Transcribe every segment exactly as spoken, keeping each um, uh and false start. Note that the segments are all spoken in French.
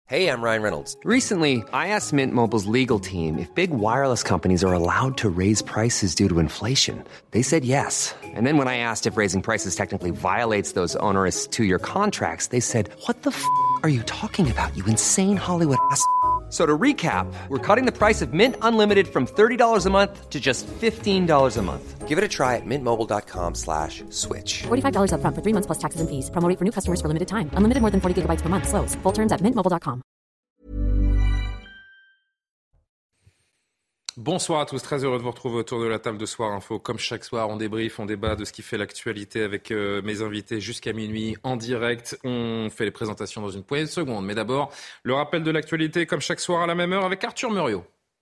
Hey, I'm Ryan Reynolds. Recently, I asked Mint Mobile's legal team if big wireless companies are allowed to raise prices due to inflation. They said yes. And then when I asked if raising prices technically violates those onerous two-year contracts, they said, what the f*** are you talking about, you insane Hollywood ass f- So to recap, we're cutting the price of Mint Unlimited from thirty dollars a month to just fifteen dollars a month. Give it a try at mintmobile.com slash switch. forty-five dollars up front for three months plus taxes and fees. Promo rate for new customers for limited time. Unlimited more than forty gigabytes per month. Slows full terms at mint mobile dot com. Bonsoir à tous, très heureux de vous retrouver autour de la table de Soir Info. Comme chaque soir, on débriefe, on débat de ce qui fait l'actualité avec euh, mes invités jusqu'à minuit en direct. On fait les présentations dans une poignée de secondes. Mais d'abord, le rappel de l'actualité comme chaque soir à la même heure avec Arthur Muriot.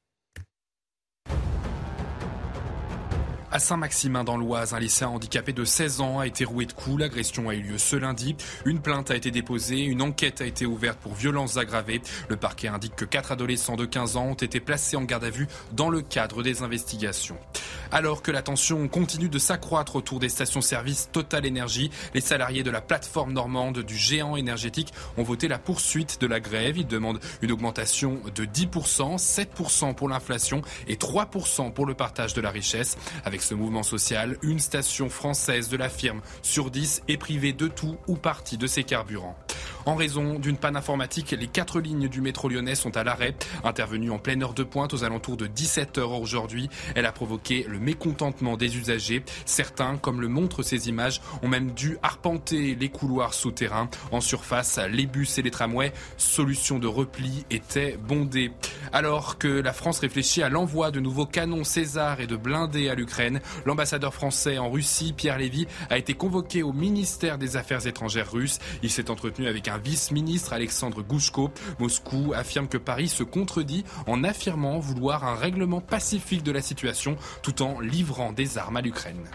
À Saint-Maximin dans l'Oise, un lycéen handicapé de seize ans a été roué de coups. L'agression a eu lieu ce lundi. Une plainte a été déposée. Une enquête a été ouverte pour violences aggravées. Le parquet indique que quatre adolescents de quinze ans ont été placés en garde à vue dans le cadre des investigations. Alors que la tension continue de s'accroître autour des stations-service Total Énergie, les salariés de la plateforme normande du géant énergétique ont voté la poursuite de la grève. Ils demandent une augmentation de dix pour cent, sept pour cent pour l'inflation et trois pour cent pour le partage de la richesse. Avec ce mouvement social, une station française de la firme sur dix est privée de tout ou partie de ses carburants. En raison d'une panne informatique, les quatre lignes du métro lyonnais sont à l'arrêt. Intervenue en pleine heure de pointe aux alentours de dix-sept heures aujourd'hui, elle a provoqué le mécontentement des usagers. Certains, comme le montrent ces images, ont même dû arpenter les couloirs souterrains. En surface, les bus et les tramways, solution de repli, étaient bondés. Alors que la France réfléchit à l'envoi de nouveaux canons César et de blindés à l'Ukraine, l'ambassadeur français en Russie, Pierre Lévy, a été convoqué au ministère des Affaires étrangères russe. Il s'est entretenu avec un vice-ministre, Alexandre Gouchko. Moscou affirme que Paris se contredit en affirmant vouloir un règlement pacifique de la situation tout en livrant des armes à l'Ukraine.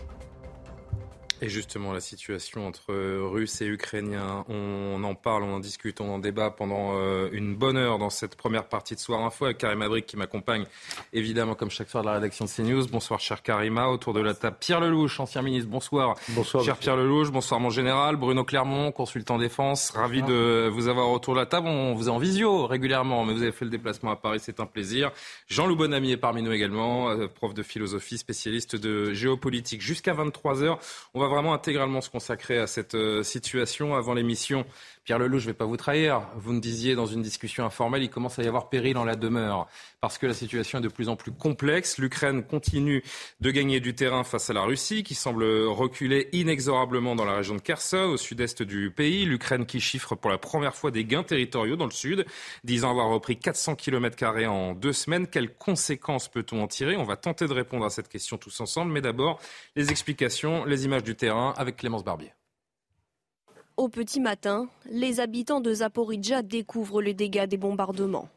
Et justement, la situation entre Russes et Ukrainiens, on en parle, on en discute, on en débat pendant euh, une bonne heure dans cette première partie de Soir Info avec Karima Brick qui m'accompagne évidemment comme chaque soir de la rédaction de CNews. Bonsoir cher Karima, autour de la table Pierre Lelouch, ancien ministre, bonsoir. Bonsoir cher monsieur. Pierre Lelouch, bonsoir mon général, Bruno Clermont, consultant défense, ravi bonsoir. de vous avoir autour de la table. On vous est en visio régulièrement, mais vous avez fait le déplacement à Paris, c'est un plaisir. Jean-Loup Bonamy est parmi nous également, euh, prof de philosophie, spécialiste de géopolitique. Jusqu'à vingt-trois heures, on va vraiment intégralement se consacrer à cette euh, situation. Avant l'émission, Pierre Lelouch, je ne vais pas vous trahir. Vous me disiez dans une discussion informelle, il commence à y avoir péril en la demeure parce que la situation est de plus en plus complexe. L'Ukraine continue de gagner du terrain face à la Russie qui semble reculer inexorablement dans la région de Kherson, au sud-est du pays. L'Ukraine qui chiffre pour la première fois des gains territoriaux dans le sud, disant avoir repris quatre cents kilomètres carrés en deux semaines. Quelles conséquences peut-on en tirer ? On va tenter de répondre à cette question tous ensemble, mais d'abord, les explications, les images du terrain avec Clémence Barbier. Au petit matin, les habitants de Zaporijjia découvrent les dégâts des bombardements.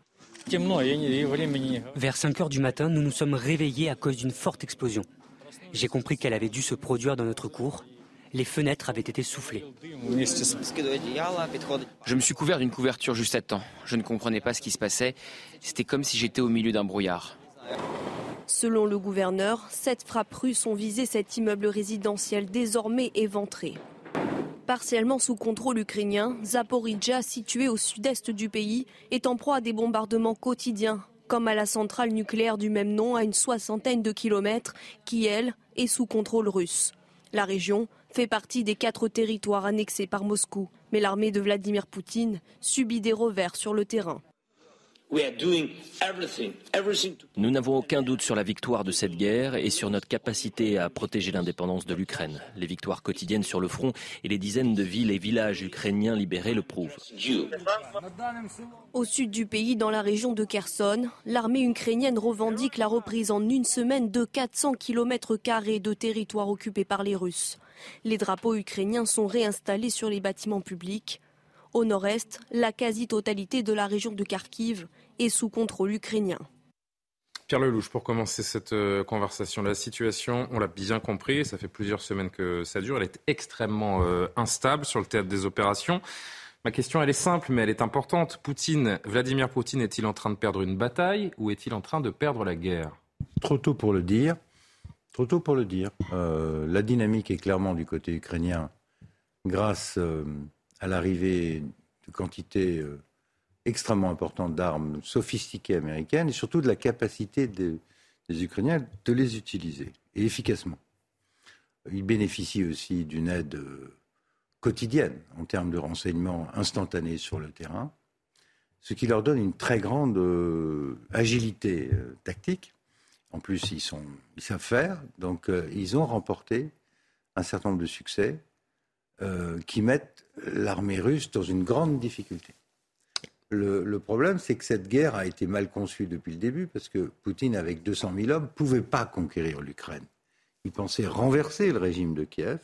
Vers cinq heures du matin, nous nous sommes réveillés à cause d'une forte explosion. J'ai compris qu'elle avait dû se produire dans notre cour. Les fenêtres avaient été soufflées. Je me suis couvert d'une couverture juste à temps. Je ne comprenais pas ce qui se passait. C'était comme si j'étais au milieu d'un brouillard. Selon le gouverneur, sept frappes russes ont visé cet immeuble résidentiel désormais éventré. Partiellement sous contrôle ukrainien, Zaporijjia, situé au sud-est du pays, est en proie à des bombardements quotidiens, comme à la centrale nucléaire du même nom à une soixantaine de kilomètres, qui, elle, est sous contrôle russe. La région fait partie des quatre territoires annexés par Moscou, mais l'armée de Vladimir Poutine subit des revers sur le terrain. Nous n'avons aucun doute sur la victoire de cette guerre et sur notre capacité à protéger l'indépendance de l'Ukraine. Les victoires quotidiennes sur le front et les dizaines de villes et villages ukrainiens libérés le prouvent. Au sud du pays, dans la région de Kherson, l'armée ukrainienne revendique la reprise en une semaine de quatre cents kilomètres carrés de territoire occupé par les Russes. Les drapeaux ukrainiens sont réinstallés sur les bâtiments publics. Au nord-est, la quasi-totalité de la région de Kharkiv est sous contrôle ukrainien. Pierre Lelouch, pour commencer cette euh, conversation, la situation, on l'a bien compris, ça fait plusieurs semaines que ça dure, elle est extrêmement euh, instable sur le théâtre des opérations. Ma question, elle est simple, mais elle est importante. Poutine, Vladimir Poutine, est-il en train de perdre une bataille ou est-il en train de perdre la guerre ? Trop tôt pour le dire. Trop tôt pour le dire. Euh, la dynamique est clairement du côté ukrainien grâce... Euh, à l'arrivée de quantités euh, extrêmement importante d'armes sophistiquées américaines et surtout de la capacité de, des Ukrainiens de les utiliser, et efficacement. Ils bénéficient aussi d'une aide euh, quotidienne en termes de renseignements instantanés sur le terrain, ce qui leur donne une très grande euh, agilité euh, tactique. En plus, ils, sont, ils savent faire, donc euh, ils ont remporté un certain nombre de succès euh, qui mettent l'armée russe dans une grande difficulté. Le, le problème, c'est que cette guerre a été mal conçue depuis le début, parce que Poutine, avec deux cent mille hommes, ne pouvait pas conquérir l'Ukraine. Il pensait renverser le régime de Kiev,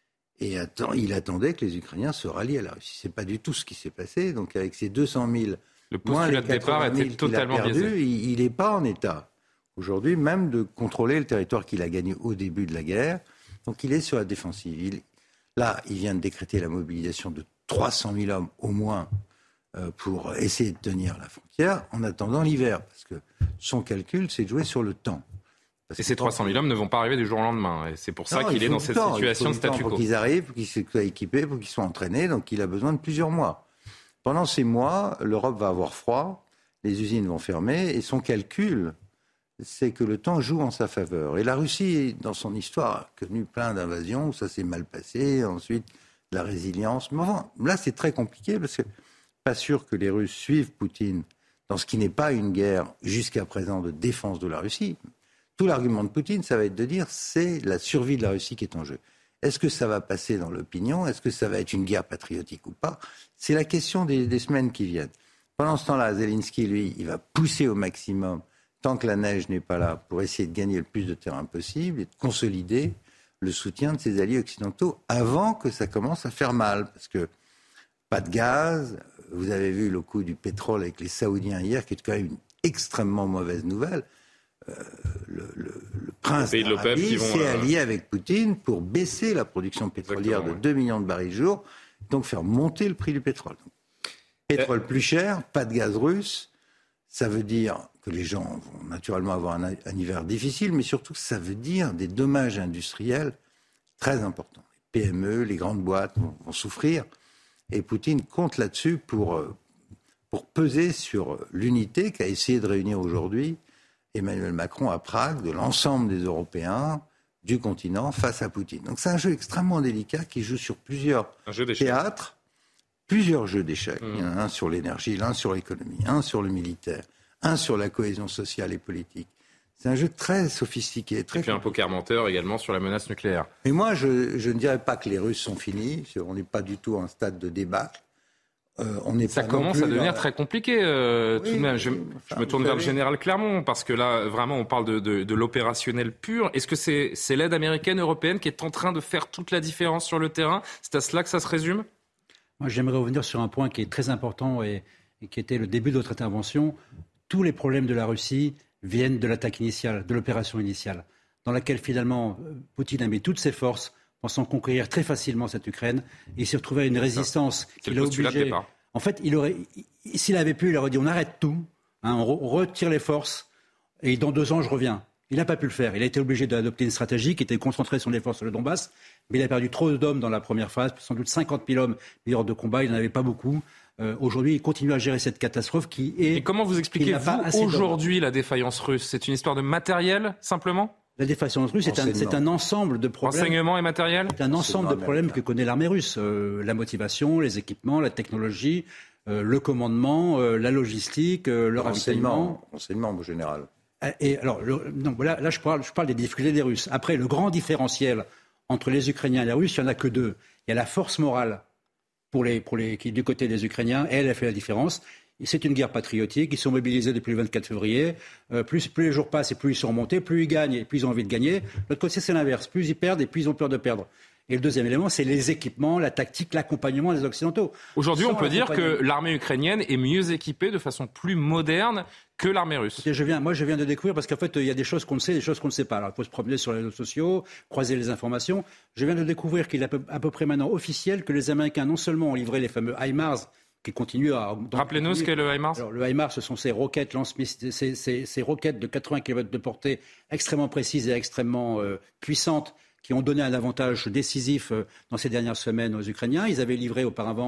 et attend, il attendait que les Ukrainiens se rallient à la Russie. Ce n'est pas du tout ce qui s'est passé. Donc avec ces deux cent mille, le postulat de départ était totalement perdu, biaisé. Il n'est pas en état, aujourd'hui, même de contrôler le territoire qu'il a gagné au début de la guerre. Donc il est sur la défensive. Il, là, il vient de décréter la mobilisation de trois cent mille hommes au moins euh, pour essayer de tenir la frontière en attendant l'hiver. Parce que son calcul, c'est de jouer sur le temps. Parce et ces trois cent mille hommes ne vont pas arriver du jour au lendemain. Et c'est pour ça non, qu'il est dans cette temps. situation de statu quo. Pour qu'ils arrivent, pour qu'ils soient équipés, pour qu'ils soient entraînés. Donc il a besoin de plusieurs mois. Pendant ces mois, l'Europe va avoir froid, les usines vont fermer, et son calcul, c'est que le temps joue en sa faveur. Et la Russie, dans son histoire, a connu plein d'invasions, où ça s'est mal passé, ensuite la résilience. Mais enfin, là, c'est très compliqué, parce que pas sûr que les Russes suivent Poutine dans ce qui n'est pas une guerre, jusqu'à présent, de défense de la Russie. Tout l'argument de Poutine, ça va être de dire c'est la survie de la Russie qui est en jeu. Est-ce que ça va passer dans l'opinion ? Est-ce que ça va être une guerre patriotique ou pas ? C'est la question des, des semaines qui viennent. Pendant ce temps-là, Zelensky, lui, il va pousser au maximum, tant que la neige n'est pas là, pour essayer de gagner le plus de terrain possible et de consolider le soutien de ses alliés occidentaux avant que ça commence à faire mal. Parce que pas de gaz, vous avez vu le coup du pétrole avec les Saoudiens hier, qui est quand même une extrêmement mauvaise nouvelle. Euh, le, le, le prince d'Arabie s'est euh... allié avec Poutine pour baisser la production pétrolière Exactement, de deux millions de barils jour, donc faire monter le prix du pétrole. Donc, pétrole plus cher, pas de gaz russe, ça veut dire que les gens vont naturellement avoir un, un hiver difficile, mais surtout ça veut dire des dommages industriels très importants. Les P M E, les grandes boîtes vont, vont souffrir, et Poutine compte là-dessus pour, pour peser sur l'unité qu'a essayé de réunir aujourd'hui Emmanuel Macron à Prague, de l'ensemble des Européens, du continent, face à Poutine. Donc c'est un jeu extrêmement délicat qui joue sur plusieurs théâtres, plusieurs jeux d'échecs. Mmh. Il y en a un sur l'énergie, l'un sur l'économie, un sur le militaire, un sur la cohésion sociale et politique. C'est un jeu très sophistiqué. Très et puis un poker menteur également sur la menace nucléaire. Mais moi, je, je ne dirais pas que les Russes sont finis. On n'est pas du tout à un stade de débâcle. Euh, on ça pas commence à devenir dans... très compliqué euh, oui, tout de même. Je, enfin, je me tourne vers savez... le général Clermont parce que là, vraiment, on parle de, de, de l'opérationnel pur. Est-ce que c'est, c'est l'aide américaine, européenne qui est en train de faire toute la différence sur le terrain ? C'est à cela que ça se résume ? Moi, j'aimerais revenir sur un point qui est très important et, et qui était le début de votre intervention. Tous les problèmes de la Russie viennent de l'attaque initiale, de l'opération initiale, dans laquelle finalement Poutine a mis toutes ses forces, pensant conquérir très facilement cette Ukraine, et il s'est retrouvé à une résistance qui l'a obligé. En fait, il aurait, s'il avait pu, il aurait dit on arrête tout, hein, on, re, on retire les forces, et dans deux ans je reviens. Il n'a pas pu le faire. Il a été obligé d'adopter une stratégie qui était concentrée sur les forces sur le Donbass, mais il a perdu trop d'hommes dans la première phase, sans doute cinquante mille hommes hors de combat, il n'en avait pas beaucoup. Euh, aujourd'hui, il continue à gérer cette catastrophe qui est... Et comment vous expliquez-vous aujourd'hui la défaillance russe ? C'est une histoire de matériel, simplement ? La défaillance russe, c'est un, c'est un ensemble de problèmes. Renseignement et matériel ? C'est un ensemble de problèmes que connaît l'armée russe. Euh, la motivation, les équipements, la technologie, euh, le commandement, euh, la logistique, euh, le ravitaillement. Renseignement, en général. Et alors, le, non, là, là je, parle, je parle des difficultés des Russes. Après, le grand différentiel entre les Ukrainiens et les Russes, il n'y en a que deux. Il y a la force morale pour les, pour les, qui est du côté des Ukrainiens, et elle a fait la différence. C'est une guerre patriotique, ils sont mobilisés depuis le vingt-quatre février. Euh, plus, plus les jours passent et plus ils sont remontés, plus ils gagnent et plus ils ont envie de gagner. L'autre côté, c'est l'inverse. Plus ils perdent et plus ils ont peur de perdre. Et le deuxième élément, c'est les équipements, la tactique, l'accompagnement des Occidentaux. Aujourd'hui, Sans on peut dire que l'armée ukrainienne est mieux équipée de façon plus moderne que l'armée russe. Je viens, moi, je viens de découvrir, parce qu'en fait, il y a des choses qu'on ne sait, des choses qu'on ne sait pas. Alors, il faut se promener sur les réseaux sociaux, croiser les informations. Je viens de découvrir qu'il est à peu, à peu près maintenant officiel que les Américains, non seulement ont livré les fameux HIMARS, qui continuent à... Rappelez-nous ce qu'est le HIMARS. Alors, le HIMARS, ce sont ces roquettes, ces, ces, ces roquettes de quatre-vingts kilomètres de portée extrêmement précises et extrêmement euh, puissantes, qui ont donné un avantage décisif euh, dans ces dernières semaines aux Ukrainiens. Ils avaient livré auparavant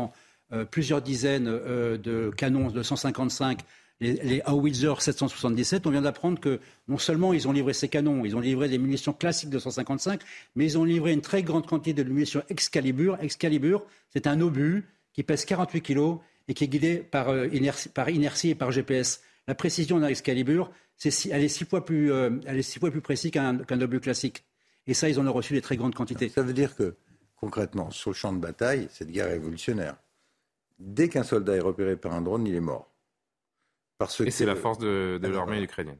euh, plusieurs dizaines euh, de canons de cent cinquante-cinq, les, les Howitzer sept cent soixante-dix-sept. On vient d'apprendre que non seulement ils ont livré ces canons, ils ont livré des munitions classiques de cent cinquante-cinq, mais ils ont livré une très grande quantité de munitions Excalibur. Excalibur, c'est un obus qui pèse quarante-huit kilos et qui est guidé par, euh, inertie, par inertie et par G P S. La précision d'un Excalibur, c'est si, elle, est six fois plus, euh, elle est six fois plus précise qu'un, qu'un obus classique. Et ça, ils en ont reçu des très grandes quantités. Ça veut dire que, concrètement, sur le champ de bataille, cette guerre révolutionnaire, dès qu'un soldat est repéré par un drone, il est mort. Parce et que, c'est la force de, de l'armée ukrainienne.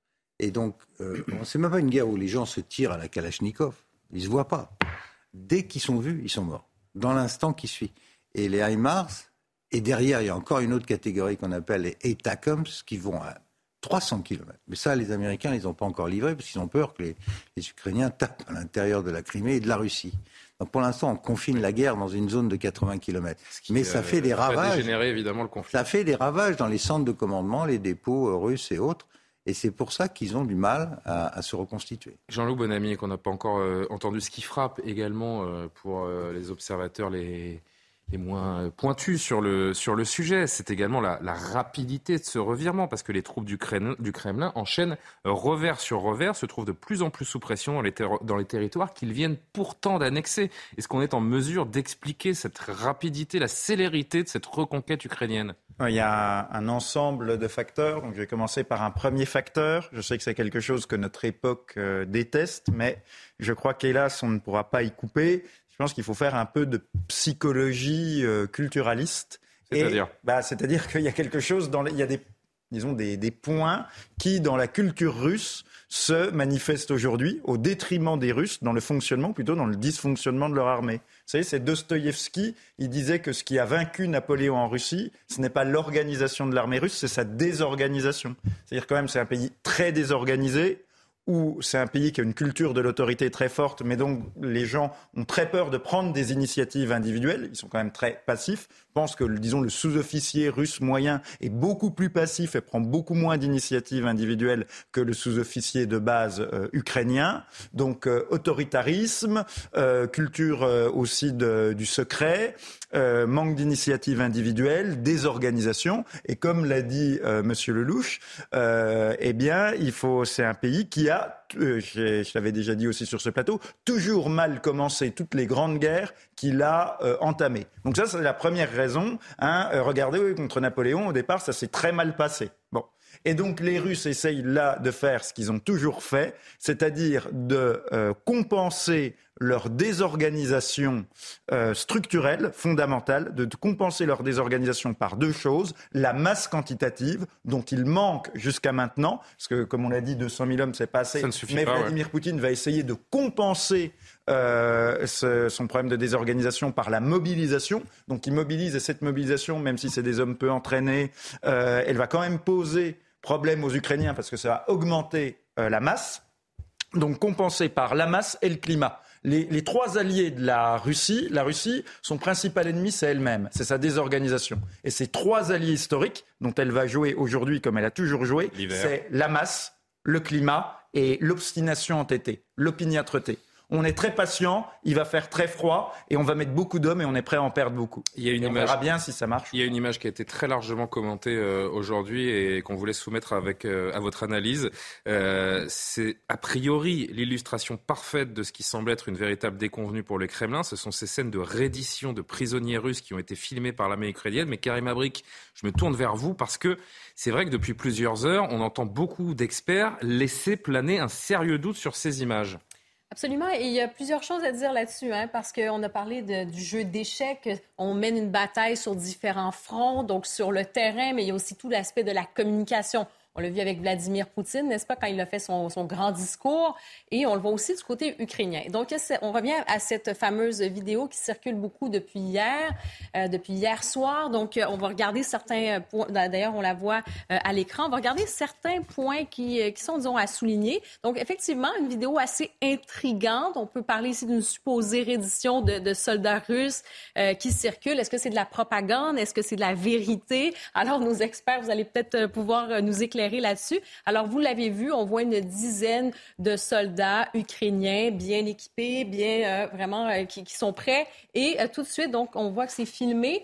Et donc, euh, c'est même pas une guerre où les gens se tirent à la Kalachnikov. Ils ne se voient pas. Dès qu'ils sont vus, ils sont morts. Dans l'instant qui suit. Et les HIMARS, et derrière, il y a encore une autre catégorie qu'on appelle les A T A C M S, qui vont à trois cents kilomètres. Mais ça, les Américains, ils n'ont pas encore livré, parce qu'ils ont peur que les, les Ukrainiens tapent à l'intérieur de la Crimée et de la Russie. Donc pour l'instant, on confine la guerre dans une zone de quatre-vingts kilomètres. Mais ça fait des ravages. Dégénérer, évidemment, le conflit. Ça fait des ravages dans les centres de commandement, les dépôts russes et autres. Et c'est pour ça qu'ils ont du mal à, à se reconstituer. Jean-Loup Bonamy, qu'on n'a pas encore euh, entendu, ce qui frappe également euh, pour euh, les observateurs les, les moins pointus sur le, sur le sujet, c'est également la, la rapidité de ce revirement, parce que les troupes du Kremlin, du Kremlin enchaînent revers sur revers, se trouvent de plus en plus sous pression dans les, ter- dans les territoires qu'ils viennent pourtant d'annexer. Est-ce qu'on est en mesure d'expliquer cette rapidité, la célérité de cette reconquête ukrainienne ? Il y a un ensemble de facteurs. Donc, je vais commencer par un premier facteur. Je sais que c'est quelque chose que notre époque euh, déteste, mais je crois qu'hélas, on ne pourra pas y couper. Je pense qu'il faut faire un peu de psychologie euh, culturaliste. C'est-à-dire Et, bah, C'est-à-dire qu'il y a quelque chose dans les, il y a des, disons, des, des points qui, dans la culture russe, se manifestent aujourd'hui au détriment des Russes dans le fonctionnement, plutôt dans le dysfonctionnement de leur armée. Vous savez, c'est Dostoïevski, il disait que ce qui a vaincu Napoléon en Russie, ce n'est pas l'organisation de l'armée russe, c'est sa désorganisation. C'est-à-dire quand même, c'est un pays très désorganisé, où c'est un pays qui a une culture de l'autorité très forte, mais donc les gens ont très peur de prendre des initiatives individuelles. Ils sont quand même très passifs. Je pense que, disons, le sous-officier russe moyen est beaucoup plus passif et prend beaucoup moins d'initiatives individuelles que le sous-officier de base euh, ukrainien. Donc, euh, autoritarisme, euh, culture euh, aussi de, du secret, euh, manque d'initiatives individuelles, désorganisation. Et comme l'a dit euh, Monsieur Lelouch, euh, eh bien, il faut, c'est un pays qui a, euh, je, je l'avais déjà dit aussi sur ce plateau, toujours mal commencé toutes les grandes guerres qu'il a euh, entamées. Donc ça, c'est la première raison. Hein. Euh, regardez, oui, contre Napoléon, au départ, ça s'est très mal passé. Bon. Et donc les Russes essayent là de faire ce qu'ils ont toujours fait, c'est-à-dire de euh, compenser leur désorganisation euh, structurelle, fondamentale, de compenser leur désorganisation par deux choses. La masse quantitative, dont il manque jusqu'à maintenant, parce que comme on l'a dit, deux cent mille hommes, c'est pas assez, mais pas, Vladimir ouais. Poutine va essayer de compenser euh, ce, son problème de désorganisation par la mobilisation. Donc il mobilise, et cette mobilisation, même si c'est des hommes peu entraînés, euh, elle va quand même poser problème aux Ukrainiens, parce que ça va augmenter euh, la masse. Donc compensé par la masse et le climat. Les, les trois alliés de la Russie, la Russie, son principal ennemi, c'est elle-même, c'est sa désorganisation. Et ces trois alliés historiques, dont elle va jouer aujourd'hui comme elle a toujours joué, l'hiver, c'est la masse, le climat et l'obstination entêtée, l'opiniâtreté. On est très patient, il va faire très froid et on va mettre beaucoup d'hommes et on est prêt à en perdre beaucoup. Il y a une et on image, verra bien si ça marche. Il y a une image qui a été très largement commentée euh, aujourd'hui et qu'on voulait soumettre avec, euh, à votre analyse. Euh, c'est a priori l'illustration parfaite de ce qui semble être une véritable déconvenue pour le Kremlin. Ce sont ces scènes de reddition de prisonniers russes qui ont été filmées par l'armée ukrainienne. Mais Karim Abrik, je me tourne vers vous parce que c'est vrai que depuis plusieurs heures, on entend beaucoup d'experts laisser planer un sérieux doute sur ces images. Absolument. Et il y a plusieurs choses à dire là-dessus, hein, parce qu'on a parlé de, du jeu d'échecs. On mène une bataille sur différents fronts, donc sur le terrain, mais il y a aussi tout l'aspect de la communication. On l'a vu avec Vladimir Poutine, n'est-ce pas, quand il a fait son, son grand discours. Et on le voit aussi du côté ukrainien. Donc, on revient à cette fameuse vidéo qui circule beaucoup depuis hier, euh, depuis hier soir. Donc, on va regarder certains points. D'ailleurs, on la voit euh, à l'écran. On va regarder certains points qui, qui sont, disons, à souligner. Donc, effectivement, une vidéo assez intrigante. On peut parler ici d'une supposée reddition de, de soldats russes euh, qui circulent. Est-ce que c'est de la propagande? Est-ce que c'est de la vérité? Alors, nos experts, vous allez peut-être pouvoir nous éclairer là-dessus. Alors, vous l'avez vu, on voit une dizaine de soldats ukrainiens bien équipés, bien euh, vraiment euh, qui, qui sont prêts. Et euh, tout de suite, donc, on voit que c'est filmé.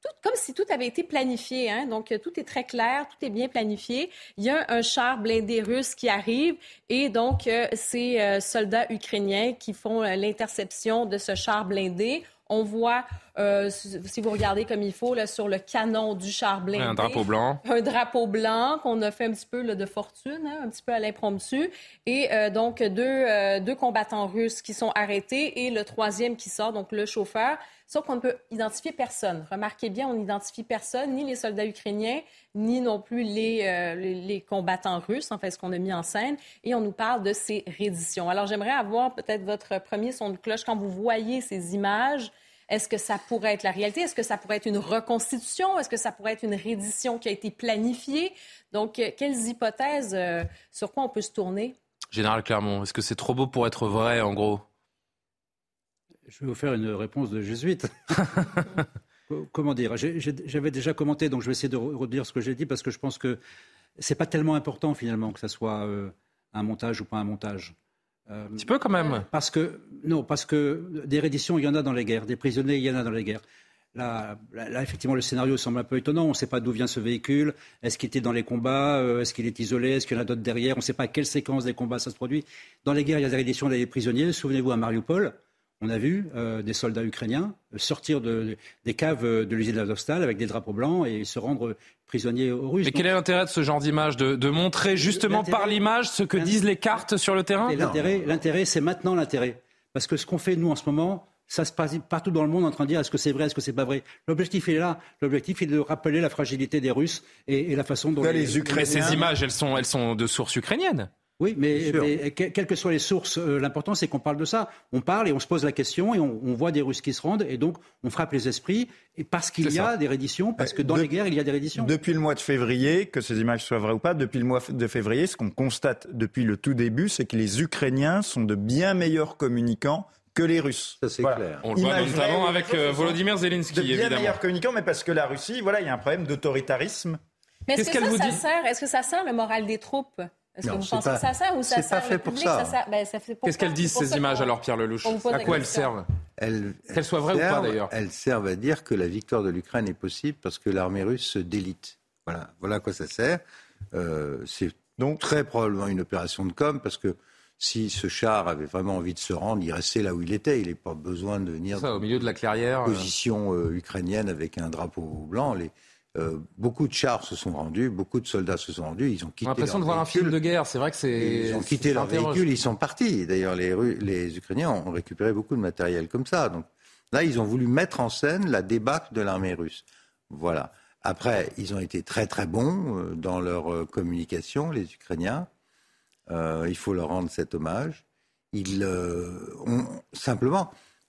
tout, comme si tout avait été planifié. Hein? Donc, tout est très clair, tout est bien planifié. Il y a un, un char blindé russe qui arrive et donc, euh, c'est euh, soldats ukrainiens qui font euh, l'interception de ce char blindé. On voit, euh, si vous regardez comme il faut, là, sur le canon du char blindé. Un drapeau blanc. Un drapeau blanc qu'on a fait un petit peu là, de fortune, hein, un petit peu à l'impromptu. Et euh, donc, deux, euh, deux combattants russes qui sont arrêtés et le troisième qui sort, donc le chauffeur. Sauf qu'on ne peut identifier personne. Remarquez bien, on n'identifie personne, ni les soldats ukrainiens, ni non plus les, euh, les, les combattants russes, en fait, ce qu'on a mis en scène. Et on nous parle de ces redditions. Alors, j'aimerais avoir peut-être votre premier son de cloche. Quand vous voyez ces images, est-ce que ça pourrait être la réalité? Est-ce que ça pourrait être une reconstitution? Est-ce que ça pourrait être une reddition qui a été planifiée? Donc, euh, quelles hypothèses, euh, sur quoi on peut se tourner? Général Clermont, est-ce que c'est trop beau pour être vrai, en gros? Je vais vous faire une réponse de jésuite. Comment dire? j'ai, j'ai, J'avais déjà commenté, donc je vais essayer de redire ce que j'ai dit, parce que je pense que c'est pas tellement important, finalement, que ça soit euh, un montage ou pas un montage. Euh, un petit peu quand même. Parce que, non, parce que des redditions, il y en a dans les guerres. Des prisonniers, il y en a dans les guerres. Là, là, là effectivement, le scénario semble un peu étonnant. On ne sait pas d'où vient ce véhicule. Est-ce qu'il était dans les combats? Est-ce qu'il est isolé? Est-ce qu'il y en a d'autres derrière? On ne sait pas à quelle séquence des combats ça se produit. Dans les guerres, il y a des redditions des prisonniers. Souvenez-vous, à Mariupol, on a vu euh, des soldats ukrainiens sortir de, des caves de l'usine d'Azovstal avec des drapeaux blancs et se rendre prisonniers aux Russes. Mais Donc, quel est l'intérêt de ce genre d'image, de, de montrer justement l'intérêt, par l'image ce que disent les cartes sur le terrain? l'intérêt, l'intérêt, c'est maintenant l'intérêt. Parce que ce qu'on fait, nous, en ce moment, ça se passe partout dans le monde en train de dire est-ce que c'est vrai, est-ce que c'est pas vrai. L'objectif est là. L'objectif est de rappeler la fragilité des Russes et, et la façon dont... Les, les Ukrainiens... Mais ces images, elles sont, elles sont de source ukrainienne. Oui, mais, mais quelles que soient les sources, euh, l'important c'est qu'on parle de ça. On parle et on se pose la question et on, on voit des Russes qui se rendent et donc on frappe les esprits et parce qu'il c'est y a ça. des redditions, parce que dans de, les guerres il y a des redditions. Depuis le mois de février, que ces images soient vraies ou pas, depuis le mois de février, ce qu'on constate depuis le tout début, c'est que les Ukrainiens sont de bien meilleurs communicants que les Russes. Ça, c'est voilà. clair. On le voit notamment avec euh, Volodymyr Zelensky, de bien évidemment. meilleurs communicants, mais parce que la Russie, voilà, il y a un problème d'autoritarisme. Mais est-ce que, ça, ça sert, est-ce que ça sert le moral des troupes? Est-ce non, que vous pensez pas, que ça sert ou ça c'est sert pas fait le pour public, ça. ça sert, ben, ça fait pour Qu'est-ce qu'elles disent ces images alors, Pierre Lelouch? À quoi elles servent? Elles, Qu'elles soient vraies servent, ou pas d'ailleurs? Elles servent à dire que la victoire de l'Ukraine est possible parce que l'armée russe se délite. Voilà, voilà à quoi ça sert. Euh, c'est donc très probablement une opération de com parce que si ce char avait vraiment envie de se rendre, il restait là où il était. Il n'a pas besoin de venir ça, au milieu de la clairière. Position euh, ukrainienne avec un drapeau blanc. Les, Euh, beaucoup de chars se sont rendus, beaucoup de soldats se sont rendus, ils ont quitté. On a l'impression de voir véhicule. un film de guerre, c'est vrai que c'est. Ils ont quitté leur véhicule, ils sont partis. D'ailleurs, les, les Ukrainiens ont récupéré beaucoup de matériel comme ça. Donc là, ils ont voulu mettre en scène la débâcle de l'armée russe. Voilà. Après, ils ont été très très bons euh, dans leur euh, communication, les Ukrainiens. Euh, il faut leur rendre cet hommage. Ils euh, ont simplement.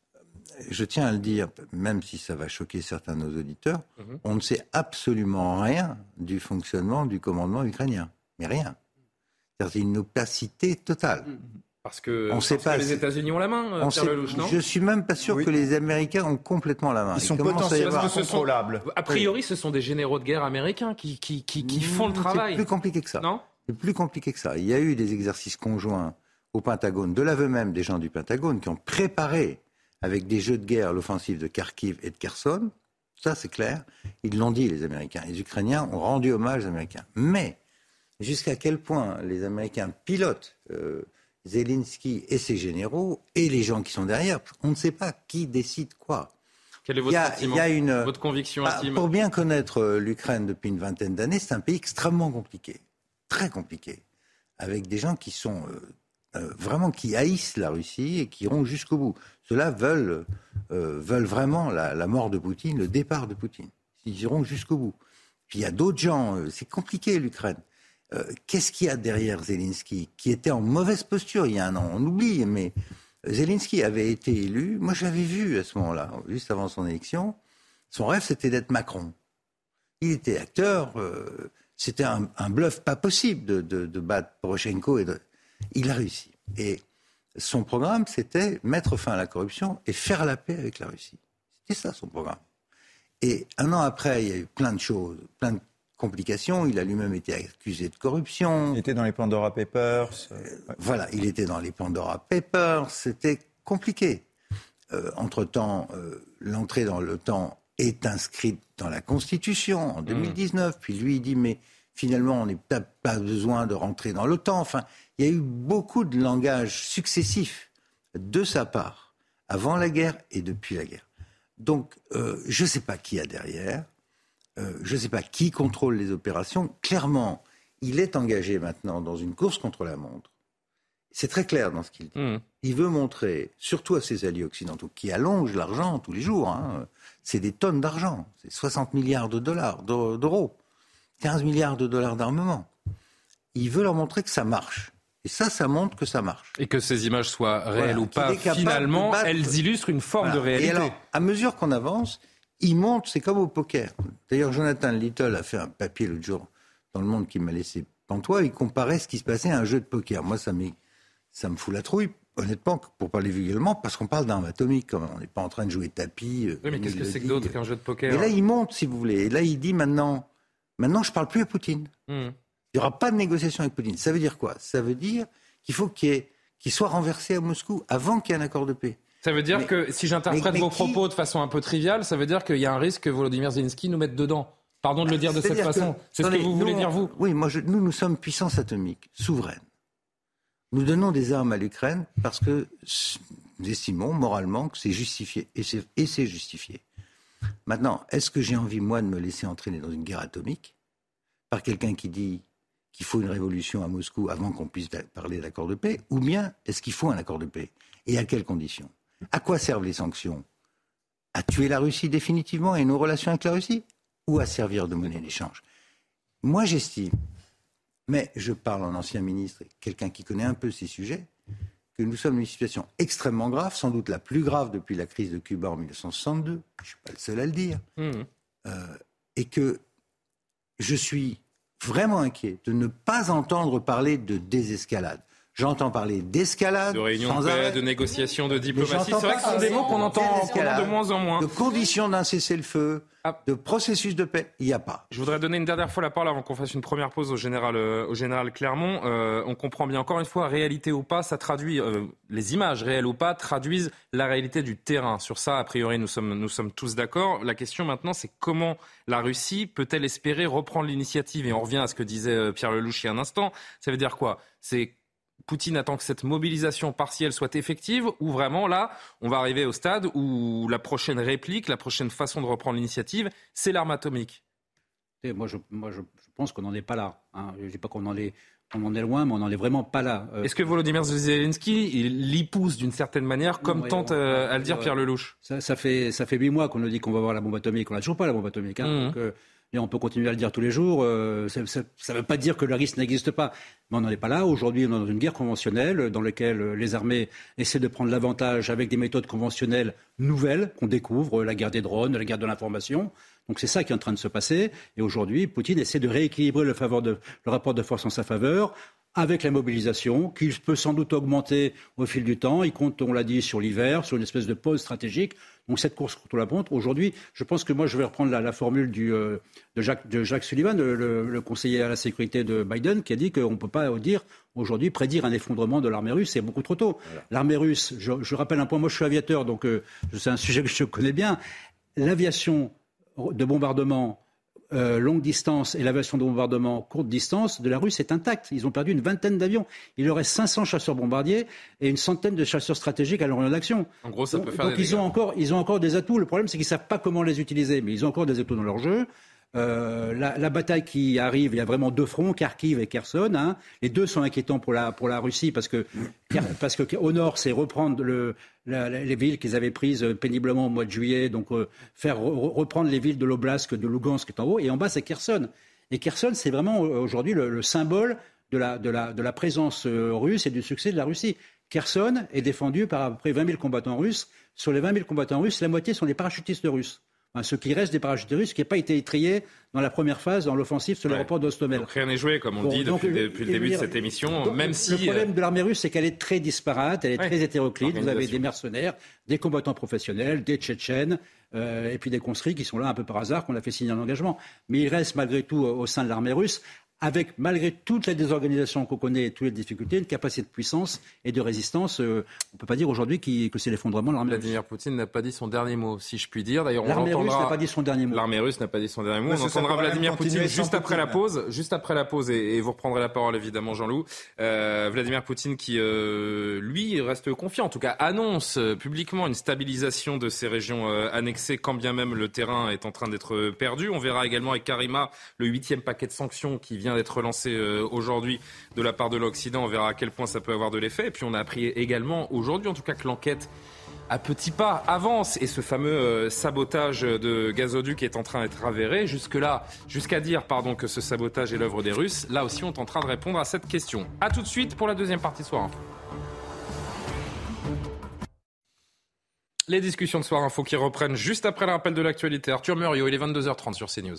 Je tiens à le dire, même si ça va choquer certains de nos auditeurs, mmh. on ne sait absolument rien du fonctionnement du commandement ukrainien. Mais rien. C'est une opacité totale. Parce que, on parce sait que pas, les États-Unis ont la main, Pierre sait, Lelouch, non? Je ne suis même pas sûr oui. que les Américains ont complètement la main. Ils sont potentiellement contrôlables. A priori, oui. ce sont des généraux de guerre américains qui, qui, qui, qui font le travail. C'est plus compliqué que ça. Non? C'est plus compliqué que ça. Il y a eu des exercices conjoints au Pentagone, de l'aveu même des gens du Pentagone, qui ont préparé avec des jeux de guerre l'offensive de Kharkiv et de Kherson. Ça, c'est clair. Ils l'ont dit, les Américains. Les Ukrainiens ont rendu hommage aux Américains. Mais jusqu'à quel point les Américains pilotent euh, Zelensky et ses généraux et les gens qui sont derrière, on ne sait pas qui décide quoi. Quel est votre il y a, sentiment, il y a une, votre conviction bah, intime? Pour bien connaître l'Ukraine depuis une vingtaine d'années, c'est un pays extrêmement compliqué. Très compliqué. Avec des gens qui sont... Euh, Euh, vraiment qui haïssent la Russie et qui iront jusqu'au bout. Ceux-là veulent, euh, veulent vraiment la, la mort de Poutine, le départ de Poutine. Ils iront jusqu'au bout. Puis il y a d'autres gens, euh, c'est compliqué l'Ukraine. Euh, qu'est-ce qu'il y a derrière Zelensky, qui était en mauvaise posture il y a un an? On oublie, mais Zelensky avait été élu, moi je l'avais vu à ce moment-là, juste avant son élection, son rêve c'était d'être Macron. Il était acteur, euh, c'était un, un bluff pas possible de, de, de battre Poroshenko et de... Il a réussi. Et son programme, c'était mettre fin à la corruption et faire la paix avec la Russie. C'était ça, son programme. Et un an après, il y a eu plein de choses, plein de complications. Il a lui-même été accusé de corruption. Il était dans les Pandora Papers. Euh, voilà, il était dans les Pandora Papers. C'était compliqué. Euh, entre-temps, euh, l'entrée dans l'OTAN est inscrite dans la Constitution en deux mille dix-neuf. Mmh. Puis lui, il dit, mais finalement, on n'a pas besoin de rentrer dans l'OTAN. Enfin, il y a eu beaucoup de langages successifs de sa part, avant la guerre et depuis la guerre. Donc, euh, je ne sais pas qui y a derrière, euh, je ne sais pas qui contrôle les opérations. Clairement, il est engagé maintenant dans une course contre la montre. C'est très clair dans ce qu'il dit. Mmh. Il veut montrer, surtout à ses alliés occidentaux, qui allongent l'argent tous les jours, hein, c'est des tonnes d'argent, c'est soixante milliards de dollars, d'euros, quinze milliards de dollars d'armement. Il veut leur montrer que ça marche. Et ça, ça montre que ça marche. Et que ces images soient réelles voilà, ou pas, finalement, battre... elles illustrent une forme voilà. de réalité. Et alors, à mesure qu'on avance, il monte, c'est comme au poker. D'ailleurs, Jonathan Little a fait un papier l'autre jour dans Le Monde qui m'a laissé pantois, il comparait ce qui se passait à un jeu de poker. Moi, ça, ça me fout la trouille, honnêtement, pour parler vulgairement, parce qu'on parle d'armes atomiques, quand même. On n'est pas en train de jouer tapis. Oui, mais qu'est-ce que c'est que d'autre qu'un jeu de poker? Et là, il monte, si vous voulez. Et là, il dit maintenant, maintenant je ne parle plus à Poutine. Mmh. Il n'y aura pas de négociation avec Poutine. Ça veut dire quoi? Ça veut dire qu'il faut qu'il, y ait, qu'il soit renversé à Moscou avant qu'il y ait un accord de paix. Ça veut dire mais, que, si j'interprète mais, mais vos qui... propos de façon un peu triviale, ça veut dire qu'il y a un risque que Volodymyr Zelensky nous mette dedans. Pardon de le dire de cette façon. Que, c'est attendez, ce que vous voulez nous, dire, vous? Oui, moi, je, nous, nous sommes puissance atomique, souveraine. Nous donnons des armes à l'Ukraine parce que nous estimons moralement que c'est justifié. Et c'est, et c'est justifié. Maintenant, est-ce que j'ai envie, moi, de me laisser entraîner dans une guerre atomique par quelqu'un qui dit qu'il faut une révolution à Moscou avant qu'on puisse parler d'accord de paix, ou bien est-ce qu'il faut un accord de paix? Et à quelles conditions? À quoi servent les sanctions? À tuer la Russie définitivement et nos relations avec la Russie? Ou à servir de monnaie d'échange? Moi, j'estime, mais je parle en ancien ministre, quelqu'un qui connaît un peu ces sujets, que nous sommes dans une situation extrêmement grave, sans doute la plus grave depuis la crise de Cuba en dix-neuf cent soixante-deux, je ne suis pas le seul à le dire, mmh. euh, et que je suis vraiment inquiet de ne pas entendre parler de désescalade. J'entends parler d'escalade, de réunion sans de paix, arrêt. de négociation, de diplomatie. C'est vrai que ce sont des mots qu'on entend de moins en moins. De conditions d'un cessez-le-feu, ah. de processus de paix, il n'y a pas. Je voudrais donner une dernière fois la parole avant qu'on fasse une première pause au général, euh, au général Clermont. Euh, on comprend bien, encore une fois, réalité ou pas, ça traduit, euh, les images réelles ou pas, traduisent la réalité du terrain. Sur ça, a priori, nous sommes, nous sommes tous d'accord. La question maintenant, c'est comment la Russie peut-elle espérer reprendre l'initiative? Et on revient à ce que disait euh, Pierre Lelouch il y a un instant. Ça veut dire quoi? C'est Poutine attend que cette mobilisation partielle soit effective, ou vraiment là, on va arriver au stade où la prochaine réplique, la prochaine façon de reprendre l'initiative, c'est l'arme atomique? Et moi, je, moi, je, je pense qu'on n'en est pas là. Hein. Je ne dis pas qu'on en est, on en est loin, mais on n'en est vraiment pas là. Euh, Est-ce que Volodymyr Zelensky, il l'y pousse d'une certaine manière, comme non, tente euh, à le dire euh, Pierre Lelouch? ça, ça fait ça fait huit mois qu'on nous dit qu'on va avoir la bombe atomique. On n'a toujours pas la bombe atomique. Hein, mmh. donc, euh, et on peut continuer à le dire tous les jours. Euh, ça ne veut pas dire que le risque n'existe pas. Mais on n'en est pas là. Aujourd'hui, on est dans une guerre conventionnelle dans laquelle les armées essaient de prendre l'avantage avec des méthodes conventionnelles nouvelles qu'on découvre, la guerre des drones, la guerre de l'information. Donc c'est ça qui est en train de se passer. Et aujourd'hui, Poutine essaie de rééquilibrer le, faveur de, le rapport de force en sa faveur avec la mobilisation, qui peut sans doute augmenter au fil du temps. Il compte, on l'a dit, sur l'hiver, sur une espèce de pause stratégique. Donc cette course contre la montre, aujourd'hui, je pense que moi je vais reprendre la, la formule du, euh, de, Jacques, de Jacques Sullivan, le, le, le conseiller à la sécurité de Biden, qui a dit qu'on ne peut pas dire aujourd'hui prédire un effondrement de l'armée russe, c'est beaucoup trop tôt. Voilà. L'armée russe, je, je rappelle un point, moi je suis aviateur, donc euh, c'est un sujet que je connais bien. L'aviation de bombardement Euh, longue distance et l'aviation de bombardement courte distance de la Russe est intacte. Ils ont perdu une vingtaine d'avions. Il leur reste cinq cents chasseurs bombardiers et une centaine de chasseurs stratégiques à l'orient d'action. En gros, ça donc, peut faire donc des ils ont encore, ils ont encore des atouts. Le problème, c'est qu'ils ne savent pas comment les utiliser, mais ils ont encore des atouts dans leur jeu. Euh, la, la bataille qui arrive, il y a vraiment deux fronts, Kharkiv et Kherson. Hein. Les deux sont inquiétants pour la, pour la Russie parce que, parce que au nord, c'est reprendre le, la, les villes qu'ils avaient prises péniblement au mois de juillet, donc euh, faire re, reprendre les villes de l'Oblast, de Lugansk qui est en haut, et en bas, c'est Kherson. Et Kherson, c'est vraiment aujourd'hui le, le symbole de la, de, la, de la présence russe et du succès de la Russie. Kherson est défendu par à peu près vingt mille combattants russes. Sur les vingt mille combattants russes, la moitié sont des parachutistes russes. Enfin, ce qui reste des parachutistes russes qui n'a pas été étrillé dans la première phase, dans l'offensive sur ouais. l'aéroport d'Hostomel. Donc rien n'est joué, comme on bon, dit depuis, donc, depuis le début de cette émission, donc, même le si... Le problème de l'armée russe, c'est qu'elle est très disparate, elle est ouais. très hétéroclite. Vous avez des mercenaires, des combattants professionnels, des Tchétchènes, euh, et puis des conscrits qui sont là un peu par hasard, qu'on a fait signer un engagement. Mais il reste malgré tout au sein de l'armée russe avec, malgré toutes les désorganisations qu'on connaît et toutes les difficultés, une capacité de puissance et de résistance. Euh, on ne peut pas dire aujourd'hui que c'est l'effondrement de l'armée russe. Vladimir Poutine n'a pas dit son dernier mot, si je puis dire. D'ailleurs, on l'armée entendra... russe n'a pas dit son dernier mot. L'armée russe n'a pas dit son dernier mot. Parce on entendra Vladimir Poutine juste après Poutine. la pause. Juste après la pause, et, et vous reprendrez la parole évidemment, Jean-Loup. Euh, Vladimir Poutine qui, euh, lui, reste confiant, en tout cas annonce euh, publiquement une stabilisation de ces régions euh, annexées, quand bien même le terrain est en train d'être perdu. On verra également avec Karima le huitième paquet de sanctions qui vient d'être lancé euh, aujourd'hui de la part de l'Occident. On verra à quel point ça peut avoir de l'effet. Et puis on a appris également aujourd'hui, en tout cas, que l'enquête à petits pas avance et ce fameux euh, sabotage de gazoduc est en train d'être avéré. Jusque-là, jusqu'à dire pardon, que ce sabotage est l'œuvre des Russes, là aussi on est en train de répondre à cette question. A tout de suite pour la deuxième partie de Soir Info. Les discussions de Soir Info qui reprennent juste après le rappel de l'actualité. Arthur Muriot, il est vingt-deux heures trente sur CNews.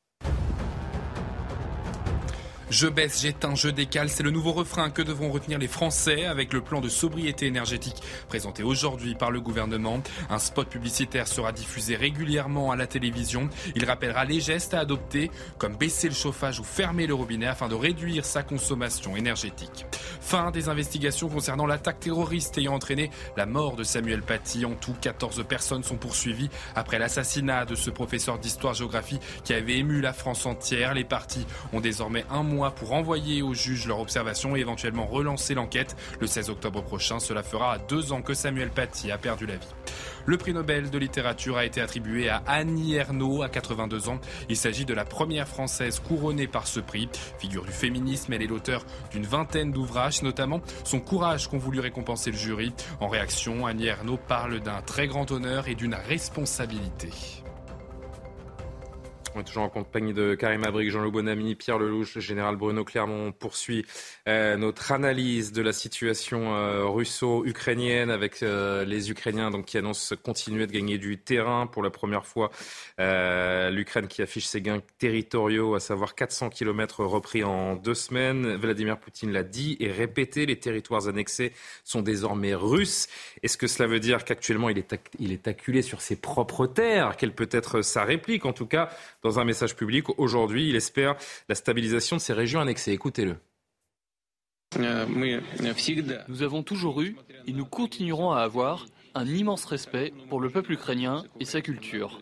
Je baisse, j'éteins, je décale, c'est le nouveau refrain que devront retenir les Français avec le plan de sobriété énergétique présenté aujourd'hui par le gouvernement. Un spot publicitaire sera diffusé régulièrement à la télévision. Il rappellera les gestes à adopter, comme baisser le chauffage ou fermer le robinet afin de réduire sa consommation énergétique. Fin des investigations concernant l'attaque terroriste ayant entraîné la mort de Samuel Paty. En tout, quatorze personnes sont poursuivies après l'assassinat de ce professeur d'histoire-géographie qui avait ému la France entière. Les partis ont désormais un mois pour envoyer au juge leur observation et éventuellement relancer l'enquête. Le seize octobre prochain, cela fera à deux ans que Samuel Paty a perdu la vie. Le prix Nobel de littérature a été attribué à Annie Ernaux à quatre-vingt-deux ans. Il s'agit de la première Française couronnée par ce prix. Figure du féminisme, elle est l'auteur d'une vingtaine d'ouvrages, notamment son courage qu'ont voulu récompenser le jury. En réaction, Annie Ernaux parle d'un très grand honneur et d'une responsabilité. On est toujours en compagnie de Karima Brick, Jean-Loup Bonamy, Pierre Lelouch, le général Bruno Clermont. On poursuit euh, notre analyse de la situation euh, russo-ukrainienne avec euh, les Ukrainiens donc, qui annoncent continuer de gagner du terrain pour la première fois. Euh, L'Ukraine qui affiche ses gains territoriaux, à savoir quatre cents kilomètres repris en deux semaines. Vladimir Poutine l'a dit et répété, les territoires annexés sont désormais russes. Est-ce que cela veut dire qu'actuellement il est, ac- il est acculé sur ses propres terres ? Quelle peut être sa réplique ? En tout cas, dans un message public, aujourd'hui, il espère la stabilisation de ces régions annexées. Écoutez-le. Nous avons toujours eu, et nous continuerons à avoir, un immense respect pour le peuple ukrainien et sa culture.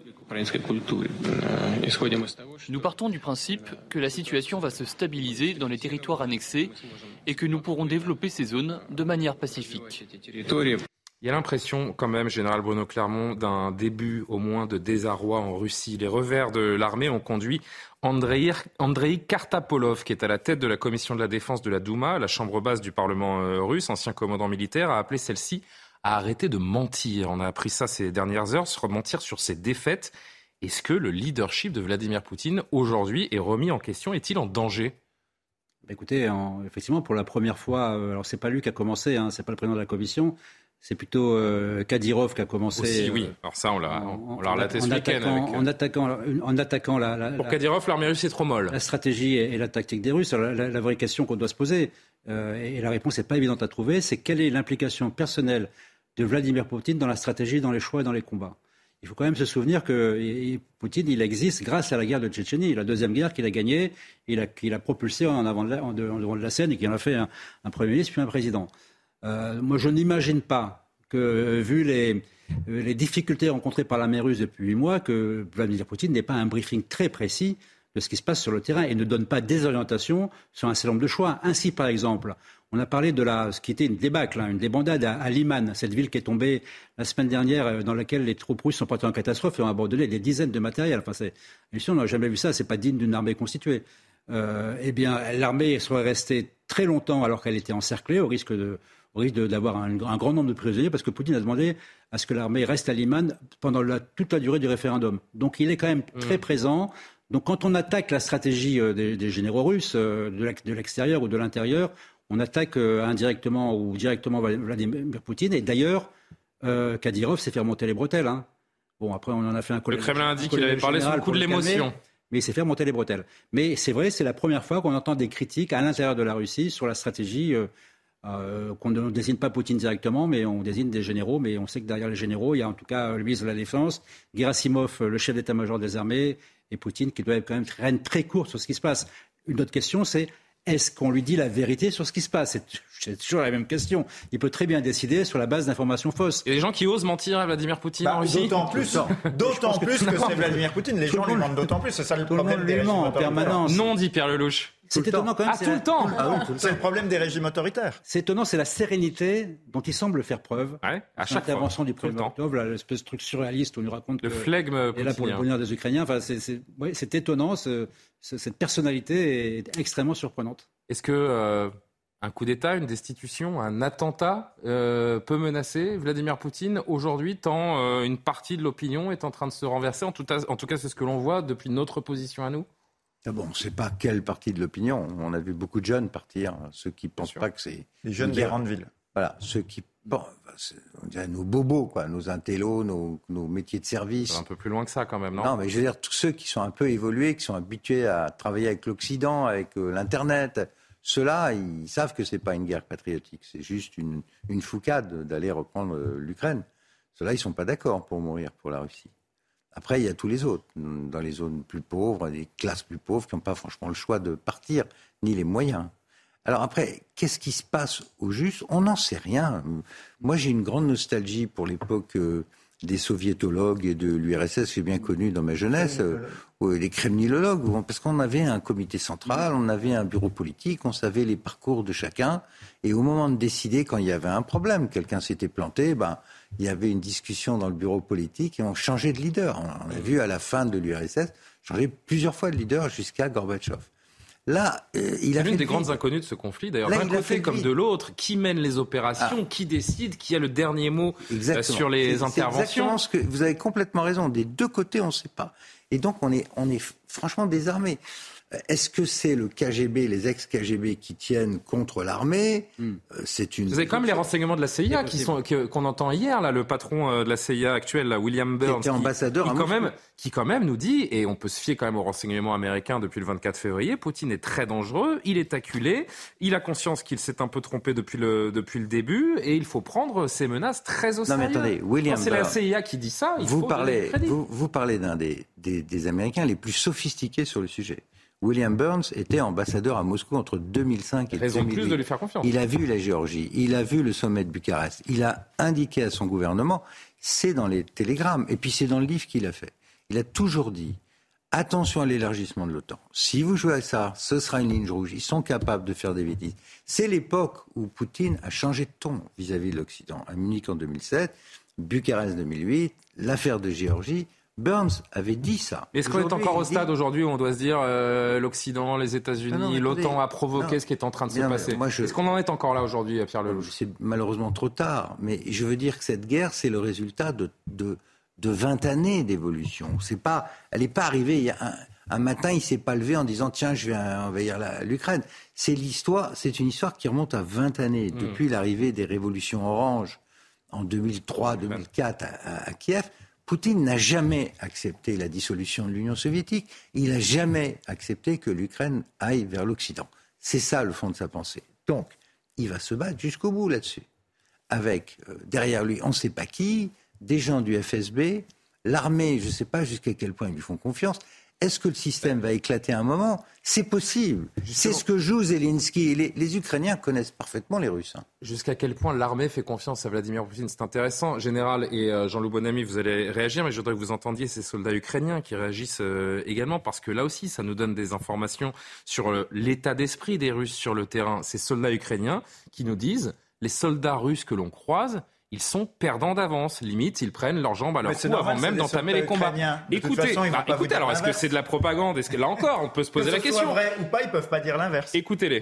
Nous partons du principe que la situation va se stabiliser dans les territoires annexés et que nous pourrons développer ces zones de manière pacifique. Il y a l'impression quand même, général Bruno Clermont, d'un début au moins de désarroi en Russie. Les revers de l'armée ont conduit Andrei, Andrei Kartapolov, qui est à la tête de la commission de la défense de la Douma, la chambre basse du Parlement russe, ancien commandant militaire, à appeler celle-ci à arrêter de mentir. On a appris ça ces dernières heures, se mentir sur ses défaites. Est-ce que le leadership de Vladimir Poutine, aujourd'hui, est remis en question ? Est-il en danger ? Écoutez, en, effectivement, pour la première fois, euh, alors c'est pas lui qui a commencé, hein, c'est pas le président de la commission, c'est plutôt euh, Kadyrov qui a commencé. Aussi, oui. Euh, alors ça, on l'a, on, on l'a relaté en, ce en week-end. attaquant, avec... en attaquant, en attaquant la, la, Pour la, Kadyrov, l'armée russe est trop molle. La stratégie et, et la tactique des Russes. Alors, la, la vraie question qu'on doit se poser, euh, et la réponse n'est pas évidente à trouver, c'est quelle est l'implication personnelle de Vladimir Poutine dans la stratégie, dans les choix et dans les combats. Il faut quand même se souvenir que et, Poutine, il existe grâce à la guerre de Tchétchénie, la deuxième guerre qu'il a gagnée, il a, qu'il a propulsée en avant de la, en, de, en devant de la scène et qu'il en a fait un, un Premier ministre puis un président. Euh, moi, je n'imagine pas que, vu les, les difficultés rencontrées par l'armée russe depuis huit mois, que Vladimir Poutine n'ait pas un briefing très précis de ce qui se passe sur le terrain et ne donne pas des orientations sur un certain nombre de choix. Ainsi, par exemple, on a parlé de la, ce qui était une débâcle, hein, une débandade à, à Liman, cette ville qui est tombée la semaine dernière, dans laquelle les troupes russes sont parties en catastrophe et ont abandonné des dizaines de matériels. Enfin, c'est, on n'a jamais vu ça, c'est pas digne d'une armée constituée. Euh, eh bien, l'armée serait restée très longtemps alors qu'elle était encerclée, au risque de, au risque de, d'avoir un, un grand nombre de prisonniers, parce que Poutine a demandé à ce que l'armée reste à Liman pendant la, toute la durée du référendum. Donc, il est quand même très mmh. présent. Donc, quand on attaque la stratégie euh, des, des généraux russes, euh, de l'extérieur ou de l'intérieur, on attaque euh, indirectement ou directement Vladimir Poutine. Et d'ailleurs, euh, Kadyrov s'est fait remonter les bretelles. Hein. Bon, après, on en a fait un collègue. Le Kremlin a dit qu'il avait parlé sous le coup de l'émotion. Calmer, mais il s'est fait remonter les bretelles. Mais c'est vrai, c'est la première fois qu'on entend des critiques à l'intérieur de la Russie sur la stratégie, euh, euh, qu'on ne désigne pas Poutine directement, mais on désigne des généraux. Mais on sait que derrière les généraux, il y a en tout cas le ministre de la Défense, Gerasimov, le chef d'état-major des armées, et Poutine, qui doit être quand même très, très court sur ce qui se passe. une autre question, c'est est-ce qu'on lui dit la vérité sur ce qui se passe ? c'est, c'est toujours la même question. Il peut très bien décider sur la base d'informations fausses. Il y a des gens qui osent mentir à Vladimir Poutine bah, en Russie. D'autant plus, d'autant plus que, que c'est Vladimir Poutine. Les gens lui mentent d'autant plus. C'est ça le problème des régimes en permanence. Non, dit Pierre Lelouch. C'est étonnant quand même. Ah, tout le temps. Ah oui, c'est le problème des régimes autoritaires. C'est étonnant, c'est la sérénité dont il semble faire preuve. Ouais, à chaque L'intervention fois, du président Martov, l'espèce de truc surréaliste où on nous raconte le que flegme il est là pour le bonheur des Ukrainiens. Enfin, c'est, c'est, ouais, c'est étonnant. Ce, ce, cette personnalité est extrêmement surprenante. Est-ce que euh, un coup d'État, une destitution, un attentat euh, peut menacer Vladimir Poutine aujourd'hui, tant euh, une partie de l'opinion est en train de se renverser. En tout cas, en tout cas c'est ce que l'on voit depuis notre position à nous. Ah bon, on ne sait pas quelle partie de l'opinion. On a vu beaucoup de jeunes partir, ceux qui ne pensent pas que c'est... Les jeunes des grandes villes. Voilà, ceux qui... Bon, on dirait nos bobos, quoi, nos intellos, nos, nos métiers de service. C'est un peu plus loin que ça quand même, non ? Non, mais je veux dire, tous ceux qui sont un peu évolués, qui sont habitués à travailler avec l'Occident, avec euh, l'Internet, ceux-là, ils savent que ce n'est pas une guerre patriotique. C'est juste une, une foucade d'aller reprendre euh, l'Ukraine. Ceux-là, ils ne sont pas d'accord pour mourir pour la Russie. Après, il y a tous les autres, dans les zones plus pauvres, des classes plus pauvres qui n'ont pas franchement le choix de partir, ni les moyens. Alors après, qu'est-ce qui se passe au juste ? On n'en sait rien. Moi, j'ai une grande nostalgie pour l'époque euh, des soviétologues et de l'U R S S, que j'ai bien connu dans ma jeunesse, euh, les kremlinologues, parce qu'on avait un comité central, on avait un bureau politique, on savait les parcours de chacun, et au moment de décider, quand il y avait un problème, quelqu'un s'était planté, ben, il y avait une discussion dans le bureau politique et on changeait de leader. On a vu à la fin de l'U R S S changer plusieurs fois de leader jusqu'à Gorbatchev. Là, euh, il c'est a l'une fait des vite. grandes inconnues de ce conflit, d'ailleurs. Là, D'un côté comme vite. de l'autre, qui mène les opérations, ah. qui décide, qui a le dernier mot euh, sur les c'est, interventions. C'est exactement ce que vous avez complètement raison. Des deux côtés, on ne sait pas. Et donc, on est, on est franchement désarmés. Est-ce que c'est le K G B, les ex-K G B qui tiennent contre l'armée ? mm. C'est une... Vous avez quand même les renseignements de la C I A qui sont, que, qu'on entend hier, là, le patron de la C I A actuel, là, William Burns, qui, était ambassadeur qui, à quand même, qui quand même nous dit, et on peut se fier quand même aux renseignements américains depuis le vingt-quatre février, Poutine est très dangereux, il est acculé, il a conscience qu'il s'est un peu trompé depuis le, depuis le début, et il faut prendre ces menaces très au sérieux. Non mais attendez, William Quand c'est Burns, la C I A qui dit ça, il vous faut parlez, donner le crédit. vous, vous parlez d'un des, des, des Américains les plus sophistiqués sur le sujet. William Burns était ambassadeur à Moscou entre deux mille cinq et Raison deux mille huit. de plus de lui faire confiance. Il a vu la Géorgie, il a vu le sommet de Bucarest, il a indiqué à son gouvernement, c'est dans les télégrammes, et puis c'est dans le livre qu'il a fait. Il a toujours dit, attention à l'élargissement de l'OTAN. Si vous jouez à ça, ce sera une ligne rouge. Ils sont capables de faire des bêtises. C'est l'époque où Poutine a changé de ton vis-à-vis de l'Occident. À Munich en deux mille sept, Bucarest deux mille huit, l'affaire de Géorgie. Burns avait dit ça. Est-ce qu'on est encore au stade dit... aujourd'hui où on doit se dire euh, l'Occident, les États-Unis, ah non, l'OTAN a provoqué non, ce qui est en train de se non, passer moi je... Est-ce qu'on en est encore là aujourd'hui, Pierre Lelouch ? C'est malheureusement trop tard, mais je veux dire que cette guerre, c'est le résultat de, de, de vingt années d'évolution. C'est pas, elle n'est pas arrivée il y a un, un matin, il ne s'est pas levé en disant tiens, je vais envahir la, l'Ukraine. C'est l'histoire, c'est une histoire qui remonte à vingt années, mmh. depuis l'arrivée des révolutions oranges en deux mille trois deux mille quatre à, à, à Kiev. Poutine n'a jamais accepté la dissolution de l'Union soviétique. Il n'a jamais accepté que l'Ukraine aille vers l'Occident. C'est ça le fond de sa pensée. Donc, il va se battre jusqu'au bout là-dessus. Avec, euh, derrière lui, on ne sait pas qui, des gens du F S B, l'armée, je ne sais pas jusqu'à quel point ils lui font confiance. Est-ce que le système va éclater à un moment ? C'est possible. Justement. C'est ce que joue Zelensky. Les, les Ukrainiens connaissent parfaitement les Russes. Hein. Jusqu'à quel point l'armée fait confiance à Vladimir Poutine ? C'est intéressant. Général et euh, Jean-Loup Bonamy, vous allez réagir, mais je voudrais que vous entendiez ces soldats ukrainiens qui réagissent euh, également, parce que là aussi, ça nous donne des informations sur euh, l'état d'esprit des Russes sur le terrain. Ces soldats ukrainiens qui nous disent, les soldats russes que l'on croise, ils sont perdants d'avance. Limite, ils prennent leurs jambes à leur cou avant même d'entamer les combats. De écoutez, façon, bah, écoutez alors, est-ce que c'est de la propagande ? Est-ce que là encore, on peut se poser que la question ? Que ce soit vrai ou pas, ils peuvent pas dire l'inverse. Écoutez-les.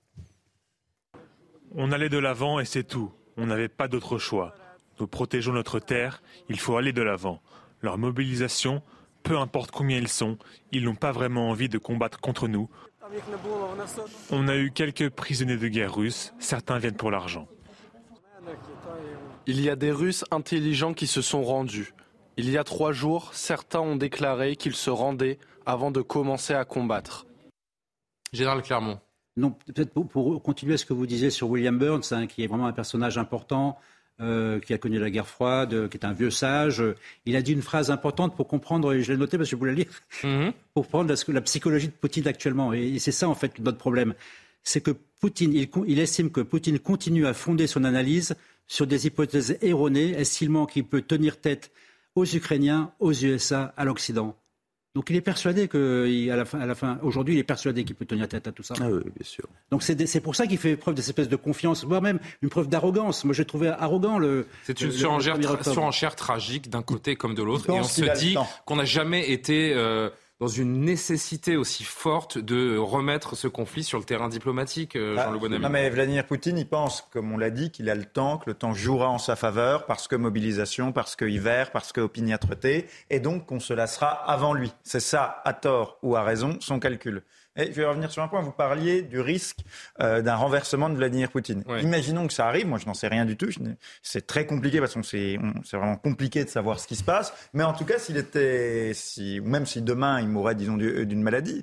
On allait de l'avant et c'est tout. On n'avait pas d'autre choix. Nous protégeons notre terre, il faut aller de l'avant. Leur mobilisation, peu importe combien ils sont, ils n'ont pas vraiment envie de combattre contre nous. On a eu quelques prisonniers de guerre russes, certains viennent pour l'argent. Il y a des Russes intelligents qui se sont rendus. Il y a trois jours, certains ont déclaré qu'ils se rendaient avant de commencer à combattre. Général Clermont. Non, peut-être pour, pour continuer ce que vous disiez sur William Burns, hein, qui est vraiment un personnage important, euh, qui a connu la guerre froide, euh, qui est un vieux sage. Il a dit une phrase importante pour comprendre, et je l'ai noté parce que je voulais la lire, mm-hmm. pour comprendre la, la psychologie de Poutine actuellement. Et, et c'est ça, en fait, notre problème. C'est que Poutine, il, il estime que Poutine continue à fonder son analyse sur des hypothèses erronées, estimant qu'il peut tenir tête aux Ukrainiens, aux U S A, à l'Occident. Donc il est persuadé que, à la fin, à la fin, aujourd'hui, il est persuadé qu'il peut tenir tête à tout ça. Ah oui, bien sûr. Donc c'est, c'est pour ça qu'il fait preuve de cette espèce de confiance, voire même une preuve d'arrogance. Moi, j'ai trouvé arrogant le. C'est une le, surenchère, le tra- surenchère tragique d'un côté comme de l'autre, et on se dit qu'on n'a jamais été euh, dans une nécessité aussi forte de remettre ce conflit sur le terrain diplomatique, euh, Jean-Loup Bonamy. Non mais Vladimir Poutine, il pense, comme on l'a dit, qu'il a le temps, que le temps jouera en sa faveur, parce que mobilisation, parce que hiver, parce que opiniâtreté, et donc qu'on se lassera avant lui. C'est ça, à tort ou à raison, son calcul. Et je vais revenir sur un point, vous parliez du risque euh, d'un renversement de Vladimir Poutine. Ouais. Imaginons que ça arrive, moi je n'en sais rien du tout, je c'est très compliqué parce que c'est, on, c'est vraiment compliqué de savoir ce qui se passe, mais en tout cas s'il était, si, ou même si demain il mourrait disons d'une maladie,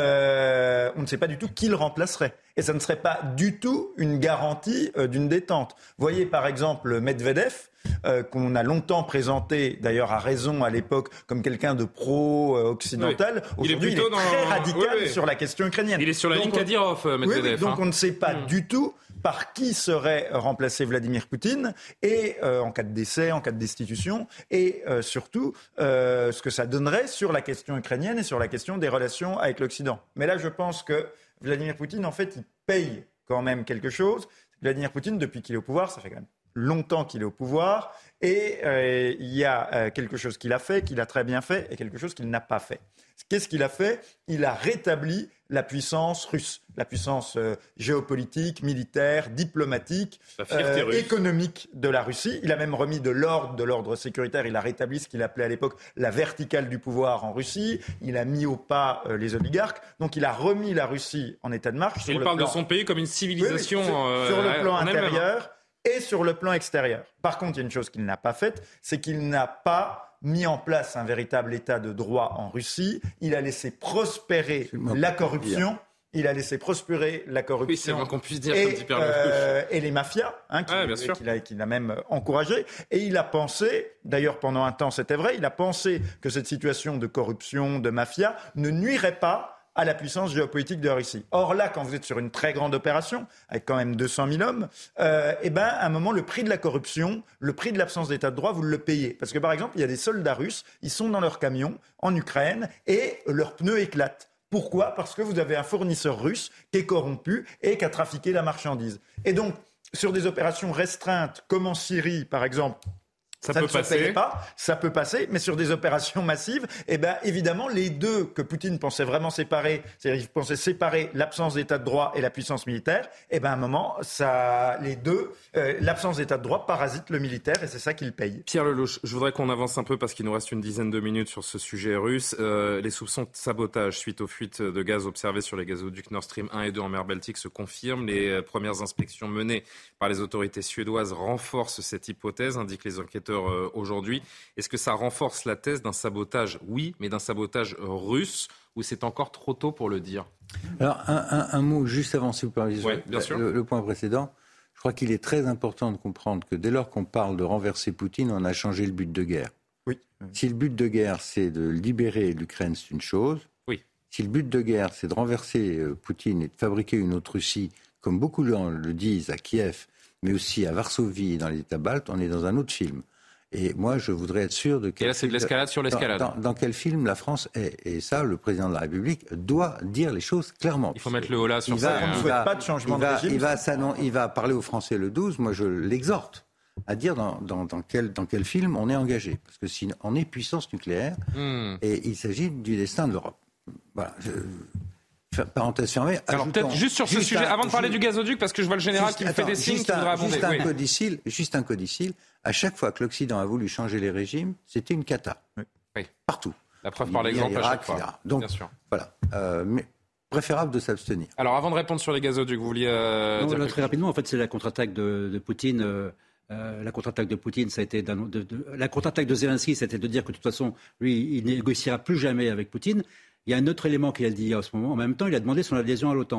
euh, on ne sait pas du tout qui le remplacerait. Et ça ne serait pas du tout une garantie euh, d'une détente. Voyez par exemple Medvedev, euh, qu'on a longtemps présenté, d'ailleurs à raison à l'époque, comme quelqu'un de pro-occidental. Oui. Aujourd'hui, il est, il est très dans... radical oui, oui. sur la question ukrainienne. Il est sur la donc, ligne Kadyrov, Medvedev. Oui, oui, donc hein. on ne sait pas mmh. du tout par qui serait remplacé Vladimir Poutine, et euh, en cas de décès, en cas de destitution, et euh, surtout euh, ce que ça donnerait sur la question ukrainienne et sur la question des relations avec l'Occident. Mais là, je pense que Vladimir Poutine, en fait, il paye quand même quelque chose. Vladimir Poutine, depuis qu'il est au pouvoir, ça fait quand même longtemps qu'il est au pouvoir, et euh, il y a euh, quelque chose qu'il a fait, qu'il a très bien fait, et quelque chose qu'il n'a pas fait. Qu'est-ce qu'il a fait ? Il a rétabli la puissance russe, la puissance euh, géopolitique, militaire, diplomatique, euh, économique de la Russie. Il a même remis de l'ordre, de l'ordre sécuritaire. Il a rétabli ce qu'il appelait à l'époque la verticale du pouvoir en Russie. Il a mis au pas euh, les oligarques. Donc il a remis la Russie en état de marche. Il parle plan... de son pays comme une civilisation. Oui, oui, sur, euh, sur le plan intérieur même. et sur le plan extérieur. Par contre, il y a une chose qu'il n'a pas faite, c'est qu'il n'a pas mis en place un véritable état de droit en Russie. Il a laissé prospérer la corruption. Il a laissé prospérer la corruption. Oui, c'est moins qu'on puisse dire, et, comme dit Pierre euh, et les mafias, hein, qui, ouais, bien sûr. qu'il, a, qu'il a même encouragé. Et il a pensé, d'ailleurs pendant un temps c'était vrai, il a pensé que cette situation de corruption, de mafia, ne nuirait pas à la puissance géopolitique de la Russie. Or là, quand vous êtes sur une très grande opération, avec quand même deux cent mille hommes, euh, eh ben, à un moment, le prix de la corruption, le prix de l'absence d'état de droit, vous le payez. Parce que par exemple, il y a des soldats russes, ils sont dans leur camion en Ukraine et leurs pneus éclatent. Pourquoi ? Parce que vous avez un fournisseur russe qui est corrompu et qui a trafiqué la marchandise. Et donc, sur des opérations restreintes, comme en Syrie, par exemple, Ça, ça peut ne passer. se payait pas, ça peut passer, mais sur des opérations massives, eh ben, évidemment, les deux que Poutine pensait vraiment séparer, c'est-à-dire qu'il pensait séparer l'absence d'état de droit et la puissance militaire, eh ben, à un moment, ça, les deux, euh, l'absence d'état de droit parasite le militaire et c'est ça qu'il paye. Pierre Lelouch, je voudrais qu'on avance un peu parce qu'il nous reste une dizaine de minutes sur ce sujet russe. Euh, les soupçons de sabotage suite aux fuites de gaz observées sur les gazoducs Nord Stream un et deux en mer Baltique se confirment. Les premières inspections menées par les autorités suédoises renforcent cette hypothèse, indiquent les enquêteurs aujourd'hui. Est-ce que ça renforce la thèse d'un sabotage ? Oui, mais d'un sabotage russe, ou c'est encore trop tôt pour le dire ? Alors, un, un, un mot juste avant, si vous parlez ouais, bien sûr. Le, le point précédent. Je crois qu'il est très important de comprendre que dès lors qu'on parle de renverser Poutine, on a changé le but de guerre. Oui. Si le but de guerre, c'est de libérer l'Ukraine, c'est une chose. Oui. Si le but de guerre, c'est de renverser Poutine et de fabriquer une autre Russie, comme beaucoup de gens le disent à Kiev, mais aussi à Varsovie et dans les États baltes, on est dans un autre film. Et moi, je voudrais être sûr de... Et là, c'est de l'escalade sur l'escalade. Dans, dans, dans quel film la France est. Et ça, le président de la République doit dire les choses clairement. Il faut mettre le haut là sur il ça. Va, on ne il souhaite va, pas de changement il va, de régime. Il va, ça, non, il va parler aux Français le douze. Moi, je l'exhorte à dire dans, dans, dans, quel, dans quel film on est engagé. Parce que si on est puissance nucléaire, mmh. et il s'agit du destin de l'Europe. Voilà. Je, parenthèse fermée. Alors ajoutons, peut-être juste sur ce juste sujet, un, avant de parler juste, du gazoduc, parce que je vois le général juste, qui me attends, fait des signes qui un, voudrait abonder. Juste un, oui. codicile, juste un codicile. À chaque fois que l'Occident a voulu changer les régimes, c'était une cata. Oui. Partout. La preuve par l'exemple à chaque fois. Donc, bien sûr. Voilà. Euh, mais préférable de s'abstenir. Alors avant de répondre sur les gazoducs, vous vouliez euh, non, dire là, que... très rapidement, en fait, c'est la contre-attaque de, de Poutine. Euh, euh, la contre-attaque de Poutine, ça a été de, de, de, la contre-attaque de Zelensky, c'était de dire que de toute façon, lui, il négociera plus jamais avec Poutine. Il y a un autre élément qu'il a dit en ce moment. En même temps, il a demandé son adhésion à l'OTAN.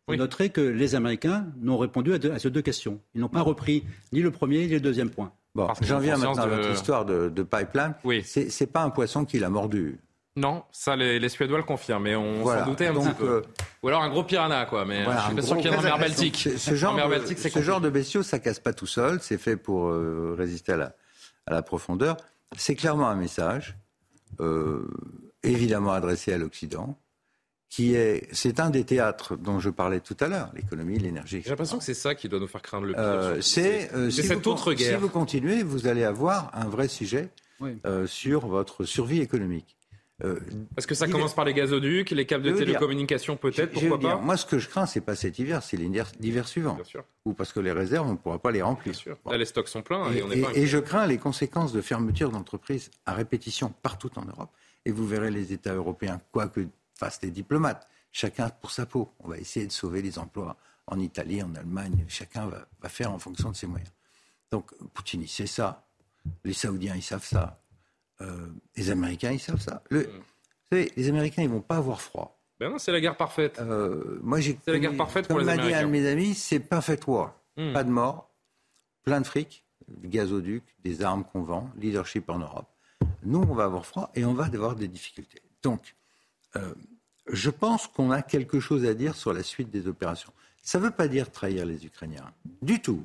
Vous oui. noterez que les Américains n'ont répondu à, deux, à ces deux questions. Ils n'ont pas repris ni le premier ni le deuxième point. Bon, j'en viens maintenant de... à votre histoire de, de pipeline. Oui. C'est, c'est pas un poisson qui l'a mordu. Non, ça les, les Suédois le confirment, mais on voilà. s'en doutait un Donc, petit peu. Euh, Ou alors un gros piranha, quoi. Mais voilà, je suis pas sûr qu'il y ait en mer Baltique. Ce, ce, genre, mer de, Baltique, c'est ce genre de bestiaux, ça casse pas tout seul. C'est fait pour euh, résister à la, à la profondeur. C'est clairement un message, euh, évidemment adressé à l'Occident, qui est, c'est un des théâtres dont je parlais tout à l'heure, l'économie, l'énergie. J'ai l'impression que c'est ça qui doit nous faire craindre le pire. Euh, c'est euh, c'est si cette vous, autre guerre. Si vous continuez, vous allez avoir un vrai sujet oui. euh, sur votre survie économique. Euh, Parce que ça divers... commence par les gazoducs, les câbles de télécommunication peut-être, je, pourquoi je pas dire, moi, ce que je crains, c'est pas cet hiver, c'est l'hiver suivant. Bien sûr. Ou parce que les réserves, on ne pourra pas les remplir. Bien sûr. Là, les stocks sont pleins. Et, et, on et, est pas et je crains les conséquences de fermeture d'entreprises à répétition partout en Europe. Et vous verrez les États européens, quoi que fassent les diplomates, chacun pour sa peau. On va essayer de sauver les emplois en Italie, en Allemagne. Chacun va, va faire en fonction de ses moyens. Donc, Poutine, il sait ça. Les Saoudiens, ils savent ça. Euh, les Américains, ils savent ça. Le, mmh. Vous savez, les Américains, ils vont pas avoir froid. Ben non, c'est la guerre parfaite. Euh, moi, j'ai c'est la guerre parfaite pour les Américains. Comme m'a dit un de mes amis, c'est perfect war. Mmh. Pas de morts, plein de fric, des gazoducs, des armes qu'on vend, leadership en Europe. Nous, on va avoir froid et on va avoir des difficultés. Donc, euh, je pense qu'on a quelque chose à dire sur la suite des opérations. Ça ne veut pas dire trahir les Ukrainiens. Du tout.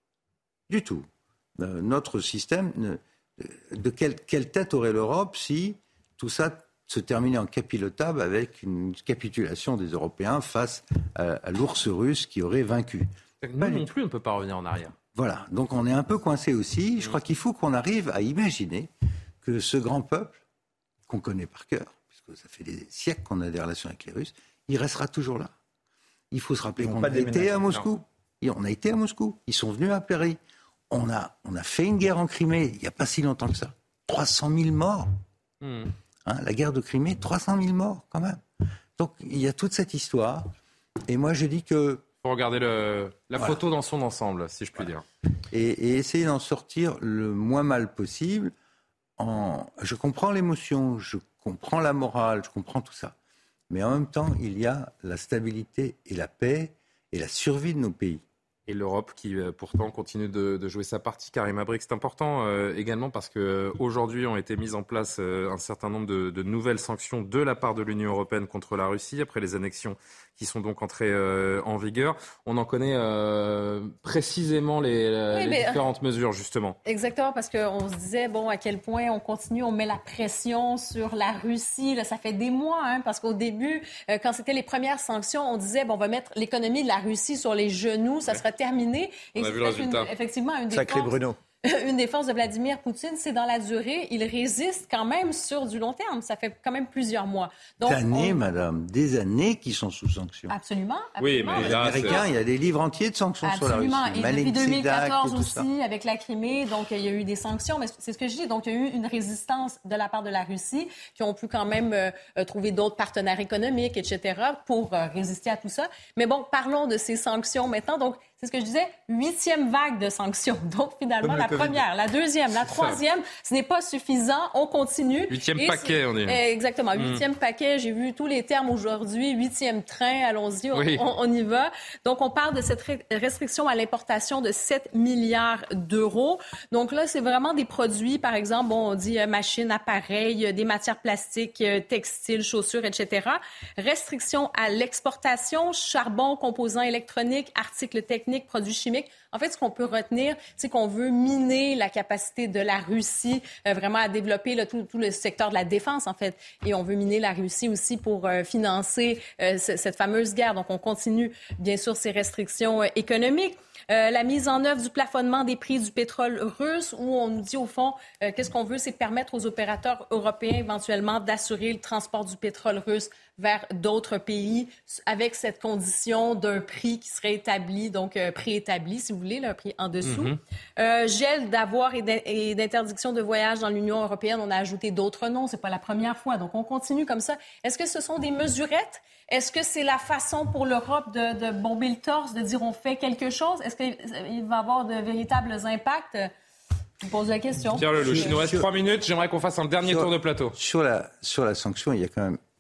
Du tout. Euh, notre système, euh, de quelle, quelle tête aurait l'Europe si tout ça se terminait en capilotable avec une capitulation des Européens face à, à l'ours russe qui aurait vaincu. Nous non plus, on ne peut pas revenir en arrière. Voilà. Donc on est un peu coincé aussi. Je crois qu'il faut qu'on arrive à imaginer que ce grand peuple, qu'on connaît par cœur, puisque ça fait des siècles qu'on a des relations avec les Russes, il restera toujours là. Il faut se rappeler qu'on a été à Moscou. Et on a été à Moscou. Ils sont venus à Paris. On a, on a fait une guerre en Crimée il n'y a pas si longtemps que ça. trois cent mille morts. Mmh. Hein, la guerre de Crimée, trois cent mille morts quand même. Donc il y a toute cette histoire. Et moi je dis que... Il faut regarder le, la voilà. photo dans son ensemble, si je puis voilà. dire. Et, et essayer d'en sortir le moins mal possible. En... Je comprends l'émotion, je comprends la morale, je comprends tout ça. Mais en même temps, il y a la stabilité et la paix et la survie de nos pays. Et l'Europe qui euh, pourtant continue de, de jouer sa partie. Karim Abric, c'est important euh, également parce qu'aujourd'hui ont été mises en place euh, un certain nombre de, de nouvelles sanctions de la part de l'Union européenne contre la Russie après les annexions qui sont donc entrées euh, en vigueur. On en connaît euh, précisément les, oui, les mais, différentes mesures justement. Exactement, parce qu'on se disait bon à quel point on continue, on met la pression sur la Russie. Là, ça fait des mois, hein, parce qu'au début, euh, quand c'était les premières sanctions, on disait bon, on va mettre l'économie de la Russie sur les genoux, ça serait terminé. Et on a vu le résultat. Une, effectivement, une Sacré défense, Bruno. Une défense de Vladimir Poutine, c'est dans la durée. Il résiste quand même sur du long terme. Ça fait quand même plusieurs mois. Donc, des années, on... madame. Des années qui sont sous sanctions. Absolument. Oui, absolument. mais là, les Américains, il y a des livres entiers de sanctions absolument. sur la Russie. Et depuis deux mille quatorze et aussi, avec la Crimée, donc il y a eu des sanctions. Mais c'est ce que je dis. Donc, il y a eu une résistance de la part de la Russie qui ont pu quand même euh, trouver d'autres partenaires économiques, et cetera, pour euh, résister à tout ça. Mais bon, parlons de ces sanctions maintenant. Donc, c'est ce que je disais, huitième vague de sanctions. Donc, finalement, la première, la deuxième, la troisième, ce n'est pas suffisant. On continue. Huitième Et paquet, on dit. Exactement. Huitième mmh. paquet. J'ai vu tous les termes aujourd'hui. Huitième train. Allons-y. Oui. On, on y va. Donc, on parle de cette restriction à l'importation de sept milliards d'euros. Donc là, c'est vraiment des produits, par exemple, bon, on dit euh, machines, appareils, des matières plastiques, euh, textiles, chaussures, et cetera. Restriction à l'exportation, charbon, composants électroniques, articles techniques, produits chimiques. En fait, ce qu'on peut retenir, c'est qu'on veut miner la capacité de la Russie euh, vraiment à développer là, tout, tout le secteur de la défense, en fait. Et on veut miner la Russie aussi pour euh, financer euh, c- cette fameuse guerre. Donc, on continue, bien sûr, ces restrictions euh, économiques. Euh, la mise en œuvre du plafonnement des prix du pétrole russe, où on nous dit, au fond, euh, qu'est-ce qu'on veut, c'est permettre aux opérateurs européens, éventuellement, d'assurer le transport du pétrole russe vers d'autres pays avec cette condition d'un prix qui serait établi, donc euh, préétabli, si vous voulez, là, un prix en dessous. Mm-hmm. Euh, gel d'avoir et, et d'interdiction de voyage dans l'Union européenne, on a ajouté d'autres noms, c'est pas la première fois, donc on continue comme ça. Est-ce que ce sont des mesurettes? Est-ce que c'est la façon pour l'Europe de, de bomber le torse, de dire on fait quelque chose? Est-ce qu'il va y avoir de véritables impacts? Je vous pose la question. Pierre Lelouch, il nous reste trois minutes, j'aimerais qu'on fasse un dernier sur, tour de plateau. Sur la, sur la sanction, il y a quand même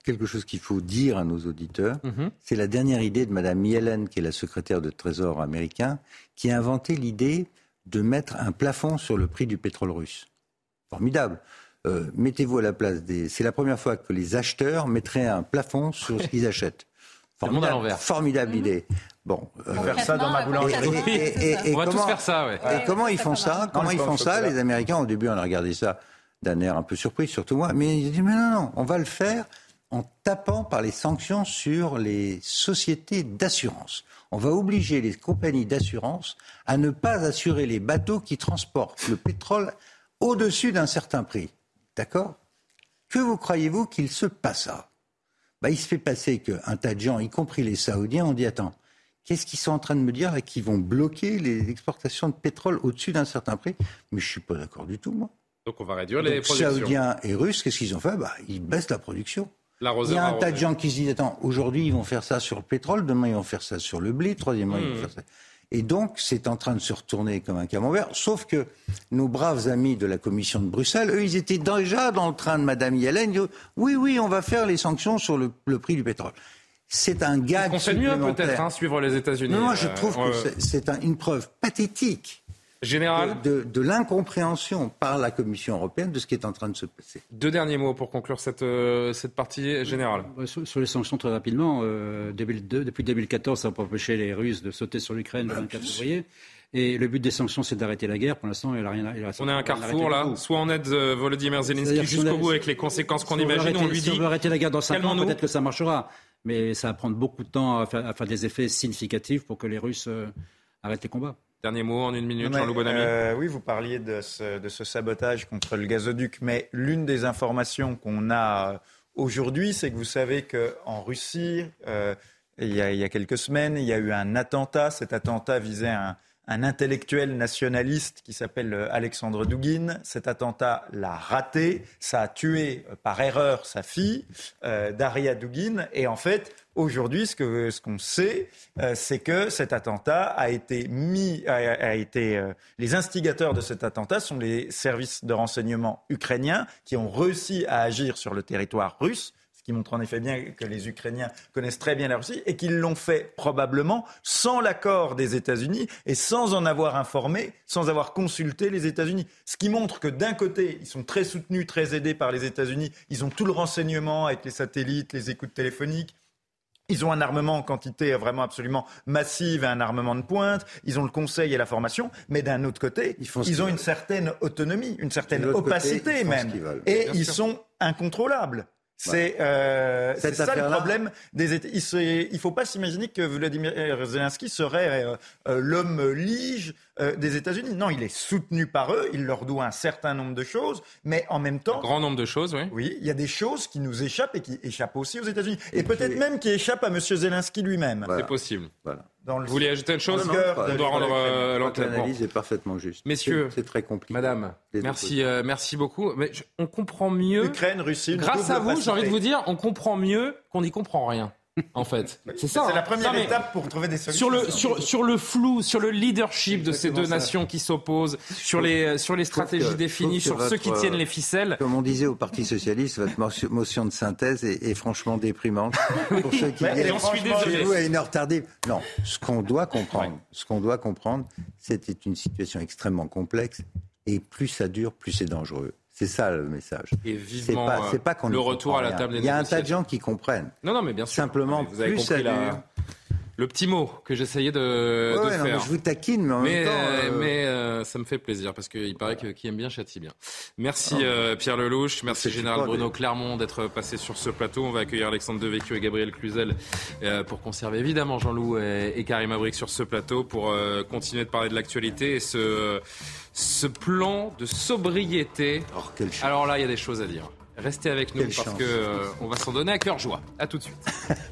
quelque chose qu'il faut dire à nos auditeurs. Mm-hmm. C'est la dernière idée de Mme Yellen, qui est la secrétaire de Trésor américain, qui a inventé l'idée de mettre un plafond sur le prix du pétrole russe. Formidable. Euh, mettez-vous à la place des... C'est la première fois que les acheteurs mettraient un plafond sur ce qu'ils achètent. Formidable, formidable mmh. idée. Bon, euh, faire ça dans ma boulangerie. Et, et, et, et on va comment, tous faire ça, ouais. Et ouais, comment ils font ça Comment ils font ça Les Américains, au début, on a regardé ça d'un air un peu surpris, surtout moi. Mais ils ont dit, mais non, non, on va le faire en tapant par les sanctions sur les sociétés d'assurance. On va obliger les compagnies d'assurance à ne pas assurer les bateaux qui transportent le pétrole au-dessus d'un certain prix. D'accord ? Que vous croyez-vous qu'il se passa ? Bah, il se fait passer qu'un tas de gens, y compris les Saoudiens, ont dit « Attends, qu'est-ce qu'ils sont en train de me dire là, qu'ils vont bloquer les exportations de pétrole au-dessus d'un certain prix ?» Mais je ne suis pas d'accord du tout, moi. Donc on va réduire les Donc, productions. Saoudiens et Russes, qu'est-ce qu'ils ont fait ? Bah, ils baissent la production. La il y a un tas de gens qui se disent « Attends, aujourd'hui ils vont faire ça sur le pétrole, demain ils vont faire ça sur le blé, troisièmement mmh. ils vont faire ça... » Et donc, c'est en train de se retourner comme un camembert, sauf que nos braves amis de la Commission de Bruxelles, eux, ils étaient déjà dans le train de Mme Yellen. Ils disent, oui, oui, on va faire les sanctions sur le, le prix du pétrole. C'est un gag on fait mieux peut-être, hein, suivre les États-Unis. Non, moi, je trouve euh, que c'est, c'est un, une preuve pathétique Général. De, de, de l'incompréhension par la Commission européenne de ce qui est en train de se passer. Deux derniers mots pour conclure cette, euh, cette partie générale. Sur, sur les sanctions, très rapidement, euh, depuis, depuis deux mille quatorze, ça n'a pas empêché les Russes de sauter sur l'Ukraine le vingt-quatre février. Et le but des sanctions, c'est d'arrêter la guerre. Pour l'instant, il n'a rien. Il a, on est à un carrefour là. Soit on aide euh, Volodymyr Zelensky jusqu'au si bout avec les conséquences qu'on si imagine. Arrêter, on lui si dit. on veut arrêter la guerre dans cinq ans, peut-être que ça marchera. Mais ça va prendre beaucoup de temps à faire, à faire des effets significatifs pour que les Russes euh, arrêtent les combats. Dernier mot en une minute, Jean-Loup Bonamy. Euh, oui, vous parliez de ce, de ce sabotage contre le gazoduc, mais l'une des informations qu'on a aujourd'hui, c'est que vous savez qu'en Russie, euh, il, y a, il y a quelques semaines, il y a eu un attentat. Cet attentat visait un, un intellectuel nationaliste qui s'appelle Alexandre Douguine. Cet attentat l'a raté. Ça a tué par erreur sa fille, euh, Daria Douguine. Et en fait, aujourd'hui, ce, que, ce qu'on sait, euh, c'est que cet attentat a été mis, a, a été, euh, les instigateurs de cet attentat sont les services de renseignement ukrainiens qui ont réussi à agir sur le territoire russe, ce qui montre en effet bien que les Ukrainiens connaissent très bien la Russie et qu'ils l'ont fait probablement sans l'accord des États-Unis et sans en avoir informé, sans avoir consulté les États-Unis. Ce qui montre que d'un côté, ils sont très soutenus, très aidés par les États-Unis, ils ont tout le renseignement avec les satellites, les écoutes téléphoniques. Ils ont un armement en quantité vraiment absolument massive et un armement de pointe. Ils ont le conseil et la formation. Mais d'un autre côté, ils, ils ont une certaine autonomie, une certaine opacité côté, même. Et ils sont incontrôlables. C'est, euh, c'est ça le problème des États. Il ne faut pas s'imaginer que Volodymyr Zelensky serait euh, euh, l'homme lige euh, des États-Unis. Non, il est soutenu par eux, il leur doit un certain nombre de choses, mais en même temps... Un grand nombre de choses, oui. Oui, il y a des choses qui nous échappent et qui échappent aussi aux États-Unis. Et, et peut-être puis... même qui échappent à M. Zelensky lui-même. Voilà. C'est possible. Voilà. Dans le... Vous voulez ajouter une chose? Non, non, on doit rendre euh, l'antenne. L'analyse est parfaitement juste. Messieurs, c'est, c'est très compliqué. Madame, merci, euh, merci beaucoup. Mais je, on comprend mieux. Ukraine, Russie. Grâce à vous, j'ai envie de vous dire, on comprend mieux qu'on n'y comprend rien. En fait, c'est ça. C'est hein. la première non, étape pour trouver des solutions. Sur le sur sur le flou, sur le leadership de ces deux ça. nations qui s'opposent, sur les sur les stratégies que, définies, sur votre, ceux qui tiennent les ficelles. Comme on disait au Parti socialiste, votre motion de synthèse est, est franchement déprimante pour ceux qui viennent chez vous à une heure tardive. Non, ce qu'on doit comprendre, ouais. ce qu'on doit comprendre, c'était une situation extrêmement complexe et plus ça dure, plus c'est dangereux. C'est ça le message. Et vivement c'est pas, c'est pas qu'on le retour à la table des négociations. Il y a un tas de gens qui comprennent. Non, non, mais bien sûr. Simplement, vous avez plus compris ça la... dure. Le petit mot que j'essayais de, ouais, de ouais, faire. Non, mais je vous taquine, mais en mais, même temps... Euh... Euh... Mais euh, ça me fait plaisir, parce qu'il paraît que qui aime bien châtie bien. Merci euh, Pierre Lelouch, merci Général pas, Bruno mais... Clermont d'être passé sur ce plateau. On va accueillir Alexandre Devecchio et Gabriel Cluzel euh, pour conserver évidemment Jean-Loup et, et Karim Abric sur ce plateau pour euh, continuer de parler de l'actualité et ce, ce plan de sobriété. Oh, quelle chance. Alors là, il y a des choses à dire. Restez avec nous quelle parce chance. que euh, on va s'en donner à cœur joie. À tout de suite.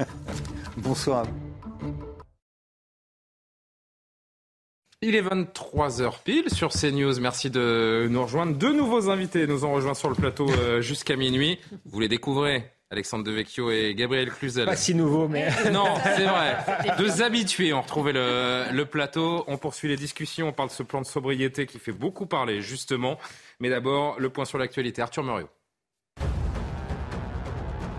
Bonsoir. Il est vingt-trois heures pile sur CNews. Merci de nous rejoindre. Deux nouveaux invités nous ont rejoints sur le plateau euh, jusqu'à minuit. Vous les découvrez, Alexandre Devecchio et Gabriel Cluzel. Pas si nouveau, mais... Non, c'est vrai. Deux habitués ont retrouvé le, le plateau. On poursuit les discussions. On parle de ce plan de sobriété qui fait beaucoup parler, justement. Mais d'abord, le point sur l'actualité. Arthur Muriot.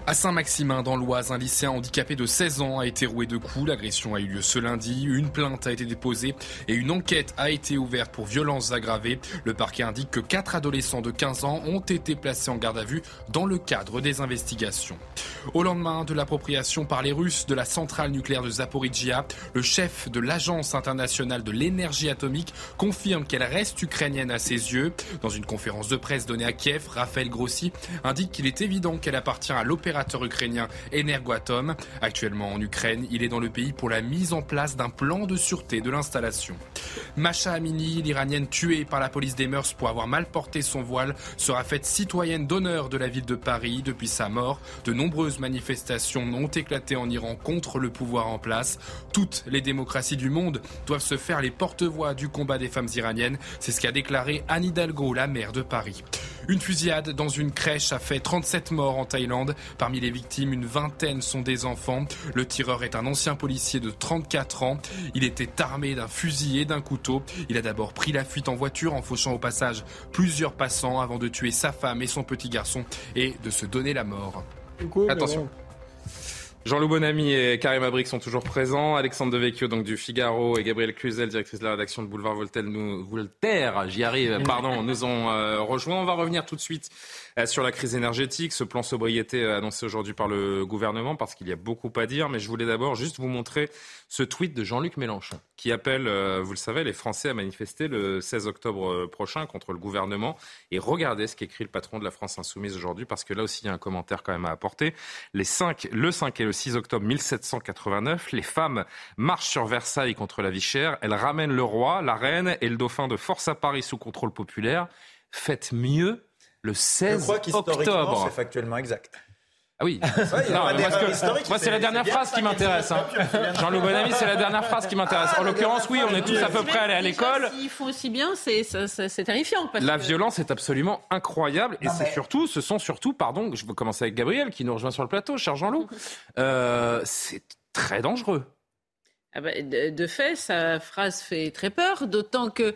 À Saint-Maximin, dans l'Oise, un lycéen handicapé de seize ans a été roué de coups. L'agression a eu lieu ce lundi. Une plainte a été déposée et une enquête a été ouverte pour violences aggravées. Le parquet indique que quatre adolescents de quinze ans ont été placés en garde à vue dans le cadre des investigations. Au lendemain de l'appropriation par les Russes de la centrale nucléaire de Zaporijia, le chef de l'Agence internationale de l'énergie atomique confirme qu'elle reste ukrainienne à ses yeux. Dans une conférence de presse donnée à Kiev, Raphaël Grossi indique qu'il est évident qu'elle appartient à l'opérateur ukrainien Energoatom. Actuellement en Ukraine, il est dans le pays pour la mise en place d'un plan de sûreté de l'installation. Masha Amini, l'Iranienne tuée par la police des mœurs pour avoir mal porté son voile, sera faite citoyenne d'honneur de la ville de Paris. Depuis sa mort, de nombreuses manifestations ont éclaté en Iran contre le pouvoir en place. Toutes les démocraties du monde doivent se faire les porte-voix du combat des femmes iraniennes. C'est ce qu'a déclaré Anne Hidalgo, la maire de Paris. Une fusillade dans une crèche a fait trente-sept morts en Thaïlande. Parmi les victimes, une vingtaine sont des enfants. Le tireur est un ancien policier de trente-quatre ans. Il était armé d'un fusil et d'un couteau. Il a d'abord pris la fuite en voiture en fauchant au passage plusieurs passants avant de tuer sa femme et son petit garçon et de se donner la mort. Attention. Jean-Loup Bonamy et Karim Abrik sont toujours présents. Alexandre Devecchio donc du Figaro et Gabrielle Cluzel, directrice de la rédaction de Boulevard Voltaire, nous, Voltaire j'y arrive, pardon, nous ont euh, rejoints. On va revenir tout de suite euh, sur la crise énergétique, ce plan sobriété euh, annoncé aujourd'hui par le gouvernement, parce qu'il y a beaucoup à dire. Mais je voulais d'abord juste vous montrer ce tweet de Jean-Luc Mélenchon, qui appelle, euh, vous le savez, les Français à manifester le seize octobre prochain contre le gouvernement. Et regardez ce qu'écrit le patron de la France Insoumise aujourd'hui, parce que là aussi il y a un commentaire quand même à apporter. Les cinq, le cinq et le six octobre mille sept cent quatre-vingt-neuf, les femmes marchent sur Versailles contre la vie chère. Elles ramènent le roi, la reine et le dauphin de force à Paris sous contrôle populaire. Faites mieux le seize octobre. Je crois qu'historiquement, c'est factuellement exact. Ah oui, ouais, non, parce que, moi c'est la dernière phrase qui m'intéresse. Hein. Jean-Loup Bonamy, c'est la dernière phrase qui m'intéresse. En l'occurrence, oui, on est tous à peu près allés à l'école. S'ils font aussi bien, c'est, c'est, c'est terrifiant. Parce la que... violence est absolument incroyable. Et non, c'est mais... surtout, ce sont surtout, pardon, je veux commencer avec Gabriel qui nous rejoint sur le plateau, cher Jean-Loup. Euh, c'est très dangereux. Ah bah, de, de fait, sa phrase fait très peur, d'autant que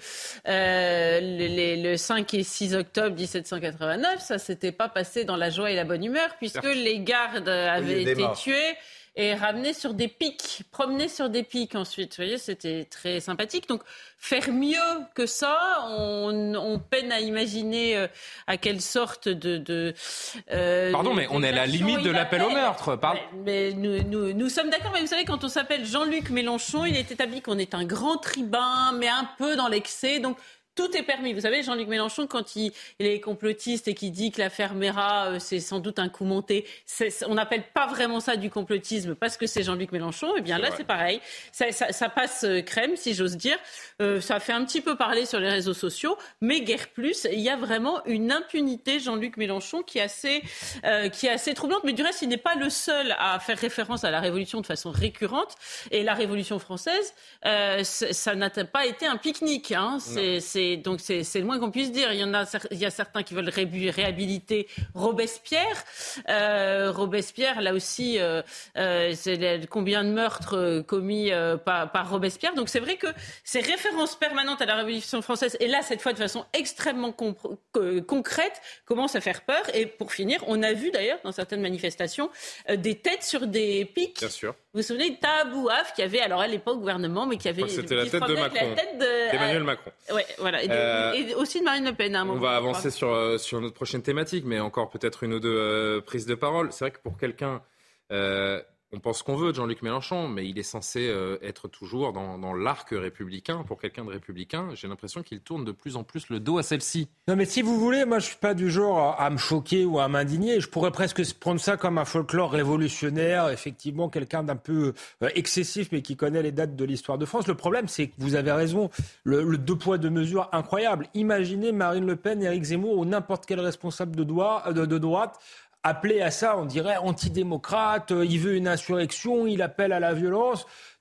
euh, les, les, le cinq et six octobre dix-sept cent quatre-vingt-neuf, ça s'était pas passé dans la joie et la bonne humeur, puisque Certes. les gardes avaient été tués et ramenés sur des pics, promenés sur des pics ensuite. Vous voyez, c'était très sympathique. Donc, faire mieux que ça, on, on peine à imaginer euh, à quelle sorte de... de euh, Pardon, mais on est à la limite de l'appel au meurtre. Pardon. Mais, mais nous, nous, nous sommes d'accord, mais vous savez, quand on s'appelle Jean-Luc Mélenchon, il est établi qu'on est un grand tribun, mais un peu dans l'excès. Donc, tout est permis. Vous savez, Jean-Luc Mélenchon, quand il, il est complotiste et qu'il dit que l'affaire Mera, euh, c'est sans doute un coup monté, c'est, on n'appelle pas vraiment ça du complotisme parce que c'est Jean-Luc Mélenchon. Eh bien c'est là, vrai. c'est pareil. Ça, ça, ça passe euh, crème, si j'ose dire. Euh, ça fait un petit peu parler sur les réseaux sociaux, mais guère plus. Il y a vraiment une impunité, Jean-Luc Mélenchon, qui est assez, euh, qui est assez troublante. Mais du reste, il n'est pas le seul à faire référence à la Révolution de façon récurrente. Et la Révolution française, euh, ça n'a pas été un pique-nique. Hein. C'est, c'est Donc c'est, c'est le moins qu'on puisse dire. Il y en a, il y a certains qui veulent ré- réhabiliter Robespierre. Euh, Robespierre, là aussi, euh, euh, c'est les, combien de meurtres euh, commis euh, par, par Robespierre. Donc c'est vrai que ces références permanentes à la Révolution française, et là cette fois de façon extrêmement compr- euh, concrète, commencent à faire peur. Et pour finir, on a vu d'ailleurs dans certaines manifestations euh, des têtes sur des pics. Bien sûr. Vous vous souvenez de Taha Bouaf qui avait, alors elle n'est pas au gouvernement, mais qui avait... C'était la tête de Macron, la tête de, d'Emmanuel euh, Macron. Ouais, voilà. Et, de, euh, et aussi de Marine Le Pen. À un moment, on va avancer sur, euh, sur notre prochaine thématique, mais encore peut-être une ou deux euh, prises de parole. C'est vrai que pour quelqu'un... Euh, on pense qu'on veut de Jean-Luc Mélenchon, mais il est censé euh, être toujours dans, dans l'arc républicain. Pour quelqu'un de républicain, j'ai l'impression qu'il tourne de plus en plus le dos à celle-ci. Non mais si vous voulez, moi je suis pas du genre à, à me choquer ou à m'indigner. Je pourrais presque prendre ça comme un folklore révolutionnaire, effectivement quelqu'un d'un peu euh, excessif, mais qui connaît les dates de l'histoire de France. Le problème, c'est que vous avez raison, le, le deux poids deux mesures incroyable. Imaginez Marine Le Pen, Éric Zemmour ou n'importe quel responsable de, droit, de, de droite appelé à ça, on dirait antidémocrate, il veut une insurrection, il appelle à la violence.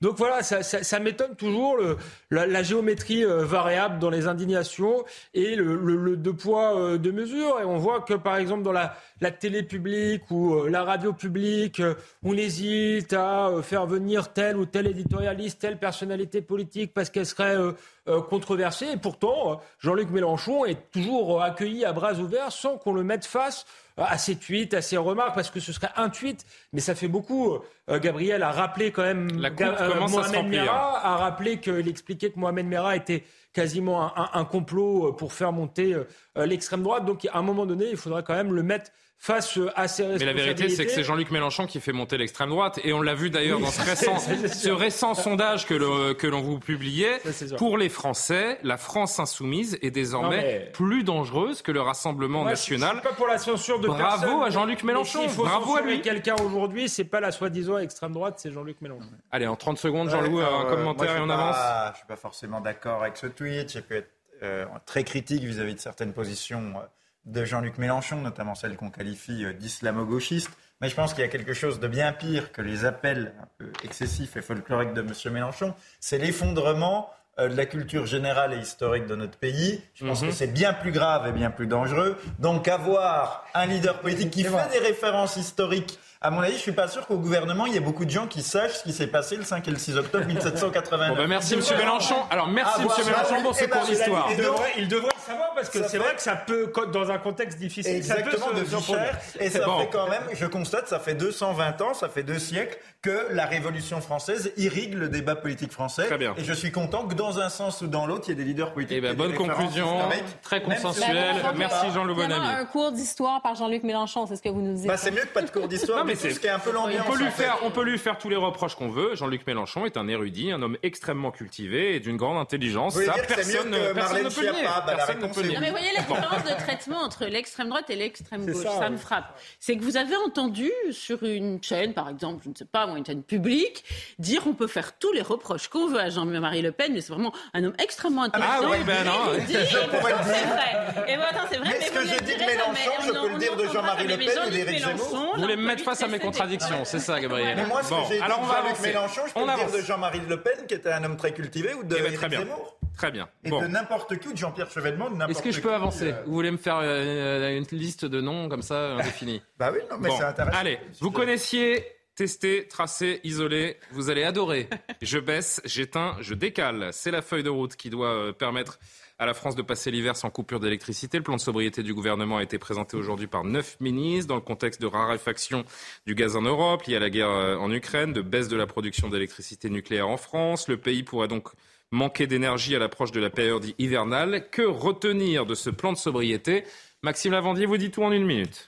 Donc voilà, ça, ça, ça m'étonne toujours le, la, la géométrie euh, variable dans les indignations et le, le, le deux poids, euh, deux mesures. Et on voit que par exemple dans la, la télé publique ou euh, la radio publique, euh, on hésite à euh, faire venir tel ou tel éditorialiste, telle personnalité politique parce qu'elle serait euh, euh, controversée. Et pourtant, euh, Jean-Luc Mélenchon est toujours euh, accueilli à bras ouverts sans qu'on le mette face à ses tweets, à ses remarques, parce que ce serait un tweet, mais ça fait beaucoup. Euh, Gabriel a rappelé quand même, La coupe Ga- euh, commence à se Mohamed remplir. Merah a rappelé qu'il expliquait que Mohamed Merah était quasiment un, un, un complot pour faire monter euh, l'extrême droite. Donc à un moment donné, il faudrait quand même le mettre face à ses responsabilités. Mais la vérité, c'est que c'est Jean-Luc Mélenchon qui fait monter l'extrême droite. Et on l'a vu d'ailleurs Oui, dans ce ça, récent, c'est- c'est ce sûr. récent sondage que, le, que l'on vous publiait. Ça, c'est sûr. Pour les Français, la France insoumise est désormais Non, mais- plus dangereuse que le Rassemblement Moi, je suis- national. Je suis pas pour la censure de Bravo personne, à mais- Jean-Luc Mélenchon. mais s'il faut Bravo à censurer lui. quelqu'un aujourd'hui, c'est pas la soi-disant extrême droite, c'est Jean-Luc Mélenchon. Allez, en trente secondes, Jean-Loup, Ouais, un alors, euh, commentaire moi, et on je suis avance. pas- Je ne suis pas forcément d'accord avec ce tweet. J'ai pu être euh, très critique vis-à-vis de certaines positions euh, de Jean-Luc Mélenchon, notamment celles qu'on qualifie euh, d'islamo-gauchistes. Mais je pense qu'il y a quelque chose de bien pire que les appels un peu excessifs et folkloriques de M. Mélenchon. C'est l'effondrement euh, de la culture générale et historique de notre pays. Je pense Mhm. que c'est bien plus grave et bien plus dangereux. Donc avoir un leader politique qui fait des références historiques, à mon avis, je ne suis pas sûr qu'au gouvernement, il y ait beaucoup de gens qui sachent ce qui s'est passé le cinq et le six octobre mille sept cent quatre-vingt-neuf. Bon, ben, merci, Monsieur Mélenchon. Alors, merci, Avoir Monsieur Mélenchon, ça, pour ce eh ben, cours d'histoire. Il devrait, il devrait le savoir parce que Ça c'est fait- vrai que ça peut, dans un contexte difficile, Exactement, ça peut de se- vie se produire. chère. Et ça Bon. fait quand même, je constate, ça fait deux cent vingt ans, ça fait deux siècles que la Révolution française irrigue le débat politique français. Très bien. Et je suis content que dans un sens ou dans l'autre, il y ait des leaders politiques. Eh ben, qui aient bonne des références conclusion, historiques. très Même si- consensuelle. Ben, Merci, Jean-Loup Vraiment, Bonamy. un cours d'histoire par Jean-Luc Mélenchon, c'est ce que vous nous dites. Bah, c'est mieux que pas de cours d'histoire, Non, mais mais c'est- c'est ce qui est un peu On l'ambiance. peut, lui en fait. faire, on peut lui faire tous les reproches qu'on veut. Jean-Luc Mélenchon est un érudit, un homme extrêmement cultivé et d'une grande intelligence. Vous voulez Ça, dire que c'est personne, mieux que personne Marlène ne peut le nier. Schiappa? Bah, la Personne ne réponse peut le est nier. Non, mais voyez la différence de traitement entre l'extrême droite et l'extrême C'est gauche. ça, Ça, ouais. me frappe. C'est que vous avez entendu sur une chaîne, par exemple, je ne sais pas, ou une chaîne publique, dire on peut faire tous les reproches qu'on veut à Jean-Marie Le Pen, mais c'est vraiment un homme extrêmement intelligent. Ah oui, ben non. érudit. Je pourrais le dire. C'est vrai. Et bon, attends, c'est vrai. Mais ce vous que me j'ai le dit de direz Mélenchon, jamais. je On peux en- le on dire en de entendra Jean-Marie jamais. Le Mais Pen ou Jean-Luc d'Éric Zemmour. Mélenchon, Vous voulez me d'un mettre point face à de mes vue contradictions, c'est ça, Gabriel. Mais moi, ce Bon, que j'ai dit alors on de va Jean-Luc avancer. Mélenchon, je peux On le dire avance. de Jean-Marie Le Pen, qui était un homme très cultivé, ou de Eh ben, Éric très bien. Zemmour. Très bien. Et Bon. de n'importe qui, ou de Jean-Pierre Chevènement, de n'importe Est-ce que je qui, peux avancer euh, Vous voulez me faire euh, une liste de noms comme ça, indéfinie? Bah oui, non, mais Bon, c'est intéressant. allez, vous connaissiez tester, tracer, isoler, vous allez adorer. Je baisse, j'éteins, je décale. C'est la feuille de route qui doit euh, permettre à la France de passer l'hiver sans coupure d'électricité. Le plan de sobriété du gouvernement a été présenté aujourd'hui par neuf ministres dans le contexte de raréfaction du gaz en Europe, lié à la guerre euh, en Ukraine, de baisse de la production d'électricité nucléaire en France. Le pays pourrait donc manquer d'énergie à l'approche de la période hivernale. Que retenir de ce plan de sobriété? Maxime Lavandier vous dit tout en une minute.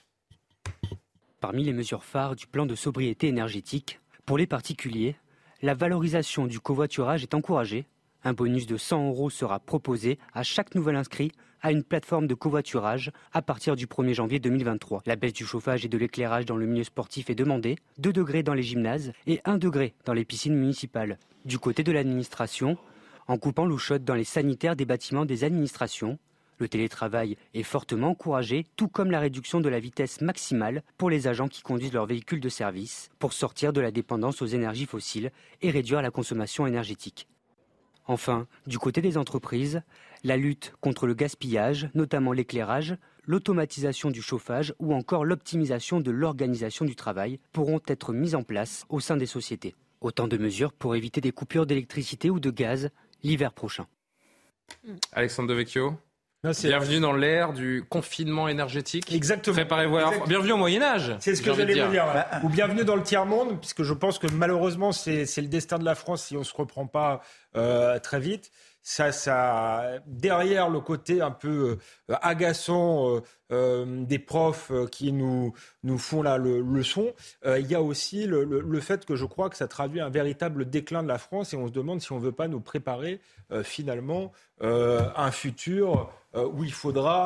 Parmi les mesures phares du plan de sobriété énergétique, pour les particuliers, la valorisation du covoiturage est encouragée. Un bonus de cent euros sera proposé à chaque nouvel inscrit à une plateforme de covoiturage à partir du premier janvier deux mille vingt-trois. La baisse du chauffage et de l'éclairage dans le milieu sportif est demandée, deux degrés dans les gymnases et un degré dans les piscines municipales. Du côté de l'administration, en coupant l'eau chaude dans les sanitaires des bâtiments des administrations, le télétravail est fortement encouragé, tout comme la réduction de la vitesse maximale pour les agents qui conduisent leurs véhicules de service, pour sortir de la dépendance aux énergies fossiles et réduire la consommation énergétique. Enfin, du côté des entreprises, la lutte contre le gaspillage, notamment l'éclairage, l'automatisation du chauffage ou encore l'optimisation de l'organisation du travail pourront être mises en place au sein des sociétés. Autant de mesures pour éviter des coupures d'électricité ou de gaz l'hiver prochain. Alexandre Devecchio, Non, c'est- bienvenue dans l'ère du confinement énergétique. Exactement. Préparez-vous à la... Exact- Bienvenue au Moyen-Âge. C'est ce j'ai que envie de j'allais dire. vous dire. Voilà. Ou bienvenue dans le tiers-monde, puisque je pense que malheureusement, c'est, c'est le destin de la France si on ne se reprend pas euh, très vite. Ça, ça, derrière le côté un peu euh, agaçant euh, euh, des profs euh, qui nous, nous font la le, leçon, euh, il y a aussi le, le, le fait que je crois que ça traduit un véritable déclin de la France et on se demande si on ne veut pas nous préparer euh, finalement euh, un futur euh, où il faudra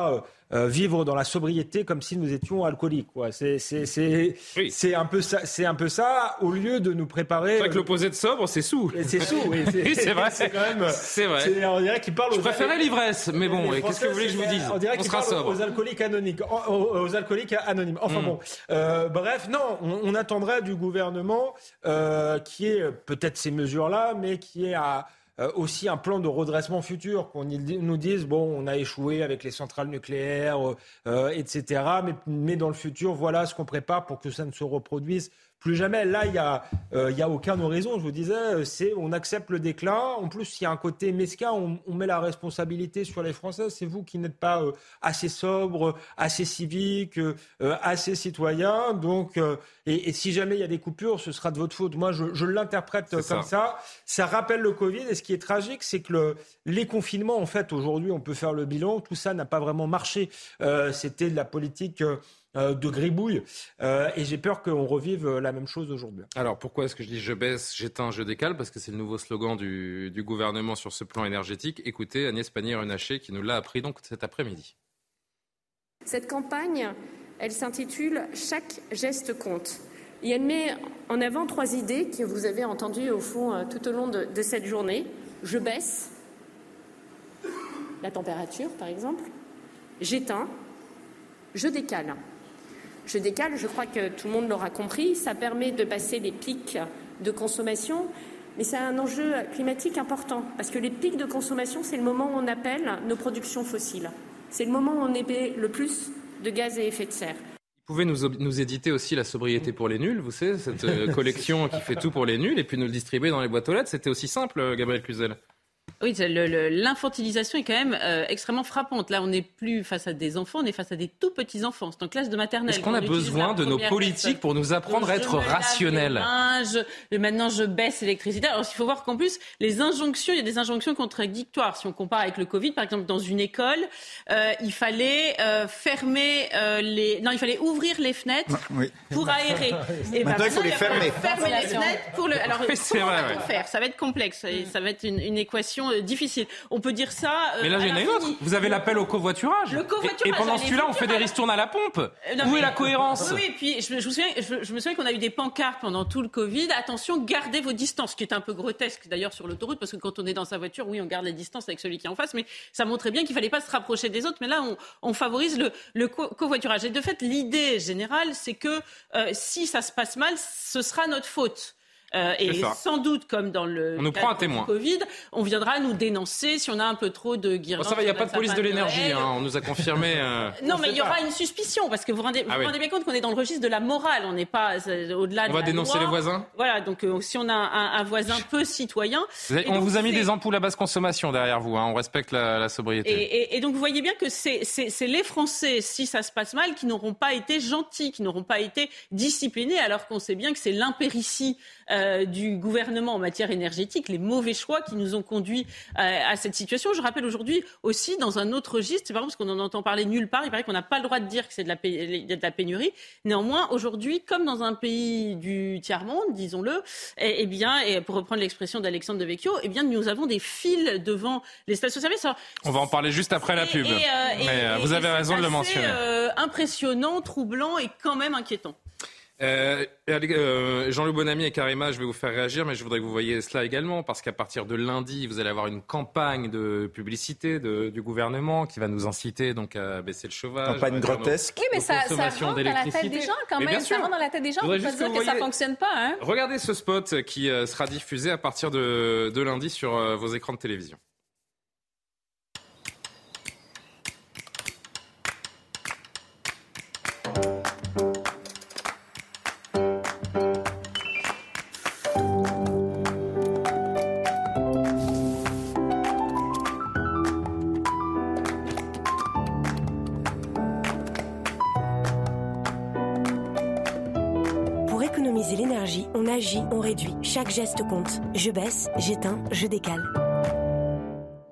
euh, vivre dans la sobriété comme si nous étions alcooliques. Quoi. C'est, c'est, c'est, oui. c'est, un peu ça, c'est un peu ça, au lieu de nous préparer... C'est vrai que l'opposé de sobre, c'est sous. Et c'est sous, oui. C'est, oui, c'est vrai. C'est quand même... C'est vrai. C'est, on dirait qu'il parle je aux... préférais l'ivresse, mais bon, et qu'est-ce que vous voulez que je vous dise? On dirait qu'il parle sobre. aux alcooliques anonymes. Aux, aux alcooliques anonymes. Enfin mmh. bon, euh, bref, non, on, on attendrait du gouvernement euh, qui ait peut-être ces mesures-là, mais qui ait à... Euh, aussi un plan de redressement futur, qu'on nous dise, bon, on a échoué avec les centrales nucléaires, euh, et cetera, mais, mais dans le futur, voilà ce qu'on prépare pour que ça ne se reproduise plus jamais. Là, il n'y a, euh, y a aucun horizon, je vous disais, c'est on accepte le déclin. En plus, il y a un côté mesquin, on, on met la responsabilité sur les Français. C'est vous qui n'êtes pas euh, assez sobre, assez civique, euh, assez citoyen. Donc, euh, et, et si jamais il y a des coupures, ce sera de votre faute. Moi, je, je l'interprète c'est comme ça. ça. Ça rappelle le Covid. Et ce qui est tragique, c'est que le, les confinements, en fait, aujourd'hui, on peut faire le bilan. Tout ça n'a pas vraiment marché. Euh, c'était de la politique... Euh, Euh, de gribouille euh, et j'ai peur qu'on revive la même chose aujourd'hui. Alors pourquoi est-ce que je dis je baisse, j'éteins, je décale? Parce que c'est le nouveau slogan du, du gouvernement sur ce plan énergétique. Écoutez Agnès Pannier-Runacher qui nous l'a appris donc cet après-midi. Cette campagne, elle s'intitule « Chaque geste compte ». Et elle met en avant trois idées que vous avez entendues au fond tout au long de, de cette journée. Je baisse la température par exemple, j'éteins, je décale. Je décale, je crois que tout le monde l'aura compris, ça permet de passer les pics de consommation, mais c'est un enjeu climatique important, parce que les pics de consommation, c'est le moment où on appelle nos productions fossiles. C'est le moment où on émet le plus de gaz à effet de serre. Vous pouvez nous, nous éditer aussi la sobriété pour les nuls, vous savez, cette euh, collection qui fait tout pour les nuls, et puis nous le distribuer dans les boîtes aux lettres. C'était aussi simple, Gabriel Cluzel. Oui, le, le, l'infantilisation est quand même euh, extrêmement frappante. Là, on n'est plus face à des enfants, on est face à des tout petits enfants. C'est en classe de maternelle. Est-ce qu'on a besoin de nos politiques personne. pour nous apprendre Donc, à être rationnels mains, je, Maintenant, je baisse l'électricité. Alors, il faut voir qu'en plus, les injonctions, il y a des injonctions contradictoires. Si on compare avec le Covid, par exemple, dans une école, euh, il fallait euh, fermer euh, les... Non, il fallait ouvrir les fenêtres oui. pour aérer. Et maintenant, ben, il faut les fermer. Fermer les fenêtres pour le... Alors, oui, comment vrai, va-t-on ouais. faire? Ça va être complexe. Et ça va être une, une équation difficile. On peut dire ça. Euh, mais là, j'ai une autre. Vous avez l'appel au covoiturage. Le covoiturage. Et, et pendant celui-là, on fait des ristournes à la pompe. Euh, non, Où mais, est la cohérence? Oui, et puis je, je, me souviens, je, je me souviens qu'on a eu des pancartes pendant tout le Covid. Attention, gardez vos distances, ce qui est un peu grotesque d'ailleurs sur l'autoroute, parce que quand on est dans sa voiture, oui, on garde les distances avec celui qui est en face, mais ça montrait bien qu'il fallait pas se rapprocher des autres. Mais là, on, on favorise le, le co- covoiturage. Et de fait, l'idée générale, c'est que euh, si ça se passe mal, ce sera notre faute. Euh, et sans doute, comme dans le on nous prend un témoin. Covid, on viendra nous dénoncer si on a un peu trop de guirlandes. Bon, ça va, il n'y a pas de police de l'énergie, hein, on nous a confirmé. Euh... Non, mais il y aura pas. une suspicion, parce que vous vous rendez, ah vous oui. rendez bien compte qu'on est dans le registre de la morale, on n'est pas euh, au-delà de On va la dénoncer loi. les voisins. Voilà, donc euh, si on a un, un voisin peu citoyen. Vous avez, on vous a mis des ampoules à basse consommation derrière vous, hein, on respecte la, la sobriété. Et, et, et donc vous voyez bien que c'est, c'est, c'est les Français, si ça se passe mal, qui n'auront pas été gentils, qui n'auront pas été disciplinés, alors qu'on sait bien que c'est l'impéritie euh, du gouvernement en matière énergétique, les mauvais choix qui nous ont conduits à, à cette situation. Je rappelle aujourd'hui aussi, dans un autre registre, c'est par exemple parce qu'on en entend parler nulle part, il paraît qu'on n'a pas le droit de dire que c'est de la, pé- de la pénurie. Néanmoins, aujourd'hui, comme dans un pays du tiers-monde, disons-le, eh, eh bien, et pour reprendre l'expression d'Alexandre Devecchio, eh bien, nous avons des files devant les stations-service. Alors, on va en parler juste après la pub. Et, euh, Mais et, vous avez raison de le mentionner. C'est euh, impressionnant, troublant et quand même inquiétant. Euh, euh, Jean-Loup Bonamy et Karima, je vais vous faire réagir, mais je voudrais que vous voyiez cela également, parce qu'à partir de lundi, vous allez avoir une campagne de publicité de, du gouvernement qui va nous inciter donc à baisser le chauffage. Campagne grotesque. Oui, mais ça, ça rentre dans la tête des gens quand même. Ça rentre dans la tête des gens. On ne peut pas dire que, que ça ne fonctionne pas. Hein. Regardez ce spot qui euh, sera diffusé à partir de, de lundi sur euh, vos écrans de télévision. L'énergie, on agit, on réduit. Chaque geste compte. Je baisse, j'éteins, je décale.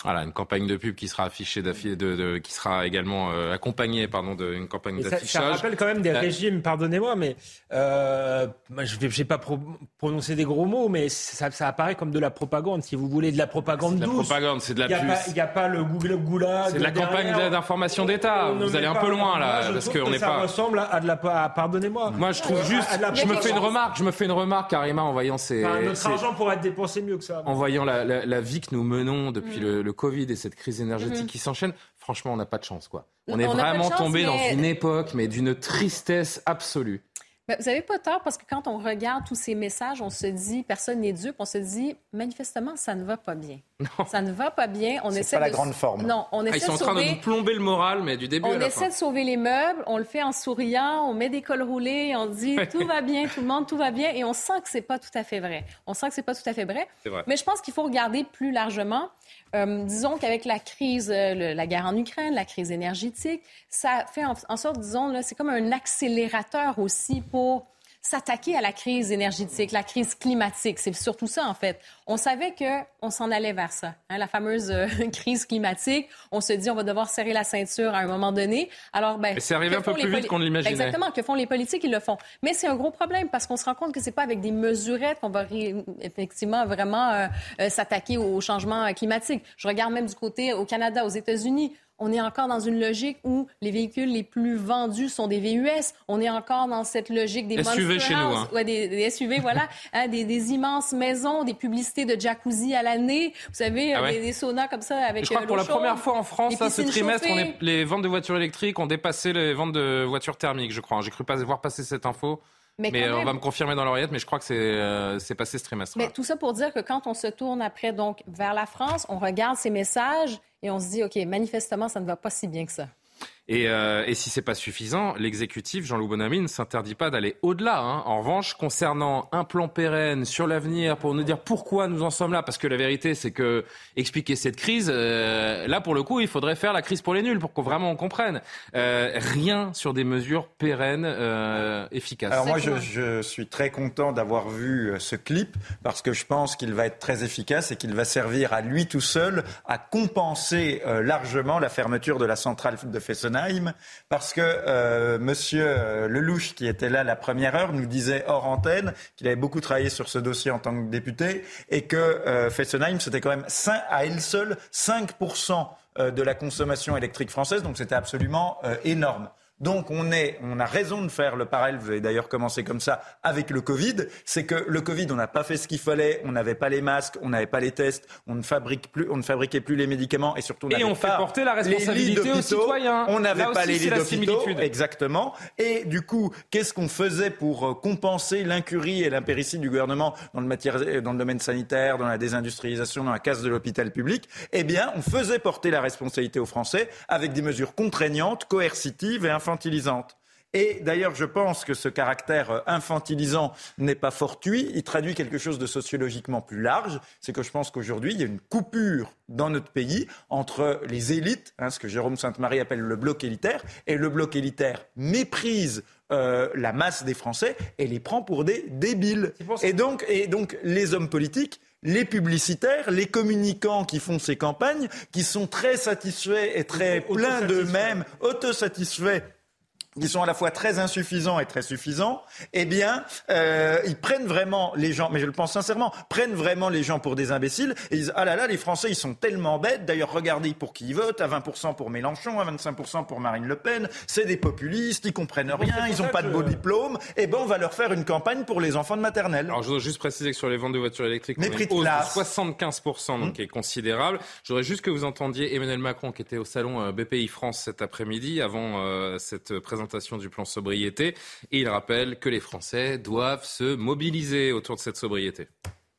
Voilà, une campagne de pub qui sera affichée, de, de, qui sera également euh, accompagnée, pardon, d'une campagne ça, d'affichage. Ça rappelle quand même des euh, régimes, pardonnez-moi, mais euh, je ne vais pas pro- prononcer des gros mots, mais ça, ça apparaît comme de la propagande, si vous voulez, de la propagande c'est de douce. la propagande, c'est de la pub. Il n'y a, a pas le Google Goula. C'est de la campagne derrière. d'information d'État. Vous allez un peu loin là, moi, parce qu'on n'est ça pas. Ça ressemble à de la. À, pardonnez-moi. Moi, je trouve juste. À, à je me fais une remarque. Je me fais une remarque, Karima, en voyant ces. Enfin, notre ces... argent pourrait être dépensé mieux que ça. En voyant la, la, la vie que nous menons depuis mmh. le, le Covid et cette crise énergétique mmh. qui s'enchaîne, franchement, on n'a pas de chance, quoi. On, on est vraiment chance, tombé mais... dans une époque, mais d'une tristesse absolue. Ben, vous n'avez pas tort, parce que quand on regarde tous ces messages, on se dit, personne n'est dupe, on se dit, manifestement, ça ne va pas bien. Non. Ça ne va pas bien. On c'est essaie pas de... la grande forme. Non, on essaie ah, ils sont de en train sauver... de nous plomber le moral, mais du début on à la essaie fin. de sauver les meubles, on le fait en souriant, on met des cols roulés, on dit tout va bien, tout le monde, tout va bien, et on sent que c'est pas tout à fait vrai. On sent que c'est pas tout à fait vrai. C'est vrai. Mais je pense qu'il faut regarder plus largement. Euh, disons qu'avec la crise, euh, le, la guerre en Ukraine, la crise énergétique, ça fait en, en sorte, disons, là, c'est comme un accélérateur aussi pour s'attaquer à la crise énergétique, la crise climatique. C'est surtout ça, en fait. On savait qu'on s'en allait vers ça. Hein, la fameuse euh, crise climatique, on se dit on va devoir serrer la ceinture à un moment donné. Alors, ben, Mais c'est arrivé un peu plus vite poli- qu'on l'imaginait. Exactement, que font les politiques, ils le font. Mais c'est un gros problème parce qu'on se rend compte que c'est pas avec des mesurettes qu'on va ré- effectivement vraiment euh, euh, s'attaquer au changement climatique. Je regarde même du côté au Canada, aux États-Unis. On est encore dans une logique où les véhicules les plus vendus sont des V U S. On est encore dans cette logique des S U V monster chez house, nous, hein. ouais, des, des S U V, voilà, hein, des, des immenses maisons, des publicités de jacuzzi à l'année. Vous savez, ah ouais. des, des saunas comme ça avec. Je crois que pour la chaude, première fois en France, là, ce trimestre, on est, chauffées. les ventes de voitures électriques ont dépassé les ventes de voitures thermiques, je crois. J'ai cru pas voir passer cette info. Mais, mais on va me confirmer dans l'oreillette, mais je crois que c'est, euh, c'est passé ce trimestre. Mais tout ça pour dire que quand on se tourne après donc vers la France, on regarde ces messages et on se dit, OK, manifestement, ça ne va pas si bien que ça. Et, euh, et si c'est pas suffisant, l'exécutif, Jean-Loup Bonamy, ne s'interdit pas d'aller au-delà. Hein. En revanche, concernant un plan pérenne sur l'avenir, pour nous dire pourquoi nous en sommes là, parce que la vérité, c'est que expliquer cette crise, euh, là, pour le coup, il faudrait faire la crise pour les nuls, pour qu'on vraiment on comprenne. Euh, rien sur des mesures pérennes, euh, efficaces. Alors moi, je, je suis très content d'avoir vu ce clip, parce que je pense qu'il va être très efficace et qu'il va servir à lui tout seul à compenser euh, largement la fermeture de la centrale de Fessenheim. Parce que euh, Monsieur Lelouch, qui était là la première heure, nous disait hors antenne qu'il avait beaucoup travaillé sur ce dossier en tant que député et que euh, Fessenheim, c'était quand même cinq, à elle seule cinq pour cent de la consommation électrique française, donc c'était absolument euh, énorme. Donc on, est, on a raison de faire le parallèle, vous avez d'ailleurs commencé comme ça avec le Covid, c'est que le Covid, on n'a pas fait ce qu'il fallait, on n'avait pas les masques, on n'avait pas les tests, on ne, fabrique plus, on ne fabriquait plus les médicaments et surtout on n'avait et on pas fait porter la responsabilité aux citoyens. On n'avait Là pas aussi, les lits d'hôpitaux, exactement. Et du coup, qu'est-ce qu'on faisait pour compenser l'incurie et l'impéritie du gouvernement dans le, matière, dans le domaine sanitaire, dans la désindustrialisation, dans la casse de l'hôpital public? Eh bien, on faisait porter la responsabilité aux Français avec des mesures contraignantes, coercitives et infantilisante. Et d'ailleurs, je pense que ce caractère infantilisant n'est pas fortuit. Il traduit quelque chose de sociologiquement plus large. C'est que je pense qu'aujourd'hui, il y a une coupure dans notre pays entre les élites, hein, ce que Jérôme Sainte-Marie appelle le bloc élitaire, et le bloc élitaire méprise euh, la masse des Français et les prend pour des débiles. Et donc, et donc, les hommes politiques, les publicitaires, les communicants qui font ces campagnes, qui sont très satisfaits et très pleins d'eux-mêmes, autosatisfaits, qui sont à la fois très insuffisants et très suffisants, eh bien, euh, ils prennent vraiment les gens, mais je le pense sincèrement, prennent vraiment les gens pour des imbéciles et ils disent « Ah là là, les Français, ils sont tellement bêtes. D'ailleurs, regardez pour qui ils votent, à vingt pour cent pour Mélenchon, à vingt-cinq pour cent pour Marine Le Pen. C'est des populistes, ils comprennent rien, ils n'ont pas de beau diplôme. Eh ben, on va leur faire une campagne pour les enfants de maternelle. » Alors, je voudrais juste préciser que sur les ventes de voitures électriques, mais on a une hausse de soixante-quinze pour cent, donc mmh. qui est considérable. Je voudrais juste que vous entendiez Emmanuel Macron, qui était au salon B P I France cet après-midi, avant euh, cette présentation du plan sobriété. Et il rappelle que les Français doivent se mobiliser autour de cette sobriété.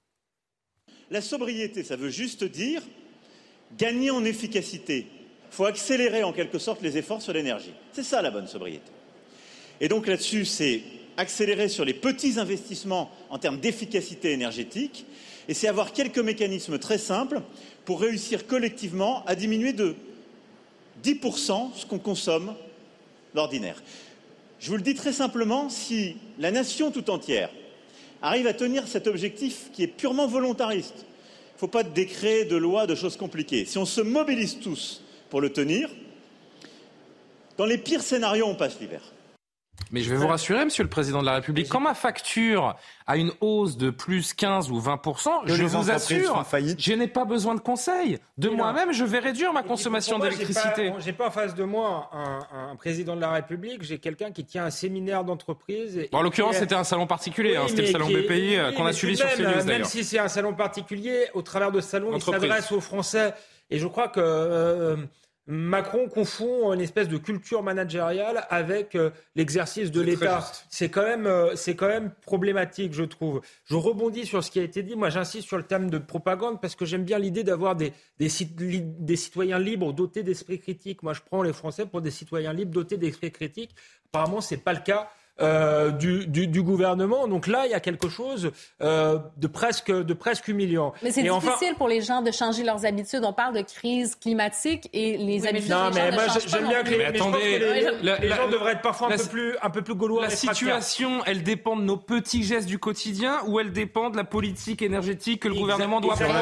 La sobriété, ça veut juste dire gagner en efficacité. Il faut accélérer en quelque sorte les efforts sur l'énergie. C'est ça la bonne sobriété. Et donc là-dessus, c'est accélérer sur les petits investissements en termes d'efficacité énergétique. Et c'est avoir quelques mécanismes très simples pour réussir collectivement à diminuer de dix pour cent ce qu'on consomme d'ordinaire. Je vous le dis très simplement, si la nation tout entière arrive à tenir cet objectif qui est purement volontariste, ne faut pas de décret, de loi, de choses compliquées. Si on se mobilise tous pour le tenir, dans les pires scénarios, on passe l'hiver. Mais je vais vous rassurer, Monsieur le Président de la République, quand ma facture a une hausse de plus quinze ou vingt pour cent, je vous assure, je n'ai pas besoin de conseils. De moi-même, je vais réduire ma consommation d'électricité. Je n'ai pas en face de moi un, un président de la République, j'ai quelqu'un qui tient un séminaire d'entreprise. Bon, en l'occurrence, est... c'était un salon particulier, oui, hein, c'était le salon B P I oui, qu'on a suivi sur CNews d'ailleurs. Même si c'est un salon particulier, au travers de ce salon, entreprise. Il s'adresse aux Français. Et je crois que... Euh, Macron confond une espèce de culture managériale avec euh, l'exercice de c'est l'État. C'est quand même, euh, c'est quand même problématique, je trouve. Je rebondis sur ce qui a été dit. Moi, j'insiste sur le terme de propagande parce que j'aime bien l'idée d'avoir des, des, des citoyens libres dotés d'esprit critique. Moi, je prends les Français pour des citoyens libres dotés d'esprit critique. Apparemment, c'est pas le cas. Euh, du, du, du gouvernement. Donc là, il y a quelque chose euh, de, presque, de presque humiliant. Mais c'est et difficile enfin... pour les gens de changer leurs habitudes. On parle de crise climatique et les oui, habitudes non, des mais gens moi, ne changent j'aime pas. Bien que les, mais attendez, mais les, la, les la, gens devraient être parfois la, un, peu plus, un peu plus gaulois. La situation, elle dépend de nos petits gestes du quotidien ou elle dépend de la politique énergétique que le Exact, gouvernement doit prendre.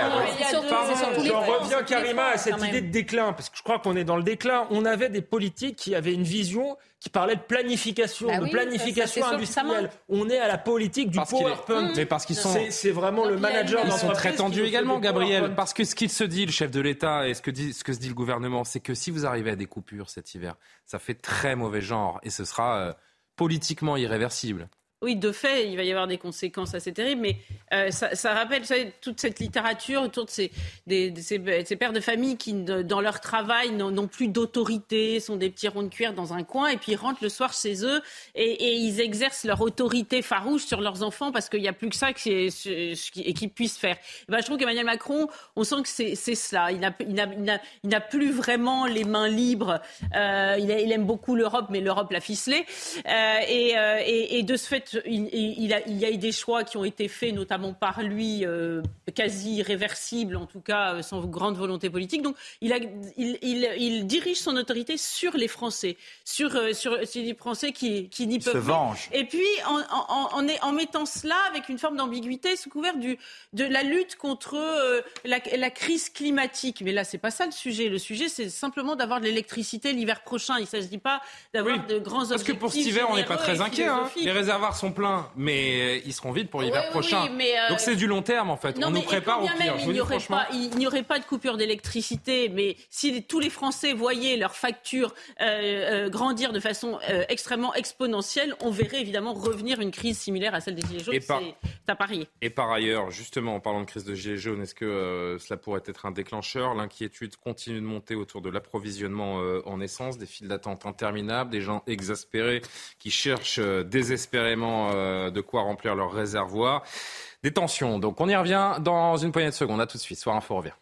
J'en reviens, Karima, à cette idée de déclin, parce que je crois qu'on est dans le déclin. On avait des politiques qui avaient une vision qui parlait de planification, bah de oui, planification ça, ça, industrielle. On est à la politique du PowerPoint. Mais parce qu'ils sont, c'est, c'est vraiment non, le manager ils sont très tendus également, Gabriel. PowerPoint. Parce que ce qu'il se dit, le chef de l'État, et ce que, dit, ce que se dit le gouvernement, c'est que si vous arrivez à des coupures cet hiver, ça fait très mauvais genre et ce sera euh, politiquement irréversible. Oui, de fait, il va y avoir des conséquences assez terribles, mais euh, ça, ça rappelle vous savez, toute cette littérature autour de ces, des, de ces, ces pères de famille qui, de, dans leur travail, n'ont, n'ont plus d'autorité, sont des petits ronds de cuir dans un coin, et puis ils rentrent le soir chez eux et, et ils exercent leur autorité farouche sur leurs enfants parce qu'il n'y a plus que ça qui est, et qu'ils puissent faire. Et ben, je trouve qu'Emmanuel Macron, on sent que c'est, c'est cela. Il n'a, il, n'a, il, n'a, il n'a plus vraiment les mains libres. Euh, il, a, il aime beaucoup l'Europe, mais l'Europe l'a ficelé. Euh, et, euh, et, et de ce fait, Il, il, a, il y a eu des choix qui ont été faits, notamment par lui, euh, quasi irréversibles, en tout cas sans grande volonté politique. Donc, il, a, il, il, il dirige son autorité sur les Français, sur, euh, sur, sur les Français qui, qui n'y peuvent se venge. Et puis, en, en, en, en mettant cela avec une forme d'ambiguïté sous couvert du, de la lutte contre euh, la, la crise climatique. Mais là, c'est pas ça le sujet. Le sujet, c'est simplement d'avoir de l'électricité l'hiver prochain. Il ne s'agit pas d'avoir oui, de grands objectifs. Parce que pour cet hiver, on n'est pas très inquiet. Hein. Les réservoirs sont pleins, mais ils seront vides pour l'hiver oui, prochain. Oui, mais euh... Donc c'est du long terme en fait. Non, on nous prépare au pire. Même, il, n'y aurait pas, il n'y aurait pas de coupure d'électricité, mais si les, tous les Français voyaient leurs factures euh, euh, grandir de façon euh, extrêmement exponentielle, on verrait évidemment revenir une crise similaire à celle des Gilets jaunes. Par... C'est à parier. Et par ailleurs, justement, en parlant de crise de Gilets jaunes, est-ce que euh, cela pourrait être un déclencheur ? L'inquiétude continue de monter autour de l'approvisionnement euh, en essence, des files d'attente interminables, des gens exaspérés qui cherchent euh, désespérément euh, de quoi remplir leur réservoir. Des tensions. Donc on y revient dans une poignée de secondes. À tout de suite. Soir Info revient.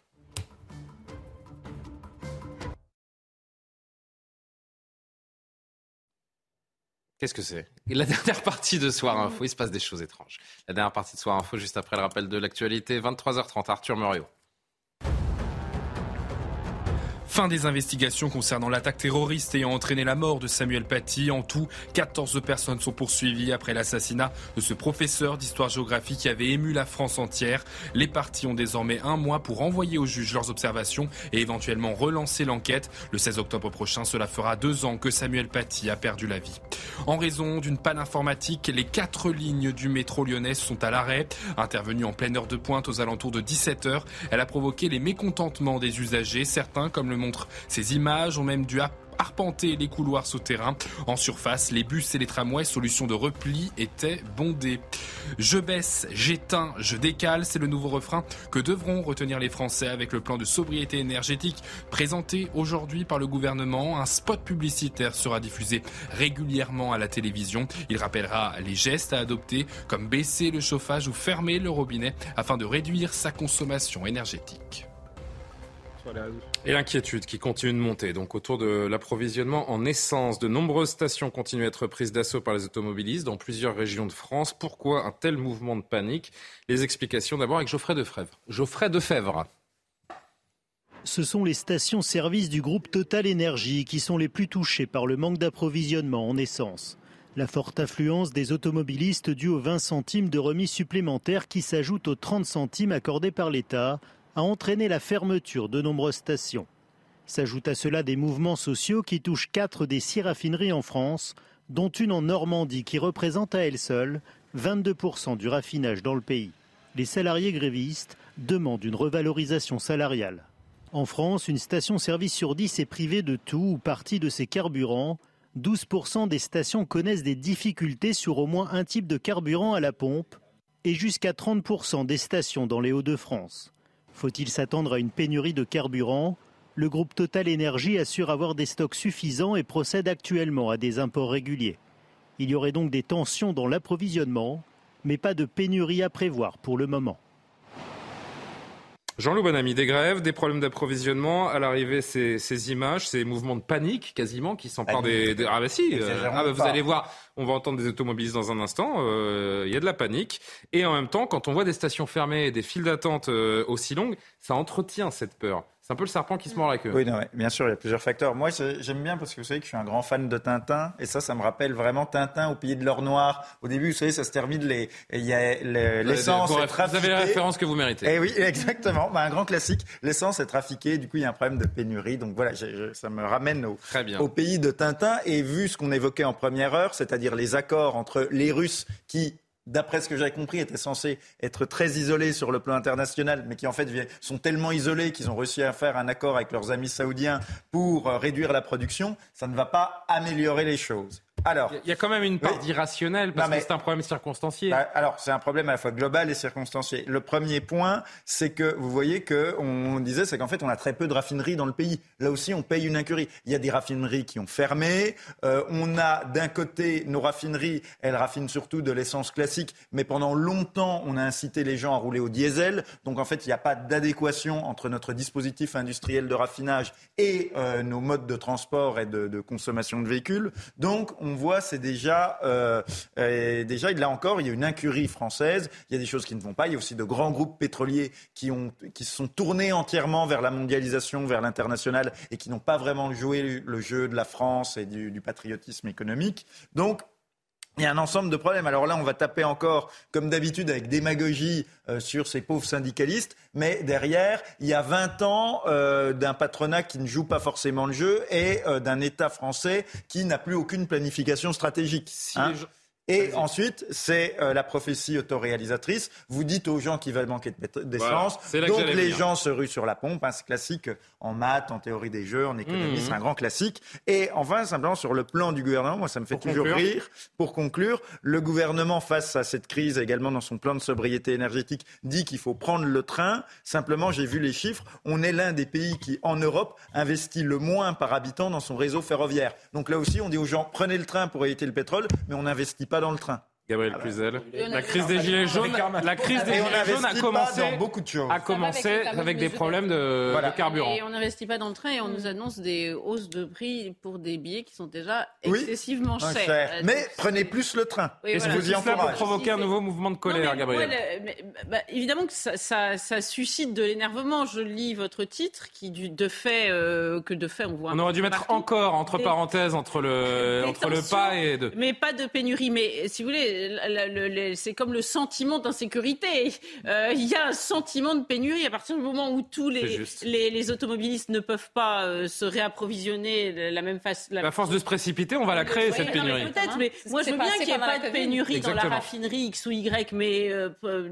Qu'est-ce que c'est ? La dernière partie de Soir Info, il se passe des choses étranges. La dernière partie de Soir Info, juste après le rappel de l'actualité, vingt-trois heures trente, Arthur Muriot. Fin des investigations concernant l'attaque terroriste ayant entraîné la mort de Samuel Paty. En tout, quatorze personnes sont poursuivies après l'assassinat de ce professeur d'histoire-géographie qui avait ému la France entière. Les parties ont désormais un mois pour envoyer au juge leurs observations et éventuellement relancer l'enquête. Le seize octobre prochain, cela fera deux ans que Samuel Paty a perdu la vie. En raison d'une panne informatique, les quatre lignes du métro lyonnais sont à l'arrêt. Intervenue en pleine heure de pointe aux alentours de dix-sept heures, elle a provoqué les mécontentements des usagers. Certains, comme le montrent ces images, ont même dû arpenter les couloirs souterrains. En surface, les bus et les tramways, solution de repli, étaient bondés. Je baisse, j'éteins, je décale, c'est le nouveau refrain que devront retenir les Français avec le plan de sobriété énergétique présenté aujourd'hui par le gouvernement. Un spot publicitaire sera diffusé régulièrement à la télévision. Il rappellera les gestes à adopter, comme baisser le chauffage ou fermer le robinet afin de réduire sa consommation énergétique. Et l'inquiétude qui continue de monter donc autour de l'approvisionnement en essence. De nombreuses stations continuent à être prises d'assaut par les automobilistes dans plusieurs régions de France. Pourquoi un tel mouvement de panique ? Les explications d'abord avec Geoffrey Defebvre. Geoffrey Defebvre. Ce sont les stations-service du groupe Total Énergie qui sont les plus touchées par le manque d'approvisionnement en essence. La forte affluence des automobilistes due aux vingt centimes de remise supplémentaire qui s'ajoutent aux trente centimes accordés par l'État a entraîné la fermeture de nombreuses stations. S'ajoutent à cela des mouvements sociaux qui touchent quatre des six raffineries en France, dont une en Normandie qui représente à elle seule vingt-deux pour cent du raffinage dans le pays. Les salariés grévistes demandent une revalorisation salariale. En France, une station-service sur dix est privée de tout ou partie de ses carburants. douze pour cent des stations connaissent des difficultés sur au moins un type de carburant à la pompe et jusqu'à trente pour cent des stations dans les Hauts-de-France. Faut-il s'attendre à une pénurie de carburant ? Le groupe Total Énergie assure avoir des stocks suffisants et procède actuellement à des imports réguliers. Il y aurait donc des tensions dans l'approvisionnement, mais pas de pénurie à prévoir pour le moment. Jean-Loup Bonamy, des grèves, des problèmes d'approvisionnement, à l'arrivée ces, ces images, ces mouvements de panique quasiment qui s'emparent des, des... Ah bah si, euh, ah bah vous allez voir, on va entendre des automobilistes dans un instant, il euh, y a de la panique. Et en même temps, quand on voit des stations fermées et des files d'attente euh, aussi longues, ça entretient cette peur. C'est un peu le serpent qui se mord la queue. Oui, non, ouais, bien sûr, il y a plusieurs facteurs. Moi, j'aime bien parce que vous savez que je suis un grand fan de Tintin. Et ça, ça me rappelle vraiment Tintin au pays de l'or noir. Au début, vous savez, ça se termine, les, il y a le, l'essence est trafiquée. Vous avez la référence que vous méritez. Eh oui, exactement. Bah, un grand classique. L'essence est trafiquée. Du coup, il y a un problème de pénurie. Donc voilà, je, je, ça me ramène au, au pays de Tintin. Et vu ce qu'on évoquait en première heure, c'est-à-dire les accords entre les Russes qui... d'après ce que j'avais compris, étaient censés être très isolés sur le plan international, mais qui en fait sont tellement isolés qu'ils ont réussi à faire un accord avec leurs amis saoudiens pour réduire la production, ça ne va pas améliorer les choses. Alors, il y a quand même une part oui. d'irrationnel parce non, mais, que c'est un problème circonstancié. Bah, alors, c'est un problème à la fois global et circonstancié. Le premier point, c'est que vous voyez que on disait, c'est qu'en fait, on a très peu de raffineries dans le pays. Là aussi, on paye une incurie. Il y a des raffineries qui ont fermé. Euh, on a d'un côté nos raffineries, elles raffinent surtout de l'essence classique, mais pendant longtemps, on a incité les gens à rouler au diesel. Donc, en fait, il n'y a pas d'adéquation entre notre dispositif industriel de raffinage et euh, nos modes de transport et de, de consommation de véhicules. Donc, on voit, c'est déjà, euh, euh, déjà, là encore, il y a une incurie française, il y a des choses qui ne vont pas, il y a aussi de grands groupes pétroliers qui, ont, qui se sont tournés entièrement vers la mondialisation, vers l'international, et qui n'ont pas vraiment joué le jeu de la France et du, du patriotisme économique. Donc, il y a un ensemble de problèmes. Alors là, on va taper encore, comme d'habitude, avec démagogie euh, sur ces pauvres syndicalistes. Mais derrière, il y a vingt ans euh, d'un patronat qui ne joue pas forcément le jeu et euh, d'un État français qui n'a plus aucune planification stratégique. Si hein gens... Et Vas-y. Ensuite, c'est euh, la prophétie autoréalisatrice. Vous dites aux gens qu'il va manquer d'essence, voilà, donc les venir. gens se ruent sur la pompe. Hein, c'est classique en maths, en théorie des jeux, en économie, mmh. c'est un grand classique. Et enfin, simplement sur le plan du gouvernement, moi ça me fait pour toujours conclure. rire. Pour conclure, le gouvernement, face à cette crise, également dans son plan de sobriété énergétique, dit qu'il faut prendre le train. Simplement, j'ai vu les chiffres, on est l'un des pays qui, en Europe, investit le moins par habitant dans son réseau ferroviaire. Donc là aussi, on dit aux gens, prenez le train pour éviter le pétrole, mais on n'investit pas dans le train. Gabriel Cluzel. La crise des gilets jaunes, la crise des gilets jaunes a commencé, dans beaucoup de choses. a commencé avec, avec des problèmes de, voilà. de carburant. Et on n'investit pas dans le train et on nous annonce des hausses de prix pour des billets qui sont déjà excessivement oui, chers. Cher. Mais donc, prenez plus le train. Oui, Est-ce voilà. que vous y encouragez pour provoquer un nouveau mouvement de colère, non, Gabriel ouais, le, mais, bah, évidemment que ça, ça, ça suscite de l'énervement. Je lis votre titre qui, du, de fait, euh, que de fait, on voit. On aurait dû mettre partout. encore entre des, parenthèses entre le, entre le pas et de. Mais pas de pénurie. Mais si vous voulez, la, le, c'est comme le sentiment d'insécurité. Euh, il y a un sentiment de pénurie à partir du moment où tous les, les, les automobilistes ne peuvent pas euh, se réapprovisionner de la même façon. À force de se précipiter, on va la créer, cette pénurie. Peut-être, mais moi je veux bien qu'il n'y ait pas de pénurie dans la raffinerie X ou Y, mais euh,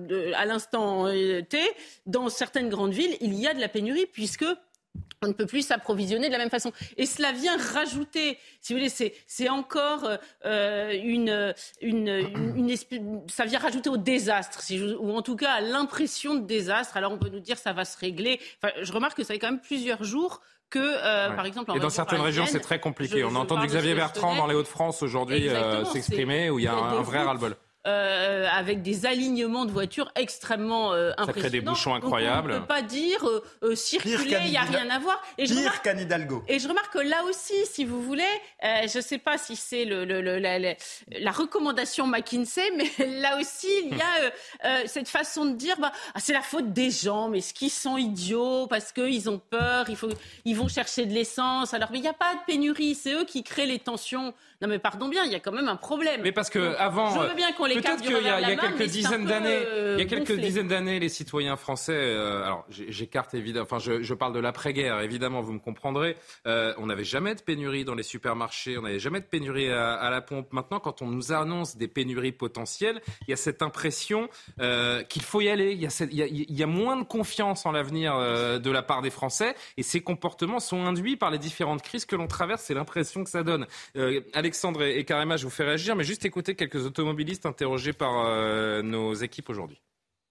à l'instant T, dans certaines grandes villes, il y a de la pénurie puisque on ne peut plus s'approvisionner de la même façon. Et cela vient rajouter, si vous voulez, c'est, c'est encore euh, une, une, une, une espèce, ça vient rajouter au désastre, si je, ou en tout cas à l'impression de désastre. Alors on peut nous dire ça va se régler. Enfin, je remarque que ça fait quand même plusieurs jours que, euh, ouais. par exemple, en et dans certaines régions, c'est très compliqué. Je, on a entendu Xavier Bertrand dans les Hauts-de-France aujourd'hui euh, s'exprimer, où il y a un, un vrai ras-le-bol. euh, avec des alignements de voitures extrêmement euh, impressionnants. Ça crée des bouchons incroyables. Donc on ne peut pas dire euh, euh, circuler, il n'y a rien à voir. Et pire je remarque, qu'Anne Hidalgo. Et je remarque que là aussi, si vous voulez, euh, je ne sais pas si c'est le, le, le, la, la, la recommandation McKinsey, mais là aussi, il y a euh, euh, cette façon de dire bah, ah, c'est la faute des gens, mais ce qu'ils sont idiots parce qu'ils ont peur, il faut, ils vont chercher de l'essence. Alors, mais il n'y a pas de pénurie, c'est eux qui créent les tensions. Non mais pardon bien, il y a quand même un problème. Mais parce que Donc, avant, je veux bien qu'on les peut-être qu'il y a, il y a quelques dizaines d'années, euh, il y a quelques gonflé. dizaines d'années, les citoyens français, euh, alors j'écarte évidemment, enfin je, je parle de l'après-guerre, évidemment, vous me comprendrez. Euh, on n'avait jamais de pénurie dans les supermarchés, on n'avait jamais de pénurie à, à la pompe. Maintenant, quand on nous annonce des pénuries potentielles, il y a cette impression euh, qu'il faut y aller. Il y a, cette, il y a, il y a moins de confiance en l'avenir euh, de la part des Français, et ces comportements sont induits par les différentes crises que l'on traverse. C'est l'impression que ça donne. Euh, Alexandre et, et Karima, je vous fais réagir, mais juste écouter quelques automobilistes interrogés par euh, nos équipes aujourd'hui.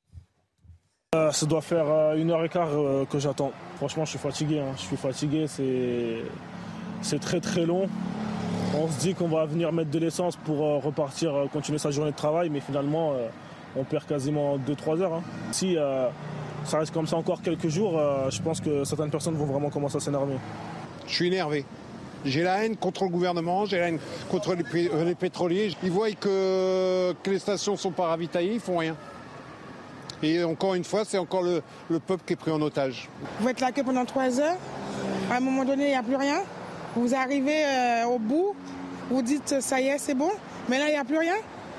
Euh, ça doit faire euh, une heure et quart euh, que j'attends. Franchement, je suis fatigué. Hein. Je suis fatigué, c'est... c'est très très long. On se dit qu'on va venir mettre de l'essence pour euh, repartir, euh, continuer sa journée de travail, mais finalement, euh, on perd quasiment deux trois heures. Hein. Si euh, ça reste comme ça encore quelques jours, euh, je pense que certaines personnes vont vraiment commencer à s'énerver. Je suis énervé. J'ai la haine contre le gouvernement, j'ai la haine contre les, p- les pétroliers. Ils voient que, que les stations ne sont pas ravitaillées, ils ne font rien. Et encore une fois, c'est encore le, le peuple qui est pris en otage. Vous êtes là que pendant trois heures, à un moment donné, il n'y a plus rien. Vous arrivez euh, au bout, vous dites ça y est, c'est bon, mais là, il n'y a plus rien.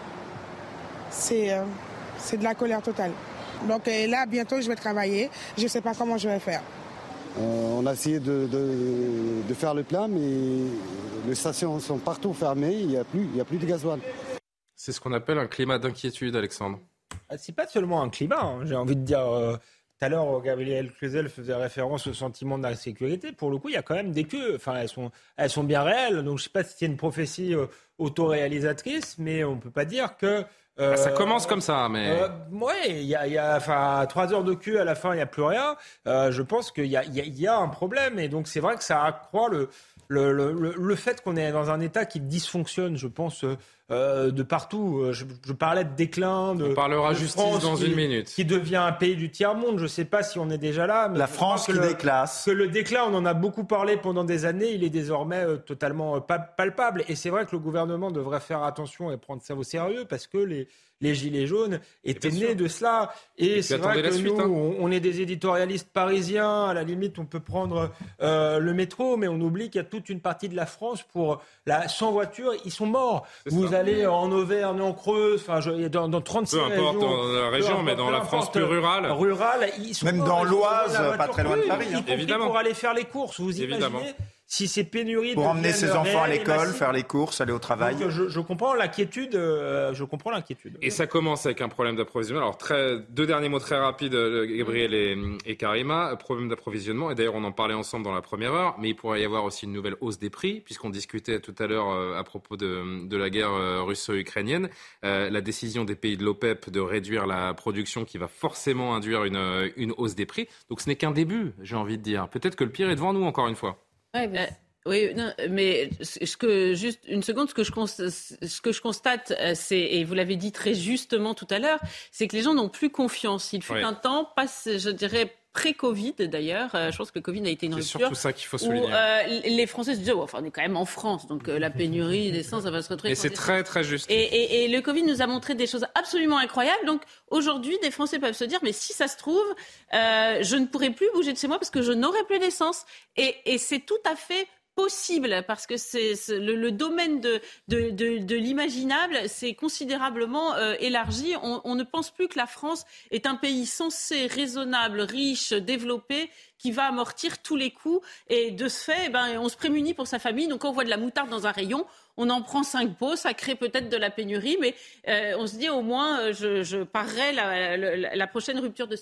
C'est, euh, c'est de la colère totale. Donc euh, là, bientôt, je vais travailler. Je ne sais pas comment je vais faire. Euh, on a essayé de, de, de faire le plein, mais les stations sont partout fermées, il n'y a plus, il n'y a plus de gasoil. C'est ce qu'on appelle un climat d'inquiétude, Alexandre. C'est pas seulement un climat, hein. J'ai envie de dire. Euh, tout à l'heure, Gabriel Cluzel faisait référence au sentiment d'insécurité. Pour le coup, il y a quand même des queues. Enfin, elles sont, elles sont bien réelles. Donc, je ne sais pas si c'est une prophétie euh, autoréalisatrice, mais on ne peut pas dire que. Euh, ça commence comme ça, mais... Euh, oui, il y a, y a enfin, trois heures de queue, à la fin, il n'y a plus rien. Euh, je pense qu'il y a, y, a, y a un problème. Et donc, c'est vrai que ça accroît le, le, le, le, le fait qu'on est dans un État qui dysfonctionne, je pense, euh, de partout. Je, je parlais de déclin. De, on parlera de justice France dans qui, une minute. Qui devient un pays du tiers-monde. Je ne sais pas si on est déjà là. Mais la France qui le, déclasse. Que le déclin, on en a beaucoup parlé pendant des années. Il est désormais euh, totalement euh, palpable. Et c'est vrai que le gouvernement devrait faire attention et prendre ça au sérieux parce que les... Les Gilets jaunes étaient nés de cela. Et, et c'est vrai que suite, nous, hein. on est des éditorialistes parisiens. À la limite, on peut prendre euh, le métro, mais on oublie qu'il y a toute une partie de la France pour la sans voiture, ils sont morts. C'est Vous ça. allez en Auvergne, en Creuse, enfin, dans, dans trente-six peu régions. Peu importe dans la région, importe, mais dans la France plus rurale. Rurale, ils sont même morts, dans l'Oise, pas très loin de Paris. Hein. Évidemment. Pour aller faire les courses, vous Évidemment. imaginez si ces pénuries pour emmener ses enfants à l'école, faire les courses, aller au travail. Donc, je, je comprends l'inquiétude. Euh, je comprends l'inquiétude. Et ça commence avec un problème d'approvisionnement. Alors très, deux derniers mots très rapides, Gabriel et, et Karima. Problème d'approvisionnement. Et d'ailleurs, on en parlait ensemble dans la première heure. Mais il pourrait y avoir aussi une nouvelle hausse des prix, puisqu'on discutait tout à l'heure euh, à propos de, de la guerre euh, russo-ukrainienne. Euh, la décision des pays de l'OPEP de réduire la production, qui va forcément induire une, une hausse des prix. Donc, ce n'est qu'un début, j'ai envie de dire. Peut-être que le pire est devant nous, encore une fois. Ouais, mais... euh, oui, non, mais ce que, juste une seconde, ce que je constate, ce que je constate, c'est, et vous l'avez dit très justement tout à l'heure, c'est que les gens n'ont plus confiance. Il fut oui. un temps, passe, je dirais, pré-Covid d'ailleurs, euh, je pense que le Covid a été une rupture. C'est surtout ça qu'il faut souligner. Où, euh, les Français se disaient, oh, enfin, on est quand même en France, donc euh, la pénurie d'essence, ça va se retrouver. Et c'est très très juste. Et, et, et le Covid nous a montré des choses absolument incroyables. Donc aujourd'hui, des Français peuvent se dire, mais si ça se trouve, euh, je ne pourrai plus bouger de chez moi parce que je n'aurai plus d'essence. Et, et c'est tout à fait possible parce que c'est, c'est le, le domaine de, de, de, de l'imaginable s'est considérablement euh, élargi. On, on ne pense plus que la France est un pays censé, raisonnable, riche, développé, qui va amortir tous les coûts. Et de ce fait, eh ben, on se prémunit pour sa famille. Donc on voit de la moutarde dans un rayon, on en prend cinq pots, ça crée peut-être de la pénurie, mais euh, on se dit au moins, je, je parerai la, la, la prochaine rupture de stock.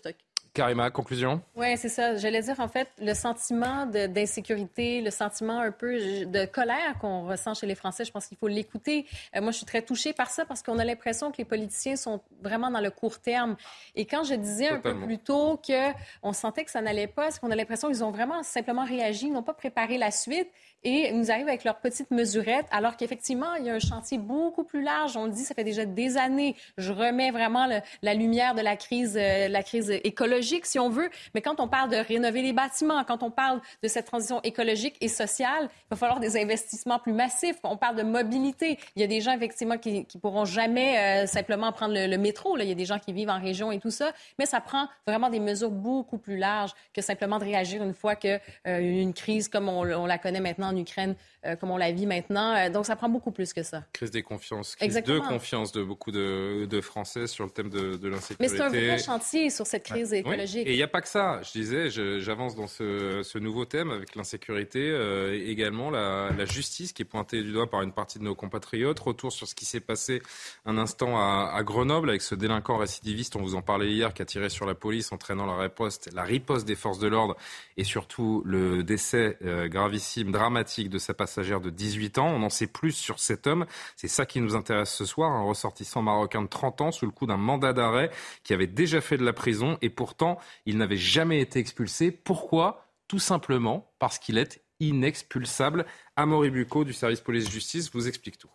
Karima, conclusion? Oui, c'est ça. J'allais dire, en fait, le sentiment de, d'insécurité, le sentiment un peu de colère qu'on ressent chez les Français, je pense qu'il faut l'écouter. Euh, moi, je suis très touchée par ça parce qu'on a l'impression que les politiciens sont vraiment dans le court terme. Et quand je disais Totalement. un peu plus tôt qu'on sentait que ça n'allait pas, c'est qu'on a l'impression qu'ils ont vraiment simplement réagi, ils n'ont pas préparé la suite et ils nous arrivent avec leurs petites mesurettes, alors qu'effectivement, il y a un chantier beaucoup plus large. On le dit, ça fait déjà des années. Je remets vraiment le, la lumière de la crise, euh, la crise écologique, si on veut. Mais quand on parle de rénover les bâtiments, quand on parle de cette transition écologique et sociale, il va falloir des investissements plus massifs. On parle de mobilité. Il y a des gens, effectivement, qui ne pourront jamais euh, simplement prendre le, le métro. Là. Il y a des gens qui vivent en région et tout ça. Mais ça prend vraiment des mesures beaucoup plus larges que simplement de réagir une fois qu'une euh, crise comme on, on la connaît maintenant en Ukraine, euh, comme on la vit maintenant. Euh, donc, ça prend beaucoup plus que ça. Crise des confiances, crise Exactement. de confiance de beaucoup de, de Français sur le thème de, de l'insécurité. Mais c'est un vrai chantier sur cette crise ouais. écologique. Oui. Et il n'y a pas que ça. Je disais, je, j'avance dans ce, ce nouveau thème avec l'insécurité, euh, et également la, la justice qui est pointée du doigt par une partie de nos compatriotes. Retour sur ce qui s'est passé un instant à, à Grenoble avec ce délinquant récidiviste, on vous en parlait hier, qui a tiré sur la police entraînant la riposte, la riposte des forces de l'ordre et surtout le décès euh, gravissime, dramatique de sa passagère de dix-huit ans. On en sait plus sur cet homme. C'est ça qui nous intéresse ce soir. Un ressortissant marocain de trente ans sous le coup d'un mandat d'arrêt qui avait déjà fait de la prison et pourtant il n'avait jamais été expulsé. Pourquoi ? Tout simplement parce qu'il est inexpulsable. Amaury Bucco du service police-justice vous explique tout.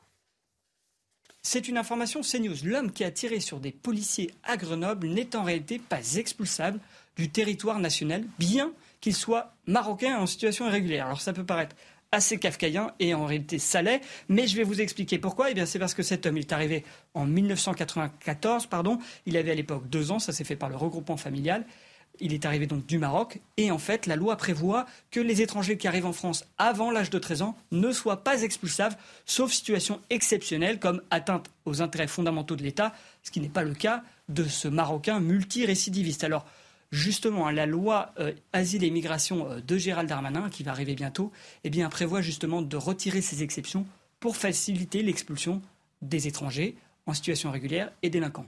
C'est une information CNews. L'homme qui a tiré sur des policiers à Grenoble n'est en réalité pas expulsable du territoire national, bien qu'il soit marocain en situation irrégulière. Alors ça peut paraître assez kafkaïen et en réalité ça l'est, mais je vais vous expliquer pourquoi. Eh bien, c'est parce que cet homme il est arrivé en dix-neuf cent quatre-vingt-quatorze, pardon. Il avait à l'époque deux ans, ça s'est fait par le regroupement familial. Il est arrivé donc du Maroc et en fait la loi prévoit que les étrangers qui arrivent en France avant l'âge de treize ans ne soient pas expulsables, sauf situation exceptionnelle comme atteinte aux intérêts fondamentaux de l'État, ce qui n'est pas le cas de ce Marocain multirécidiviste. Alors justement, la loi euh, Asile et Immigration euh, de Gérald Darmanin, qui va arriver bientôt, eh bien, prévoit justement de retirer ces exceptions pour faciliter l'expulsion des étrangers en situation régulière et délinquants.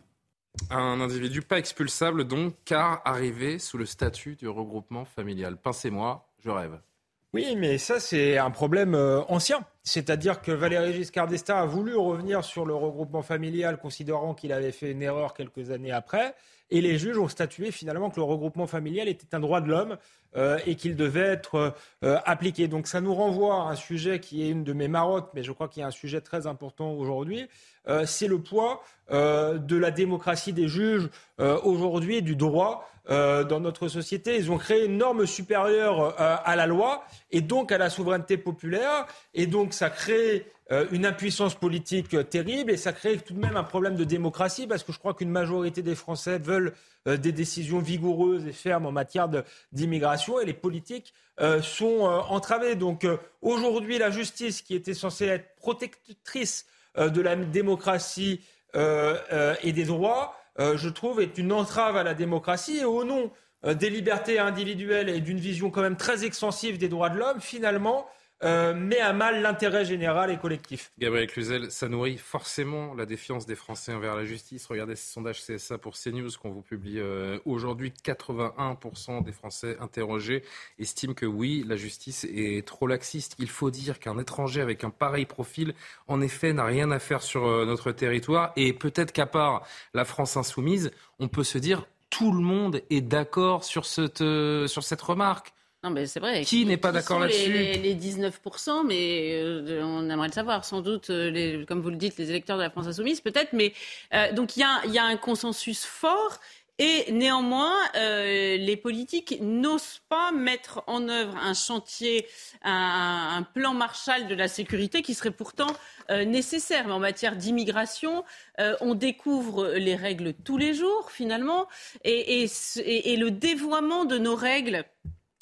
Un individu pas expulsable donc, car arrivé sous le statut du regroupement familial. Pincez-moi, je rêve. Oui, mais ça, c'est un problème euh, ancien. C'est-à-dire que Valéry Giscard d'Estaing a voulu revenir sur le regroupement familial, considérant qu'il avait fait une erreur quelques années après. Et les juges ont statué finalement que le regroupement familial était un droit de l'homme euh, et qu'il devait être euh, appliqué. Donc ça nous renvoie à un sujet qui est une de mes marottes, mais je crois qu'il y a un sujet très important aujourd'hui. Euh, c'est le poids euh, de la démocratie des juges euh, aujourd'hui, du droit euh, dans notre société. Ils ont créé une norme supérieure euh, à la loi et donc à la souveraineté populaire. Et donc ça crée Euh, une impuissance politique euh, terrible et ça crée tout de même un problème de démocratie parce que je crois qu'une majorité des Français veulent euh, des décisions vigoureuses et fermes en matière de, d'immigration et les politiques euh, sont euh, entravées. Donc euh, aujourd'hui, la justice qui était censée être protectrice euh, de la démocratie euh, euh, et des droits, euh, je trouve, est une entrave à la démocratie et au nom euh, des libertés individuelles et d'une vision quand même très extensive des droits de l'homme, finalement, Euh, met à mal l'intérêt général et collectif. Gabriel Cluzel, ça nourrit forcément la défiance des Français envers la justice. Regardez ce sondage C S A pour CNews qu'on vous publie euh, aujourd'hui. quatre-vingt-un pour cent des Français interrogés estiment que oui, la justice est trop laxiste. Il faut dire qu'un étranger avec un pareil profil, en effet, n'a rien à faire sur euh, notre territoire. Et peut-être qu'à part la France insoumise, on peut se dire tout le monde est d'accord sur cette, euh, sur cette remarque. Non, mais c'est vrai. Qui, qui n'est pas qui d'accord là-dessus les, les, les dix-neuf pour cent, mais euh, on aimerait le savoir. Sans doute, euh, les, comme vous le dites, les électeurs de la France insoumise, peut-être. Mais euh, donc, il y, y a un consensus fort. Et néanmoins, euh, les politiques n'osent pas mettre en œuvre un chantier, un, un plan Marshall de la sécurité qui serait pourtant euh, nécessaire. Mais en matière d'immigration, euh, on découvre les règles tous les jours, finalement. Et, et, et, et le dévoiement de nos règles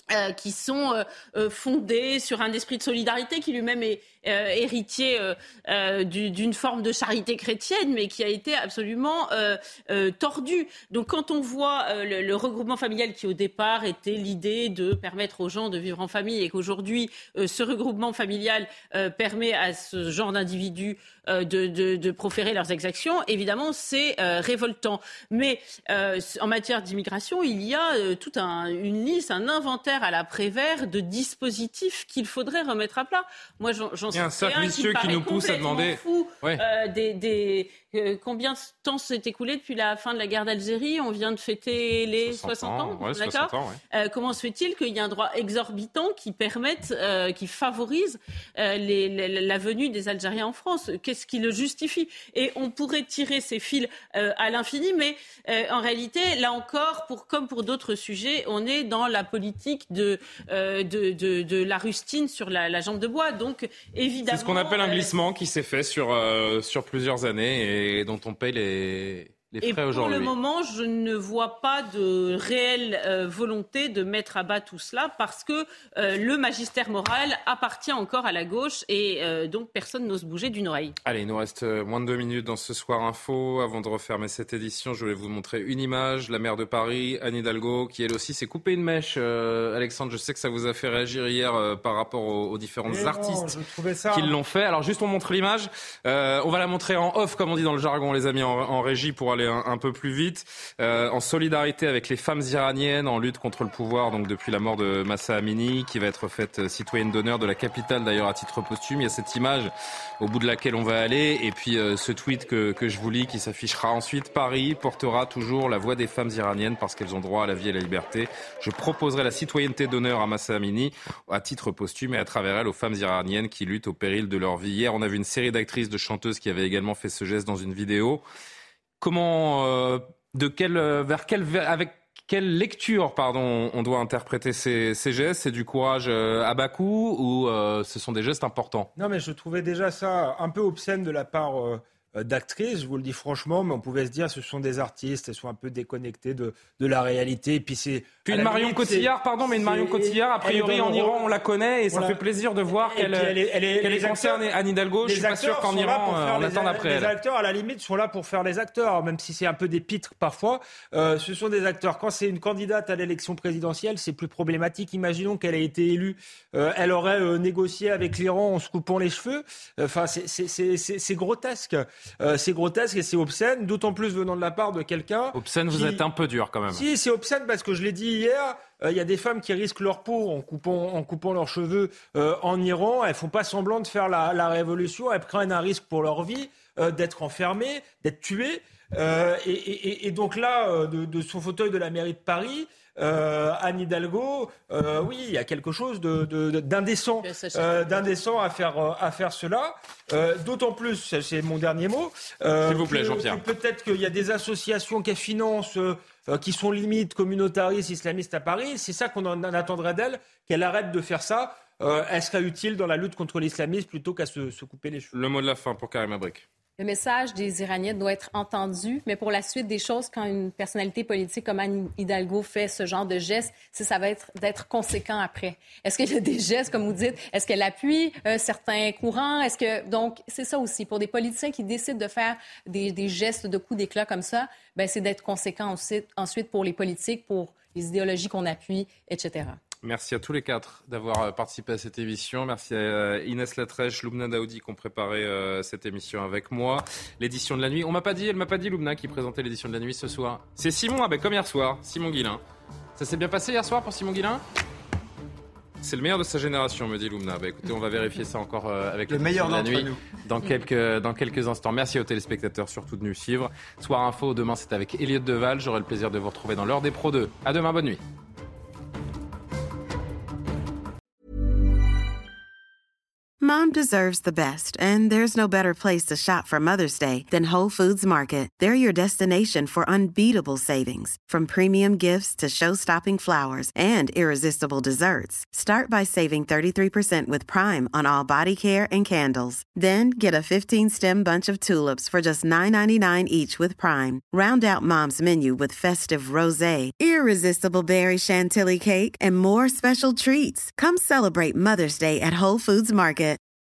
Euh, qui sont euh, euh, fondés sur un esprit de solidarité qui lui-même est euh, héritier euh, euh, du, d'une forme de charité chrétienne, mais qui a été absolument euh, euh, tordu. Donc quand on voit euh, le, le regroupement familial qui au départ était l'idée de permettre aux gens de vivre en famille et qu'aujourd'hui euh, ce regroupement familial euh, permet à ce genre d'individus euh, de, de, de proférer leurs exactions, évidemment c'est euh, révoltant. Mais euh, en matière d'immigration, il y a euh, toute un, une liste, un inventaire à la Prévert de dispositifs qu'il faudrait remettre à plat. Moi, j'en, j'en Il y a un cercle vicieux qui, qui nous pousse à demander. Fou, ouais. euh, des, des, euh, combien de temps s'est écoulé depuis la fin de la guerre d'Algérie ? On vient de fêter les soixante ans, ouais, d'accord soixante ans, ouais. euh, Comment se fait-il qu'il y ait un droit exorbitant qui permette, euh, qui favorise euh, les, les, la venue des Algériens en France ? Qu'est-ce qui le justifie ? Et on pourrait tirer ces fils euh, à l'infini, mais euh, en réalité, là encore, pour, comme pour d'autres sujets, on est dans la politique de, euh, de, de, de la rustine sur la, la jambe de bois. Donc, évidemment... C'est ce qu'on appelle un euh, glissement qui s'est fait sur, euh, sur plusieurs années et dont on paye les... Et pour aujourd'hui. le moment, je ne vois pas de réelle euh, volonté de mettre à bas tout cela parce que euh, le magistère moral appartient encore à la gauche et euh, donc personne n'ose bouger d'une oreille. Allez, il nous reste moins de deux minutes dans ce Soir Info. Avant de refermer cette édition, je voulais vous montrer une image. La maire de Paris, Anne Hidalgo, qui elle aussi s'est coupée une mèche. Euh, Alexandre, je sais que ça vous a fait réagir hier euh, par rapport aux, aux différents Mais artistes non, ça... qui l'ont fait. Alors juste, on montre l'image. Euh, on va la montrer en off, comme on dit dans le jargon, les amis, en, en régie pour aller Un, un peu plus vite, euh, en solidarité avec les femmes iraniennes en lutte contre le pouvoir, donc depuis la mort de Mahsa Amini, qui va être faite citoyenne d'honneur de la capitale d'ailleurs à titre posthume. Il y a cette image au bout de laquelle on va aller, et puis euh, ce tweet que, que je vous lis qui s'affichera ensuite. Paris portera toujours la voix des femmes iraniennes parce qu'elles ont droit à la vie et à la liberté. Je proposerai la citoyenneté d'honneur à Mahsa Amini à titre posthume et à travers elle aux femmes iraniennes qui luttent au péril de leur vie. Hier, on a vu une série d'actrices, de chanteuses qui avaient également fait ce geste dans une vidéo. Comment, euh, de quel, vers quel, avec quelle lecture, pardon, on doit interpréter ces, ces gestes ? C'est du courage euh, à bas coût ou euh, ce sont des gestes importants ? Non, mais je trouvais déjà ça un peu obscène de la part euh, d'actrices, je vous le dis franchement, mais on pouvait se dire ce sont des artistes, elles sont un peu déconnectées de, de la réalité. Et puis c'est Puis une Marion limite, Cotillard, c'est, pardon, mais une Marion Cotillard, a priori en Iran, on la connaît et ça voilà. fait plaisir de voir et qu'elle, elle est, elle est, qu'elle est concernée. Anne Hidalgo, je suis pas sûr qu'en Iran, on attende après elle. Les acteurs, à la limite, sont là pour faire les acteurs, même si c'est un peu des pitres parfois. Euh, ce sont des acteurs. Quand c'est une candidate à l'élection présidentielle, c'est plus problématique. Imaginons qu'elle ait été élue, euh, elle aurait euh, négocié avec l'Iran en se coupant les cheveux. Enfin, c'est, c'est, c'est, c'est, c'est grotesque. Euh, c'est grotesque et c'est obscène, d'autant plus venant de la part de quelqu'un... Obscène, qui... vous êtes un peu dur quand même. Si, c'est obscène parce que je l'ai dit hier, il euh, y a des femmes qui risquent leur peau en coupant, en coupant leurs cheveux euh, en Iran. Elles font pas semblant de faire la, la révolution, elles prennent un risque pour leur vie, euh, d'être enfermées, d'être tuées. Euh, et, et, et donc là, euh, de, de son fauteuil de la mairie de Paris... Euh, Anne Hidalgo, euh, oui, il y a quelque chose de, de, de, d'indécent, euh, d'indécent à faire, à faire cela. Euh, d'autant plus, c'est, c'est mon dernier mot, euh, s'il vous plaît, que, Jean-Pierre. que peut-être qu'il y a des associations qu'elle finance euh, qui sont limite communautaristes, islamistes à Paris. C'est ça qu'on en attendrait d'elle, qu'elle arrête de faire ça. Euh, elle serait utile dans la lutte contre l'islamisme plutôt qu'à se, se couper les cheveux. Le mot de la fin pour Karim Abrik. Le message des Iraniens doit être entendu, mais pour la suite des choses, quand une personnalité politique comme Anne Hidalgo fait ce genre de gestes, c'est, ça va être d'être conséquent après. Est-ce qu'il y a des gestes, comme vous dites, est-ce qu'elle appuie euh, certains courants? Est-ce que donc c'est ça aussi pour des politiciens qui décident de faire des, des gestes de coups d'éclat comme ça, ben c'est d'être conséquent aussi, ensuite pour les politiques, pour les idéologies qu'on appuie, et cetera. Merci à tous les quatre d'avoir participé à cette émission. Merci à Inès Latrèche, Loubna Daoudi qui ont préparé euh, cette émission avec moi. L'édition de la nuit. On m'a pas dit, elle m'a pas dit Loubna qui présentait l'édition de la nuit ce soir. C'est Simon, ah ben comme hier soir, Simon Guillain. Ça s'est bien passé hier soir pour Simon Guillain ? C'est le meilleur de sa génération, me dit Loubna. Bah, écoutez, on va vérifier ça encore euh, avec le meilleur de la d'entre nuit nous. Dans quelques, dans quelques instants. Merci aux téléspectateurs surtout de nous suivre. Soir Info, demain c'est avec Elliot Deval. J'aurai le plaisir de vous retrouver dans l'heure des Pro deux. À demain, bonne nuit. Mom Mom deserves the best, and there's no better place to shop for Mother's Day than Whole Foods Market. They're your destination for unbeatable savings, from premium gifts to show-stopping flowers and irresistible desserts. Start by saving thirty-three percent with Prime on all body care and candles. Then get a fifteen-stem bunch of tulips for just nine ninety-nine each with Prime. Round out Mom's menu with festive rosé, irresistible berry chantilly cake, and more special treats. Come celebrate Mother's Day at Whole Foods Market.